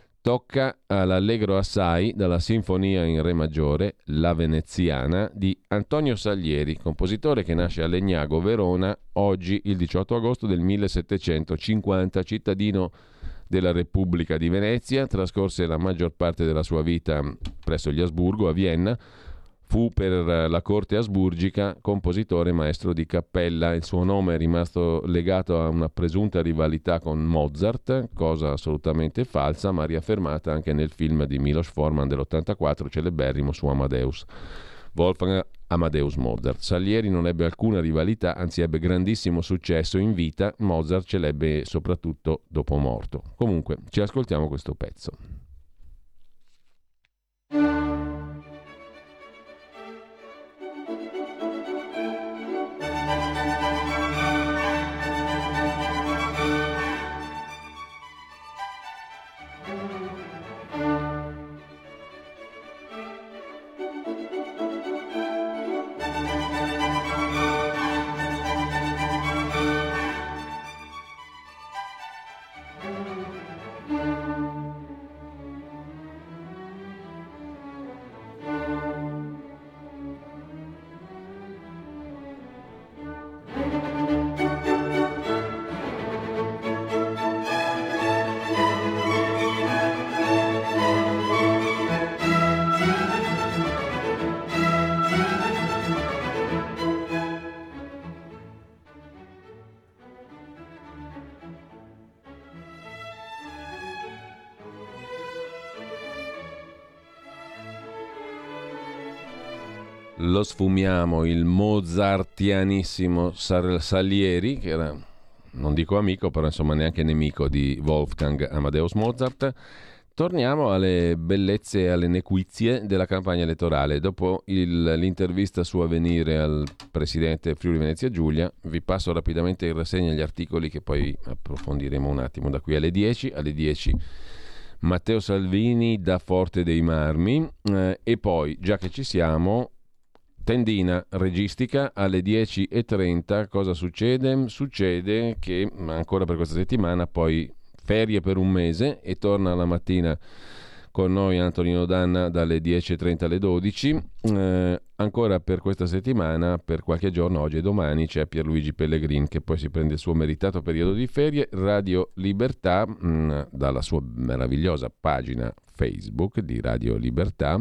Tocca all'Allegro assai dalla sinfonia in re maggiore, La Veneziana, di Antonio Salieri, compositore che nasce a Legnago, Verona, oggi il diciotto agosto del millesettecentocinquanta, cittadino della Repubblica di Venezia, trascorse la maggior parte della sua vita presso gli Asburgo a Vienna. Fu per la corte asburgica compositore e maestro di cappella. Il suo nome è rimasto legato a una presunta rivalità con Mozart, cosa assolutamente falsa, ma riaffermata anche nel film di Milos Forman dell'ottantaquattro, celeberrimo, su Amadeus, Wolfgang Amadeus Mozart. Salieri non ebbe alcuna rivalità, anzi ebbe grandissimo successo in vita. Mozart ce l'ebbe soprattutto dopo morto. Comunque, ci ascoltiamo questo pezzo. lo sfumiamo, il mozartianissimo Salieri, che era, non dico amico, però insomma neanche nemico di Wolfgang Amadeus Mozart. Torniamo alle bellezze e alle nequizie della campagna elettorale. Dopo il, l'intervista su Avvenire al presidente Friuli Venezia Giulia, vi passo rapidamente in rassegna gli articoli che poi approfondiremo un attimo da qui alle dieci. Alle dieci Matteo Salvini da Forte dei Marmi, eh, e poi, già che ci siamo, tendina registica alle dieci e trenta. Cosa succede? Succede che ancora per questa settimana, poi ferie per un mese, e torna la mattina con noi Antonino Danna dalle dieci e trenta alle dodici. Eh, ancora per questa settimana, per qualche giorno, oggi e domani, c'è Pierluigi Pellegrin che poi si prende il suo meritato periodo di ferie. Radio Libertà, mh, dalla sua meravigliosa pagina Facebook di Radio Libertà.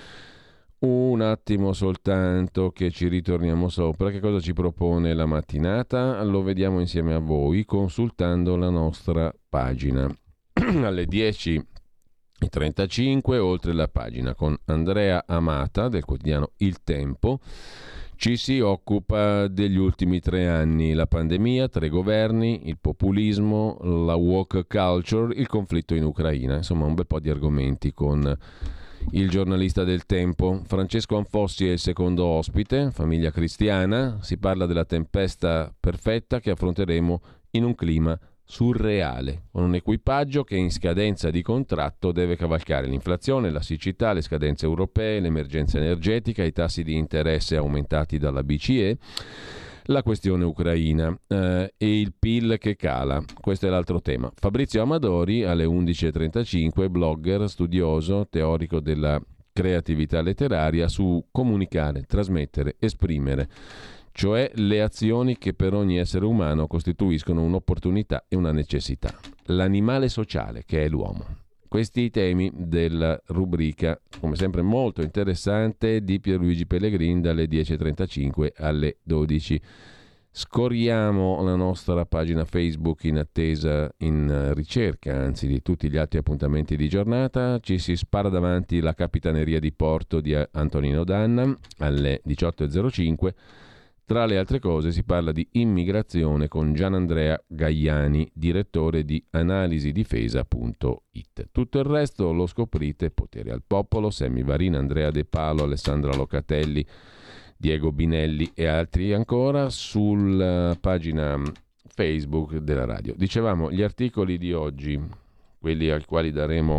Un attimo soltanto che ci ritorniamo sopra. Che cosa ci propone la mattinata? Lo vediamo insieme a voi consultando la nostra pagina. Alle dieci e trentacinque, oltre la pagina con Andrea Amata del quotidiano Il Tempo, ci si occupa degli ultimi tre anni: la pandemia, tre governi, il populismo, la woke culture, il conflitto in Ucraina. Insomma, un bel po' di argomenti con il giornalista del Tempo. Francesco Anfossi è il secondo ospite, famiglia cristiana. Si parla della tempesta perfetta che affronteremo in un clima surreale, con un equipaggio che in scadenza di contratto deve cavalcare l'inflazione, la siccità, le scadenze europee, l'emergenza energetica, i tassi di interesse aumentati dalla B C E, la questione ucraina eh, e il P I L che cala. Questo è l'altro tema. Fabrizio Amadori alle undici e trentacinque, blogger, studioso, teorico della creatività letteraria, su comunicare, trasmettere, esprimere, cioè le azioni che per ogni essere umano costituiscono un'opportunità e una necessità. L'animale sociale che è l'uomo. Questi i temi della rubrica, come sempre molto interessante, di Pierluigi Pellegrin dalle dieci e trentacinque alle dodici. Scorriamo la nostra pagina Facebook in attesa, in ricerca anzi di tutti gli altri appuntamenti di giornata. Ci si spara davanti la Capitaneria di Porto di Antonino Danna alle diciotto e zero cinque. Tra le altre cose si parla di immigrazione con Gianandrea Gaiani, direttore di analisi difesa punto it. Tutto il resto lo scoprite: Potere al Popolo, Semmi Varina, Andrea De Palo, Alessandra Locatelli, Diego Binelli e altri ancora sulla pagina Facebook della radio. Dicevamo, gli articoli di oggi, quelli ai quali daremo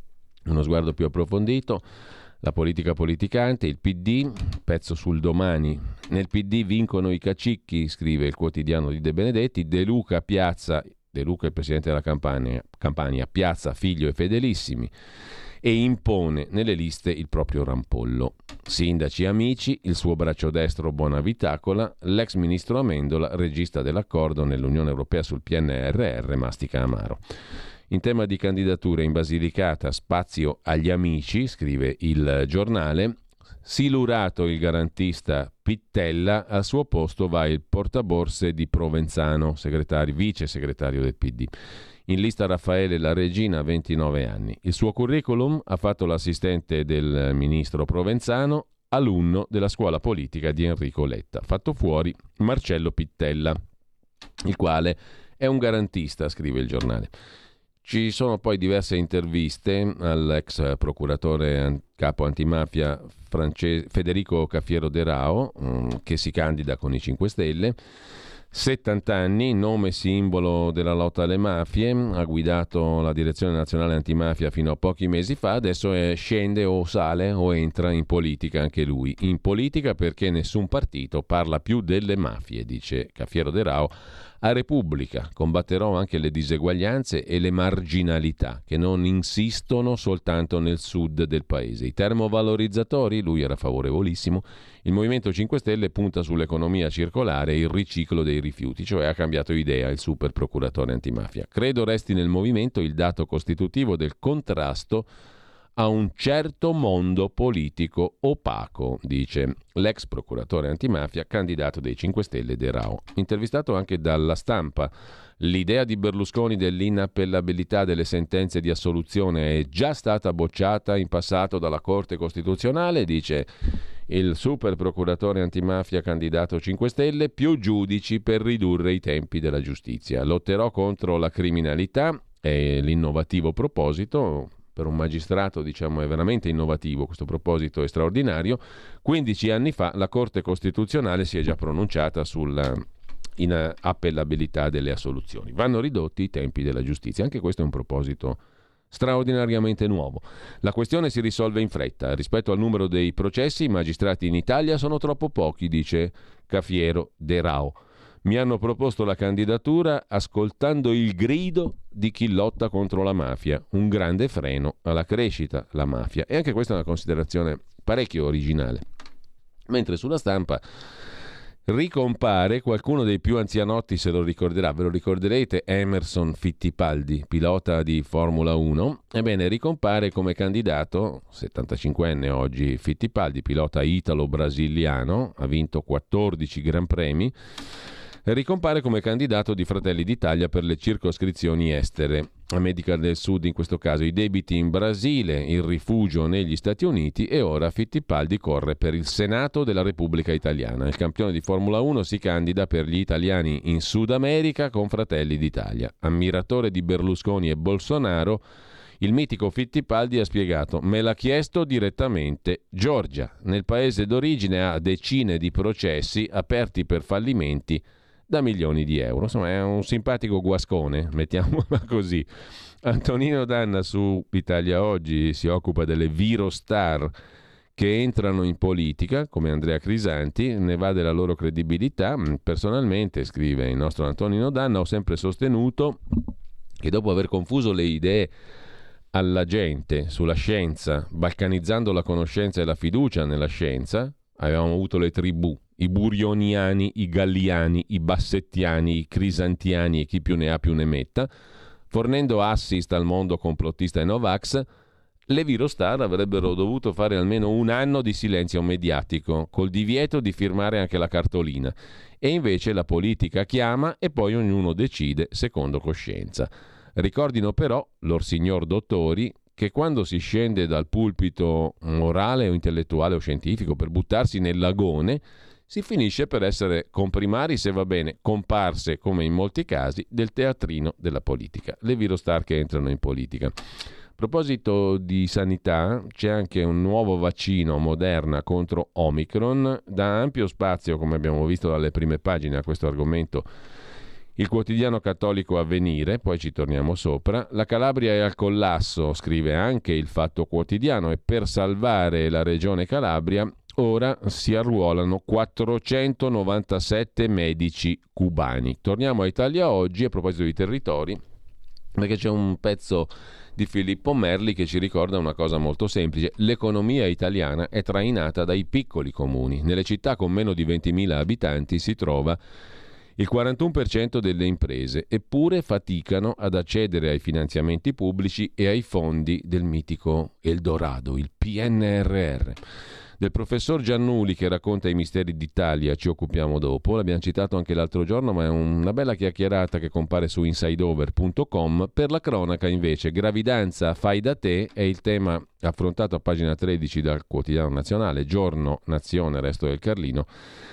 uno sguardo più approfondito: la politica politicante, il P D, pezzo sul Domani. Nel P D vincono i cacicchi, scrive il quotidiano di De Benedetti. De Luca piazza, De Luca il presidente della Campania, Campania piazza Figlio e Fedelissimi e impone nelle liste il proprio rampollo. Sindaci amici, il suo braccio destro Bonavitacola, l'ex ministro Amendola, regista dell'accordo nell'Unione Europea sul P N R R, mastica amaro. In tema di candidature in Basilicata, spazio agli amici, scrive il giornale. Silurato il garantista Pittella, al suo posto va il portaborse di Provenzano, segretario, vice segretario del P D. In lista Raffaele La Regina, ventinove anni. Il suo curriculum: ha fatto l'assistente del ministro Provenzano, alunno della scuola politica di Enrico Letta. Fatto fuori Marcello Pittella, il quale è un garantista, scrive il giornale. Ci sono poi diverse interviste all'ex procuratore capo antimafia France- Federico Cafiero De Rao, mh, che si candida con i cinque Stelle. settanta anni, nome simbolo della lotta alle mafie, ha guidato la Direzione Nazionale Antimafia fino a pochi mesi fa, adesso è, scende o sale o entra in politica anche lui. In politica perché nessun partito parla più delle mafie, dice Cafiero De Rao. A Repubblica combatterò anche le diseguaglianze e le marginalità che non insistono soltanto nel sud del paese. I termovalorizzatori, lui era favorevolissimo. Il Movimento cinque Stelle punta sull'economia circolare e il riciclo dei rifiuti, cioè ha cambiato idea il super procuratore antimafia. Credo resti nel movimento il dato costitutivo del contrasto a un certo mondo politico opaco, dice l'ex procuratore antimafia, candidato dei cinque Stelle De Rao. Intervistato anche dalla Stampa, l'idea di Berlusconi dell'inappellabilità delle sentenze di assoluzione è già stata bocciata in passato dalla Corte Costituzionale, dice il super procuratore antimafia candidato cinque Stelle, più giudici per ridurre i tempi della giustizia. Lotterò contro la criminalità, è l'innovativo proposito. Per un magistrato, diciamo, è veramente innovativo, questo proposito è straordinario. quindici anni fa la Corte Costituzionale si è già pronunciata sulla inappellabilità delle assoluzioni. Vanno ridotti i tempi della giustizia, anche questo è un proposito straordinariamente nuovo. La questione si risolve in fretta. Rispetto al numero dei processi, i magistrati in Italia sono troppo pochi, dice Cafiero De Rao. Mi hanno proposto la candidatura ascoltando il grido di chi lotta contro la mafia, un grande freno alla crescita, la mafia. E anche questa è una considerazione parecchio originale. Mentre sulla Stampa ricompare qualcuno dei più anzianotti, se lo ricorderà, ve lo ricorderete, Emerson Fittipaldi, pilota di Formula uno. Ebbene, ricompare come candidato, settantacinquenne oggi Fittipaldi, pilota italo-brasiliano, ha vinto quattordici Gran Premi, ricompare come candidato di Fratelli d'Italia per le circoscrizioni estere. America del Sud in questo caso, i debiti in Brasile, il rifugio negli Stati Uniti e ora Fittipaldi corre per il Senato della Repubblica Italiana. Il campione di Formula uno si candida per gli italiani in Sud America con Fratelli d'Italia. Ammiratore di Berlusconi e Bolsonaro, il mitico Fittipaldi ha spiegato: me l'ha chiesto direttamente Giorgia. Nel paese d'origine ha decine di processi aperti per fallimenti da milioni di euro. Insomma, è un simpatico guascone, mettiamola così. Antonino Danna su Italia Oggi si occupa delle virostar che entrano in politica, come Andrea Crisanti, ne va della loro credibilità. Personalmente, scrive il nostro Antonino Danna, ho sempre sostenuto che dopo aver confuso le idee alla gente sulla scienza, balcanizzando la conoscenza e la fiducia nella scienza, avevamo avuto le tribù, i burioniani, i galliani, i bassettiani, i crisantiani e chi più ne ha più ne metta, fornendo assist al mondo complottista e Novax. Le virostar avrebbero dovuto fare almeno un anno di silenzio mediatico, col divieto di firmare anche la cartolina. E invece la politica chiama e poi ognuno decide secondo coscienza. Ricordino però, lor signor dottori, che quando si scende dal pulpito morale o intellettuale o scientifico per buttarsi nel lagone, si finisce per essere comprimari, se va bene, comparse, come in molti casi, del teatrino della politica. Le virostar che entrano in politica. A proposito di sanità, c'è anche un nuovo vaccino Moderna contro Omicron. Dà ampio spazio, come abbiamo visto dalle prime pagine, a questo argomento il quotidiano cattolico Avvenire, poi ci torniamo sopra. La Calabria è al collasso, scrive anche il Fatto Quotidiano, e per salvare la regione Calabria ora si arruolano quattrocentonovantasette medici cubani. Torniamo a Italia Oggi a proposito di territori, perché c'è un pezzo di Filippo Merli che ci ricorda una cosa molto semplice: l'economia italiana è trainata dai piccoli comuni. Nelle città con meno di ventimila abitanti si trova il quarantuno per cento delle imprese, eppure faticano ad accedere ai finanziamenti pubblici e ai fondi del mitico Eldorado, il P N R R. Del professor Giannuli, che racconta i misteri d'Italia, ci occupiamo dopo. L'abbiamo citato anche l'altro giorno, ma è una bella chiacchierata che compare su insideover punto com. Per la cronaca, invece, gravidanza fai da te è il tema affrontato a pagina tredici dal Quotidiano Nazionale. Giorno, Nazione, Resto del Carlino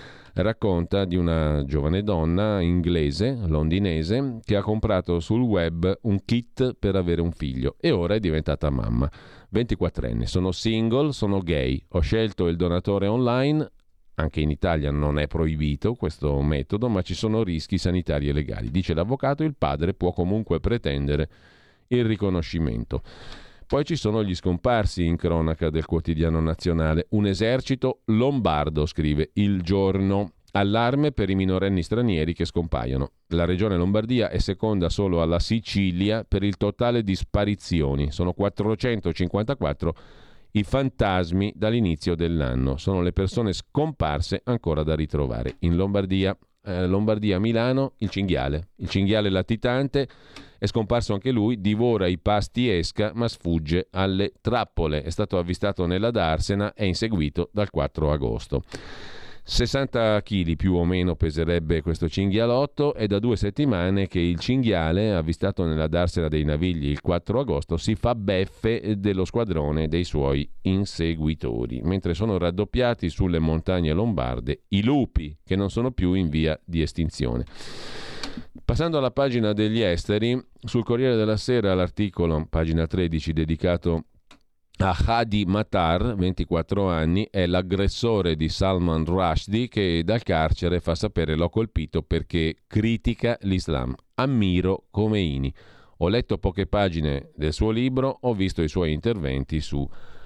racconta di una giovane donna inglese, londinese, che ha comprato sul web un kit per avere un figlio e ora è diventata mamma. ventiquattrenne, sono single, sono gay, ho scelto il donatore online. Anche in Italia non è proibito questo metodo, ma ci sono rischi sanitari e legali. Dice l'avvocato, il padre può comunque pretendere il riconoscimento. Poi ci sono gli scomparsi in cronaca del Quotidiano Nazionale. Un esercito lombardo, scrive Il Giorno. Allarme per i minorenni stranieri che scompaiono. La regione Lombardia è seconda solo alla Sicilia per il totale di sparizioni. Sono quattrocentocinquantaquattro i fantasmi dall'inizio dell'anno. Sono le persone scomparse ancora da ritrovare. In Lombardia, eh, Lombardia, Milano, il cinghiale. Il cinghiale latitante è scomparso anche lui, divora i pasti esca ma sfugge alle trappole. È stato avvistato nella Darsena e inseguito dal quattro agosto. sessanta chili più o meno peserebbe questo cinghialotto. È da due settimane che il cinghiale, avvistato nella darsena dei Navigli il quattro agosto, si fa beffe dello squadrone dei suoi inseguitori, mentre sono raddoppiati sulle montagne lombarde i lupi, che non sono più in via di estinzione. Passando alla pagina degli esteri, sul Corriere della Sera l'articolo, pagina tredici, dedicato a Hadi Matar, ventiquattro anni, è l'aggressore di Salman Rushdie che dal carcere fa sapere l'ho colpito perché critica l'Islam. Ammiro Khomeini. Ho letto poche pagine del suo libro, ho visto i suoi interventi su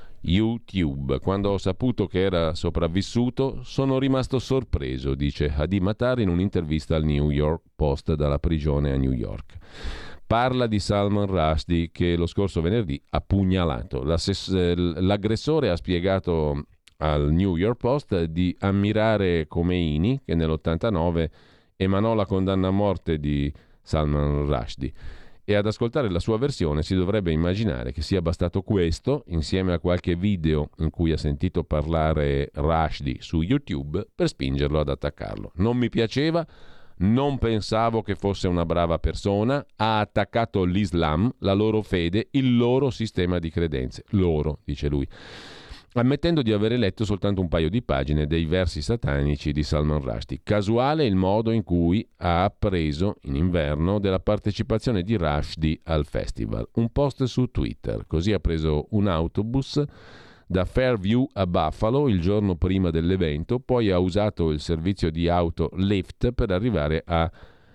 YouTube. Quando ho saputo che era sopravvissuto sono rimasto sorpreso, dice Hadi Matar in un'intervista al New York Post dalla prigione a New York. Parla di Salman Rushdie che lo scorso venerdì ha pugnalato. L'aggressore ha spiegato al New York Post di ammirare Khomeini, che nell'ottantanove emanò la condanna a morte di Salman Rushdie. E ad ascoltare la sua versione si dovrebbe immaginare che sia bastato questo, insieme a qualche video in cui ha sentito parlare Rushdie su YouTube, per spingerlo ad attaccarlo. Non mi piaceva, non pensavo che fosse una brava persona, ha attaccato l'Islam, la loro fede, il loro sistema di credenze. Loro, dice lui, ammettendo di avere letto soltanto un paio di pagine dei versi satanici di Salman Rushdie. Casuale il modo in cui ha appreso in inverno della partecipazione di Rushdie al festival. Un post su Twitter, così ha preso un autobus da Fairview a Buffalo il giorno prima dell'evento, poi ha usato il servizio di auto Lyft per arrivare a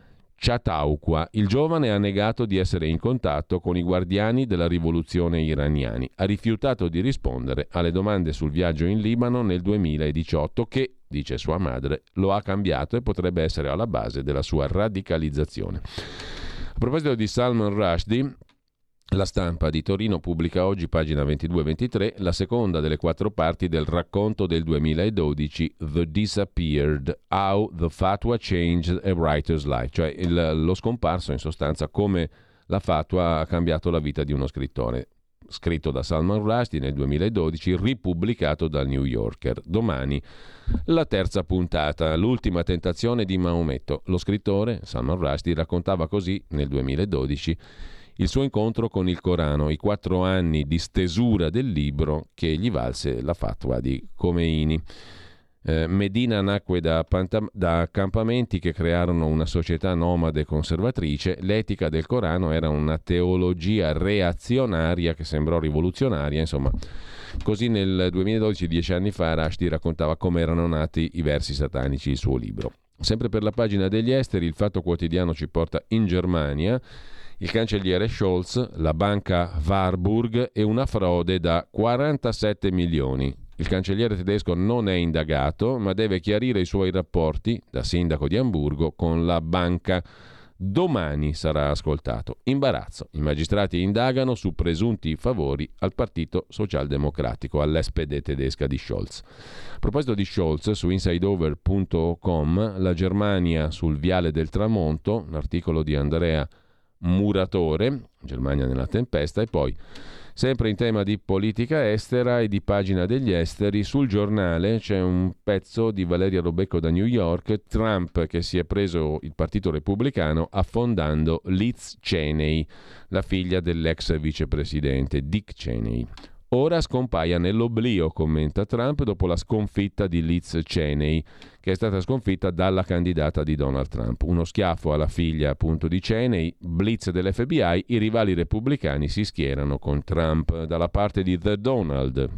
Chautauqua. Il giovane ha negato di essere in contatto con i guardiani della rivoluzione iraniani. Ha rifiutato di rispondere alle domande sul viaggio in Libano nel duemiladiciotto che, dice sua madre, lo ha cambiato e potrebbe essere alla base della sua radicalizzazione. A proposito di Salman Rushdie, La Stampa di Torino pubblica oggi, pagina ventidue ventitré, la seconda delle quattro parti del racconto del duemiladodici The Disappeared, How the Fatwa Changed a Writer's Life, cioè il, lo scomparso, in sostanza, come la fatwa ha cambiato la vita di uno scrittore. Scritto da Salman Rushdie nel duemiladodici, ripubblicato dal New Yorker. Domani la terza puntata, l'ultima tentazione di Maometto. Lo scrittore, Salman Rushdie, raccontava così nel duemiladodici il suo incontro con il Corano, i quattro anni di stesura del libro che gli valse la fatwa di Khomeini. Eh, Medina nacque da, panta- da accampamenti che crearono una società nomade conservatrice. L'etica del Corano era una teologia reazionaria che sembrò rivoluzionaria. Insomma, così nel duemiladodici, dieci anni fa, Rushdie raccontava come erano nati i versi satanici, il suo libro. Sempre per la pagina degli esteri, il Fatto Quotidiano ci porta in Germania. Il cancelliere Scholz, la banca Warburg e una frode da quarantasette milioni. Il cancelliere tedesco non è indagato, ma deve chiarire i suoi rapporti, da sindaco di Amburgo, con la banca. Domani sarà ascoltato. Imbarazzo. I magistrati indagano su presunti favori al Partito Socialdemocratico, all'S P D tedesca di Scholz. A proposito di Scholz, su insideover punto com, la Germania sul viale del tramonto, un articolo di Andrea Muratore, Germania nella tempesta. E poi, sempre in tema di politica estera e di pagina degli esteri, sul Giornale c'è un pezzo di Valeria Robecco da New York, Trump che si è preso il partito repubblicano affondando Liz Cheney, la figlia dell'ex vicepresidente Dick Cheney. Ora scompaia nell'oblio, commenta Trump, dopo la sconfitta di Liz Cheney, che è stata sconfitta dalla candidata di Donald Trump. Uno schiaffo alla figlia, appunto, di Cheney, blitz dell'F B I, i rivali repubblicani si schierano con Trump dalla parte di The Donald.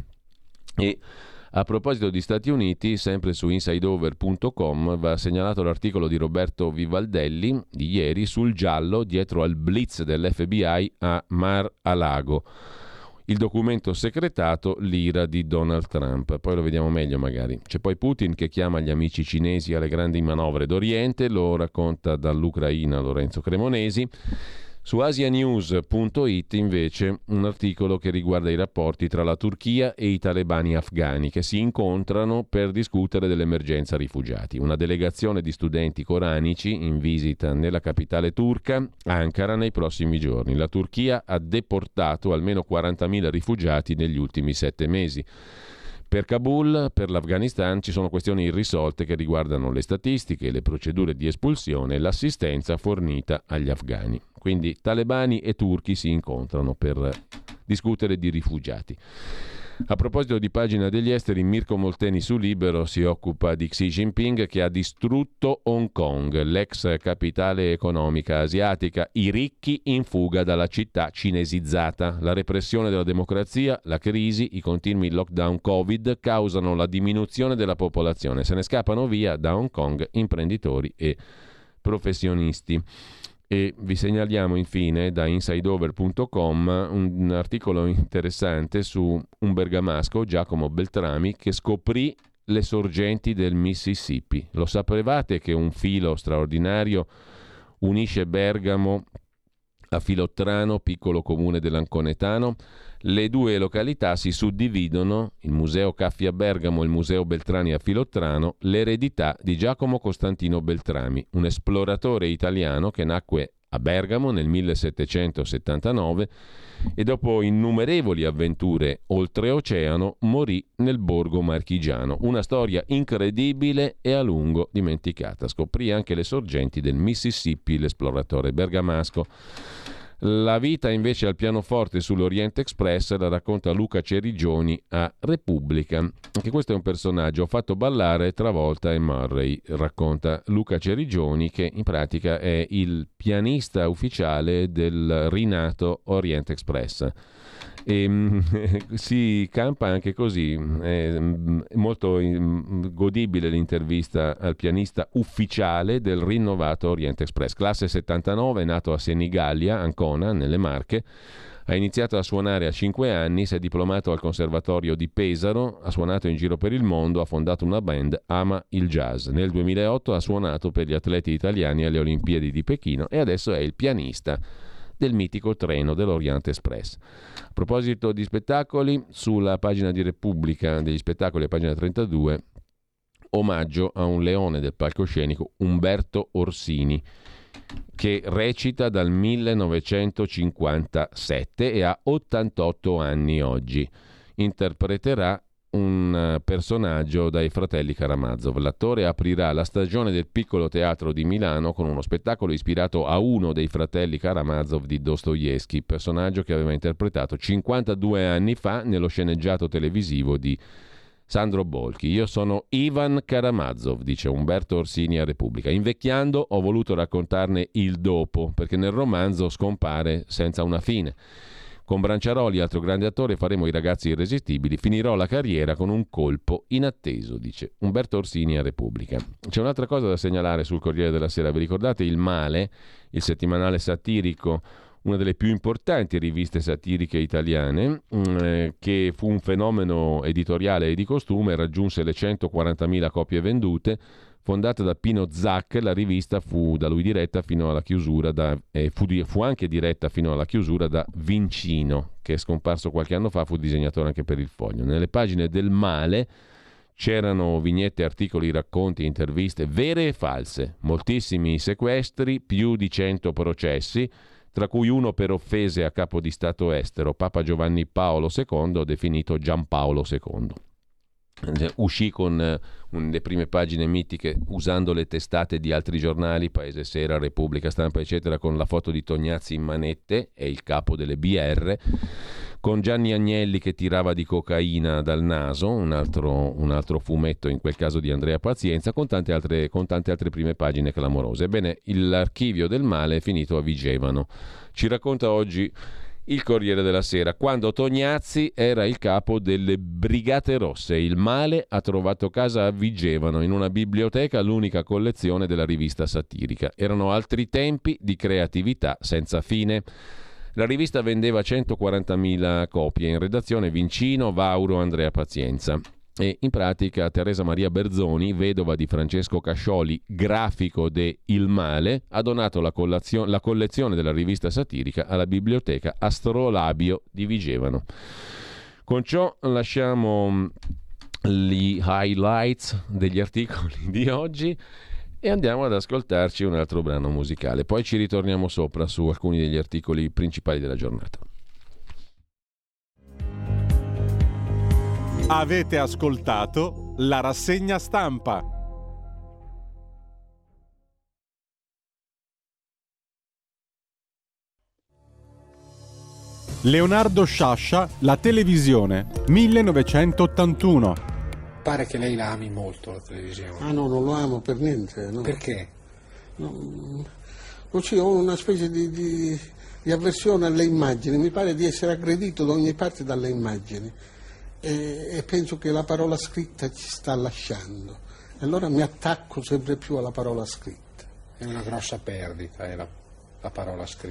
E a proposito di Stati Uniti, sempre su insideover punto com va segnalato l'articolo di Roberto Vivaldelli di ieri sul giallo dietro al blitz dell'F B I a Mar-a-Lago. Il documento segretato, l'ira di Donald Trump. Poi lo vediamo meglio magari. C'è poi Putin che chiama gli amici cinesi alle grandi manovre d'Oriente, lo racconta dall'Ucraina Lorenzo Cremonesi. Su asianews punto it invece un articolo che riguarda i rapporti tra la Turchia e i talebani afghani che si incontrano per discutere dell'emergenza rifugiati. Una delegazione di studenti coranici in visita nella capitale turca, Ankara, nei prossimi giorni. La Turchia ha deportato almeno quarantamila rifugiati negli ultimi sette mesi. Per Kabul, per l'Afghanistan ci sono questioni irrisolte che riguardano le statistiche, le procedure di espulsione e l'assistenza fornita agli afghani. Quindi talebani e turchi si incontrano per discutere di rifugiati. A proposito di pagina degli esteri, Mirko Molteni su Libero si occupa di Xi Jinping che ha distrutto Hong Kong, l'ex capitale economica asiatica, i ricchi in fuga dalla città cinesizzata. La repressione della democrazia, la crisi, i continui lockdown Covid causano la diminuzione della popolazione. Se ne scappano via da Hong Kong imprenditori e professionisti. E vi segnaliamo infine da insideover punto com un articolo interessante su un bergamasco, Giacomo Beltrami, che scoprì le sorgenti del Mississippi. Lo sapevate che un filo straordinario unisce Bergamo a Filottrano, piccolo comune dell'Anconetano? Le due località si suddividono, il Museo Caffi a Bergamo e il Museo Beltrami a Filottrano, l'eredità di Giacomo Costantino Beltrami, un esploratore italiano che nacque a Bergamo nel millesettecentosettantanove e dopo innumerevoli avventure oltreoceano morì nel borgo marchigiano. Una storia incredibile e a lungo dimenticata. Scoprì anche le sorgenti del Mississippi, l'esploratore bergamasco. La vita invece al pianoforte sull'Orient Express la racconta Luca Cerigioni a Repubblica. Anche questo è un personaggio, ho fatto ballare Travolta e Murray, racconta Luca Cerigioni, che in pratica è il pianista ufficiale del rinato Orient Express. E mh, si campa anche così, è molto mh, godibile l'intervista al pianista ufficiale del rinnovato Orient Express, classe settantanove, nato a Senigallia, Ancona, nelle Marche. Ha iniziato a suonare a cinque anni, si è diplomato al Conservatorio di Pesaro, ha suonato in giro per il mondo, ha fondato una band, ama il jazz. Nel duemilaotto ha suonato per gli atleti italiani alle Olimpiadi di Pechino e adesso è il pianista del mitico treno dell'Orient Express. A proposito di spettacoli, sulla pagina di Repubblica degli spettacoli, a pagina trentadue, omaggio a un leone del palcoscenico, Umberto Orsini, che recita dal millenovecentocinquantasette e ha ottantotto anni oggi. Interpreterà un personaggio dai fratelli Karamazov. L'attore aprirà la stagione del Piccolo Teatro di Milano con uno spettacolo ispirato a uno dei fratelli Karamazov di Dostoevskij, personaggio che aveva interpretato cinquantadue anni fa nello sceneggiato televisivo di Sandro Bolchi. Io sono Ivan Karamazov, dice Umberto Orsini a Repubblica. Invecchiando ho voluto raccontarne il dopo, perché nel romanzo scompare senza una fine. Con Branciaroli, altro grande attore, faremo I ragazzi irresistibili. Finirò la carriera con un colpo inatteso, dice Umberto Orsini a Repubblica. C'è un'altra cosa da segnalare sul Corriere della Sera. Vi ricordate Il Male, il settimanale satirico, una delle più importanti riviste satiriche italiane, eh, che fu un fenomeno editoriale e di costume, raggiunse le centoquarantamila copie vendute. Fondata da Pino Zac, la rivista fu da lui diretta fino alla chiusura, da, eh, fu, di, fu anche diretta fino alla chiusura da Vincino, che è scomparso qualche anno fa, fu disegnatore anche per il Foglio. Nelle pagine del Male c'erano vignette, articoli, racconti, interviste vere e false, moltissimi sequestri, più di cento processi, tra cui uno per offese a capo di Stato estero, Papa Giovanni Paolo secondo, definito Giampaolo secondo. Uscì con uh, le prime pagine mitiche usando le testate di altri giornali, Paese Sera, Repubblica, Stampa eccetera, con la foto di Tognazzi in manette, è il capo delle B R, con Gianni Agnelli che tirava di cocaina dal naso, un altro, un altro fumetto, in quel caso di Andrea Pazienza, con tante altre, con tante altre prime pagine clamorose. Ebbene, l'archivio del male è finito a Vigevano. Ci racconta oggi il Corriere della Sera. Quando Tognazzi era il capo delle Brigate Rosse, il male ha trovato casa a Vigevano, in una biblioteca, l'unica collezione della rivista satirica. Erano altri tempi di creatività senza fine. La rivista vendeva centoquarantamila copie, in redazione Vincino, Vauro, Andrea Pazienza. E in pratica Teresa Maria Berzoni, vedova di Francesco Cascioli, grafico de Il Male, ha donato la, collazio- la collezione della rivista satirica alla biblioteca Astrolabio di Vigevano. Con ciò lasciamo gli highlights degli articoli di oggi e andiamo ad ascoltarci un altro brano musicale. Poi ci ritorniamo sopra su alcuni degli articoli principali della giornata. Avete ascoltato la rassegna stampa. Leonardo Sciascia, La televisione, millenovecentottantuno. Pare che lei la ami molto la televisione. Ah no, non lo amo per niente. No. Perché? No, non ci ho una specie di, di, di avversione alle immagini, mi pare di essere aggredito da ogni parte dalle immagini e, e penso che la parola scritta ci sta lasciando. E allora mi attacco sempre più alla parola scritta. È una grossa perdita, è la, la parola scritta.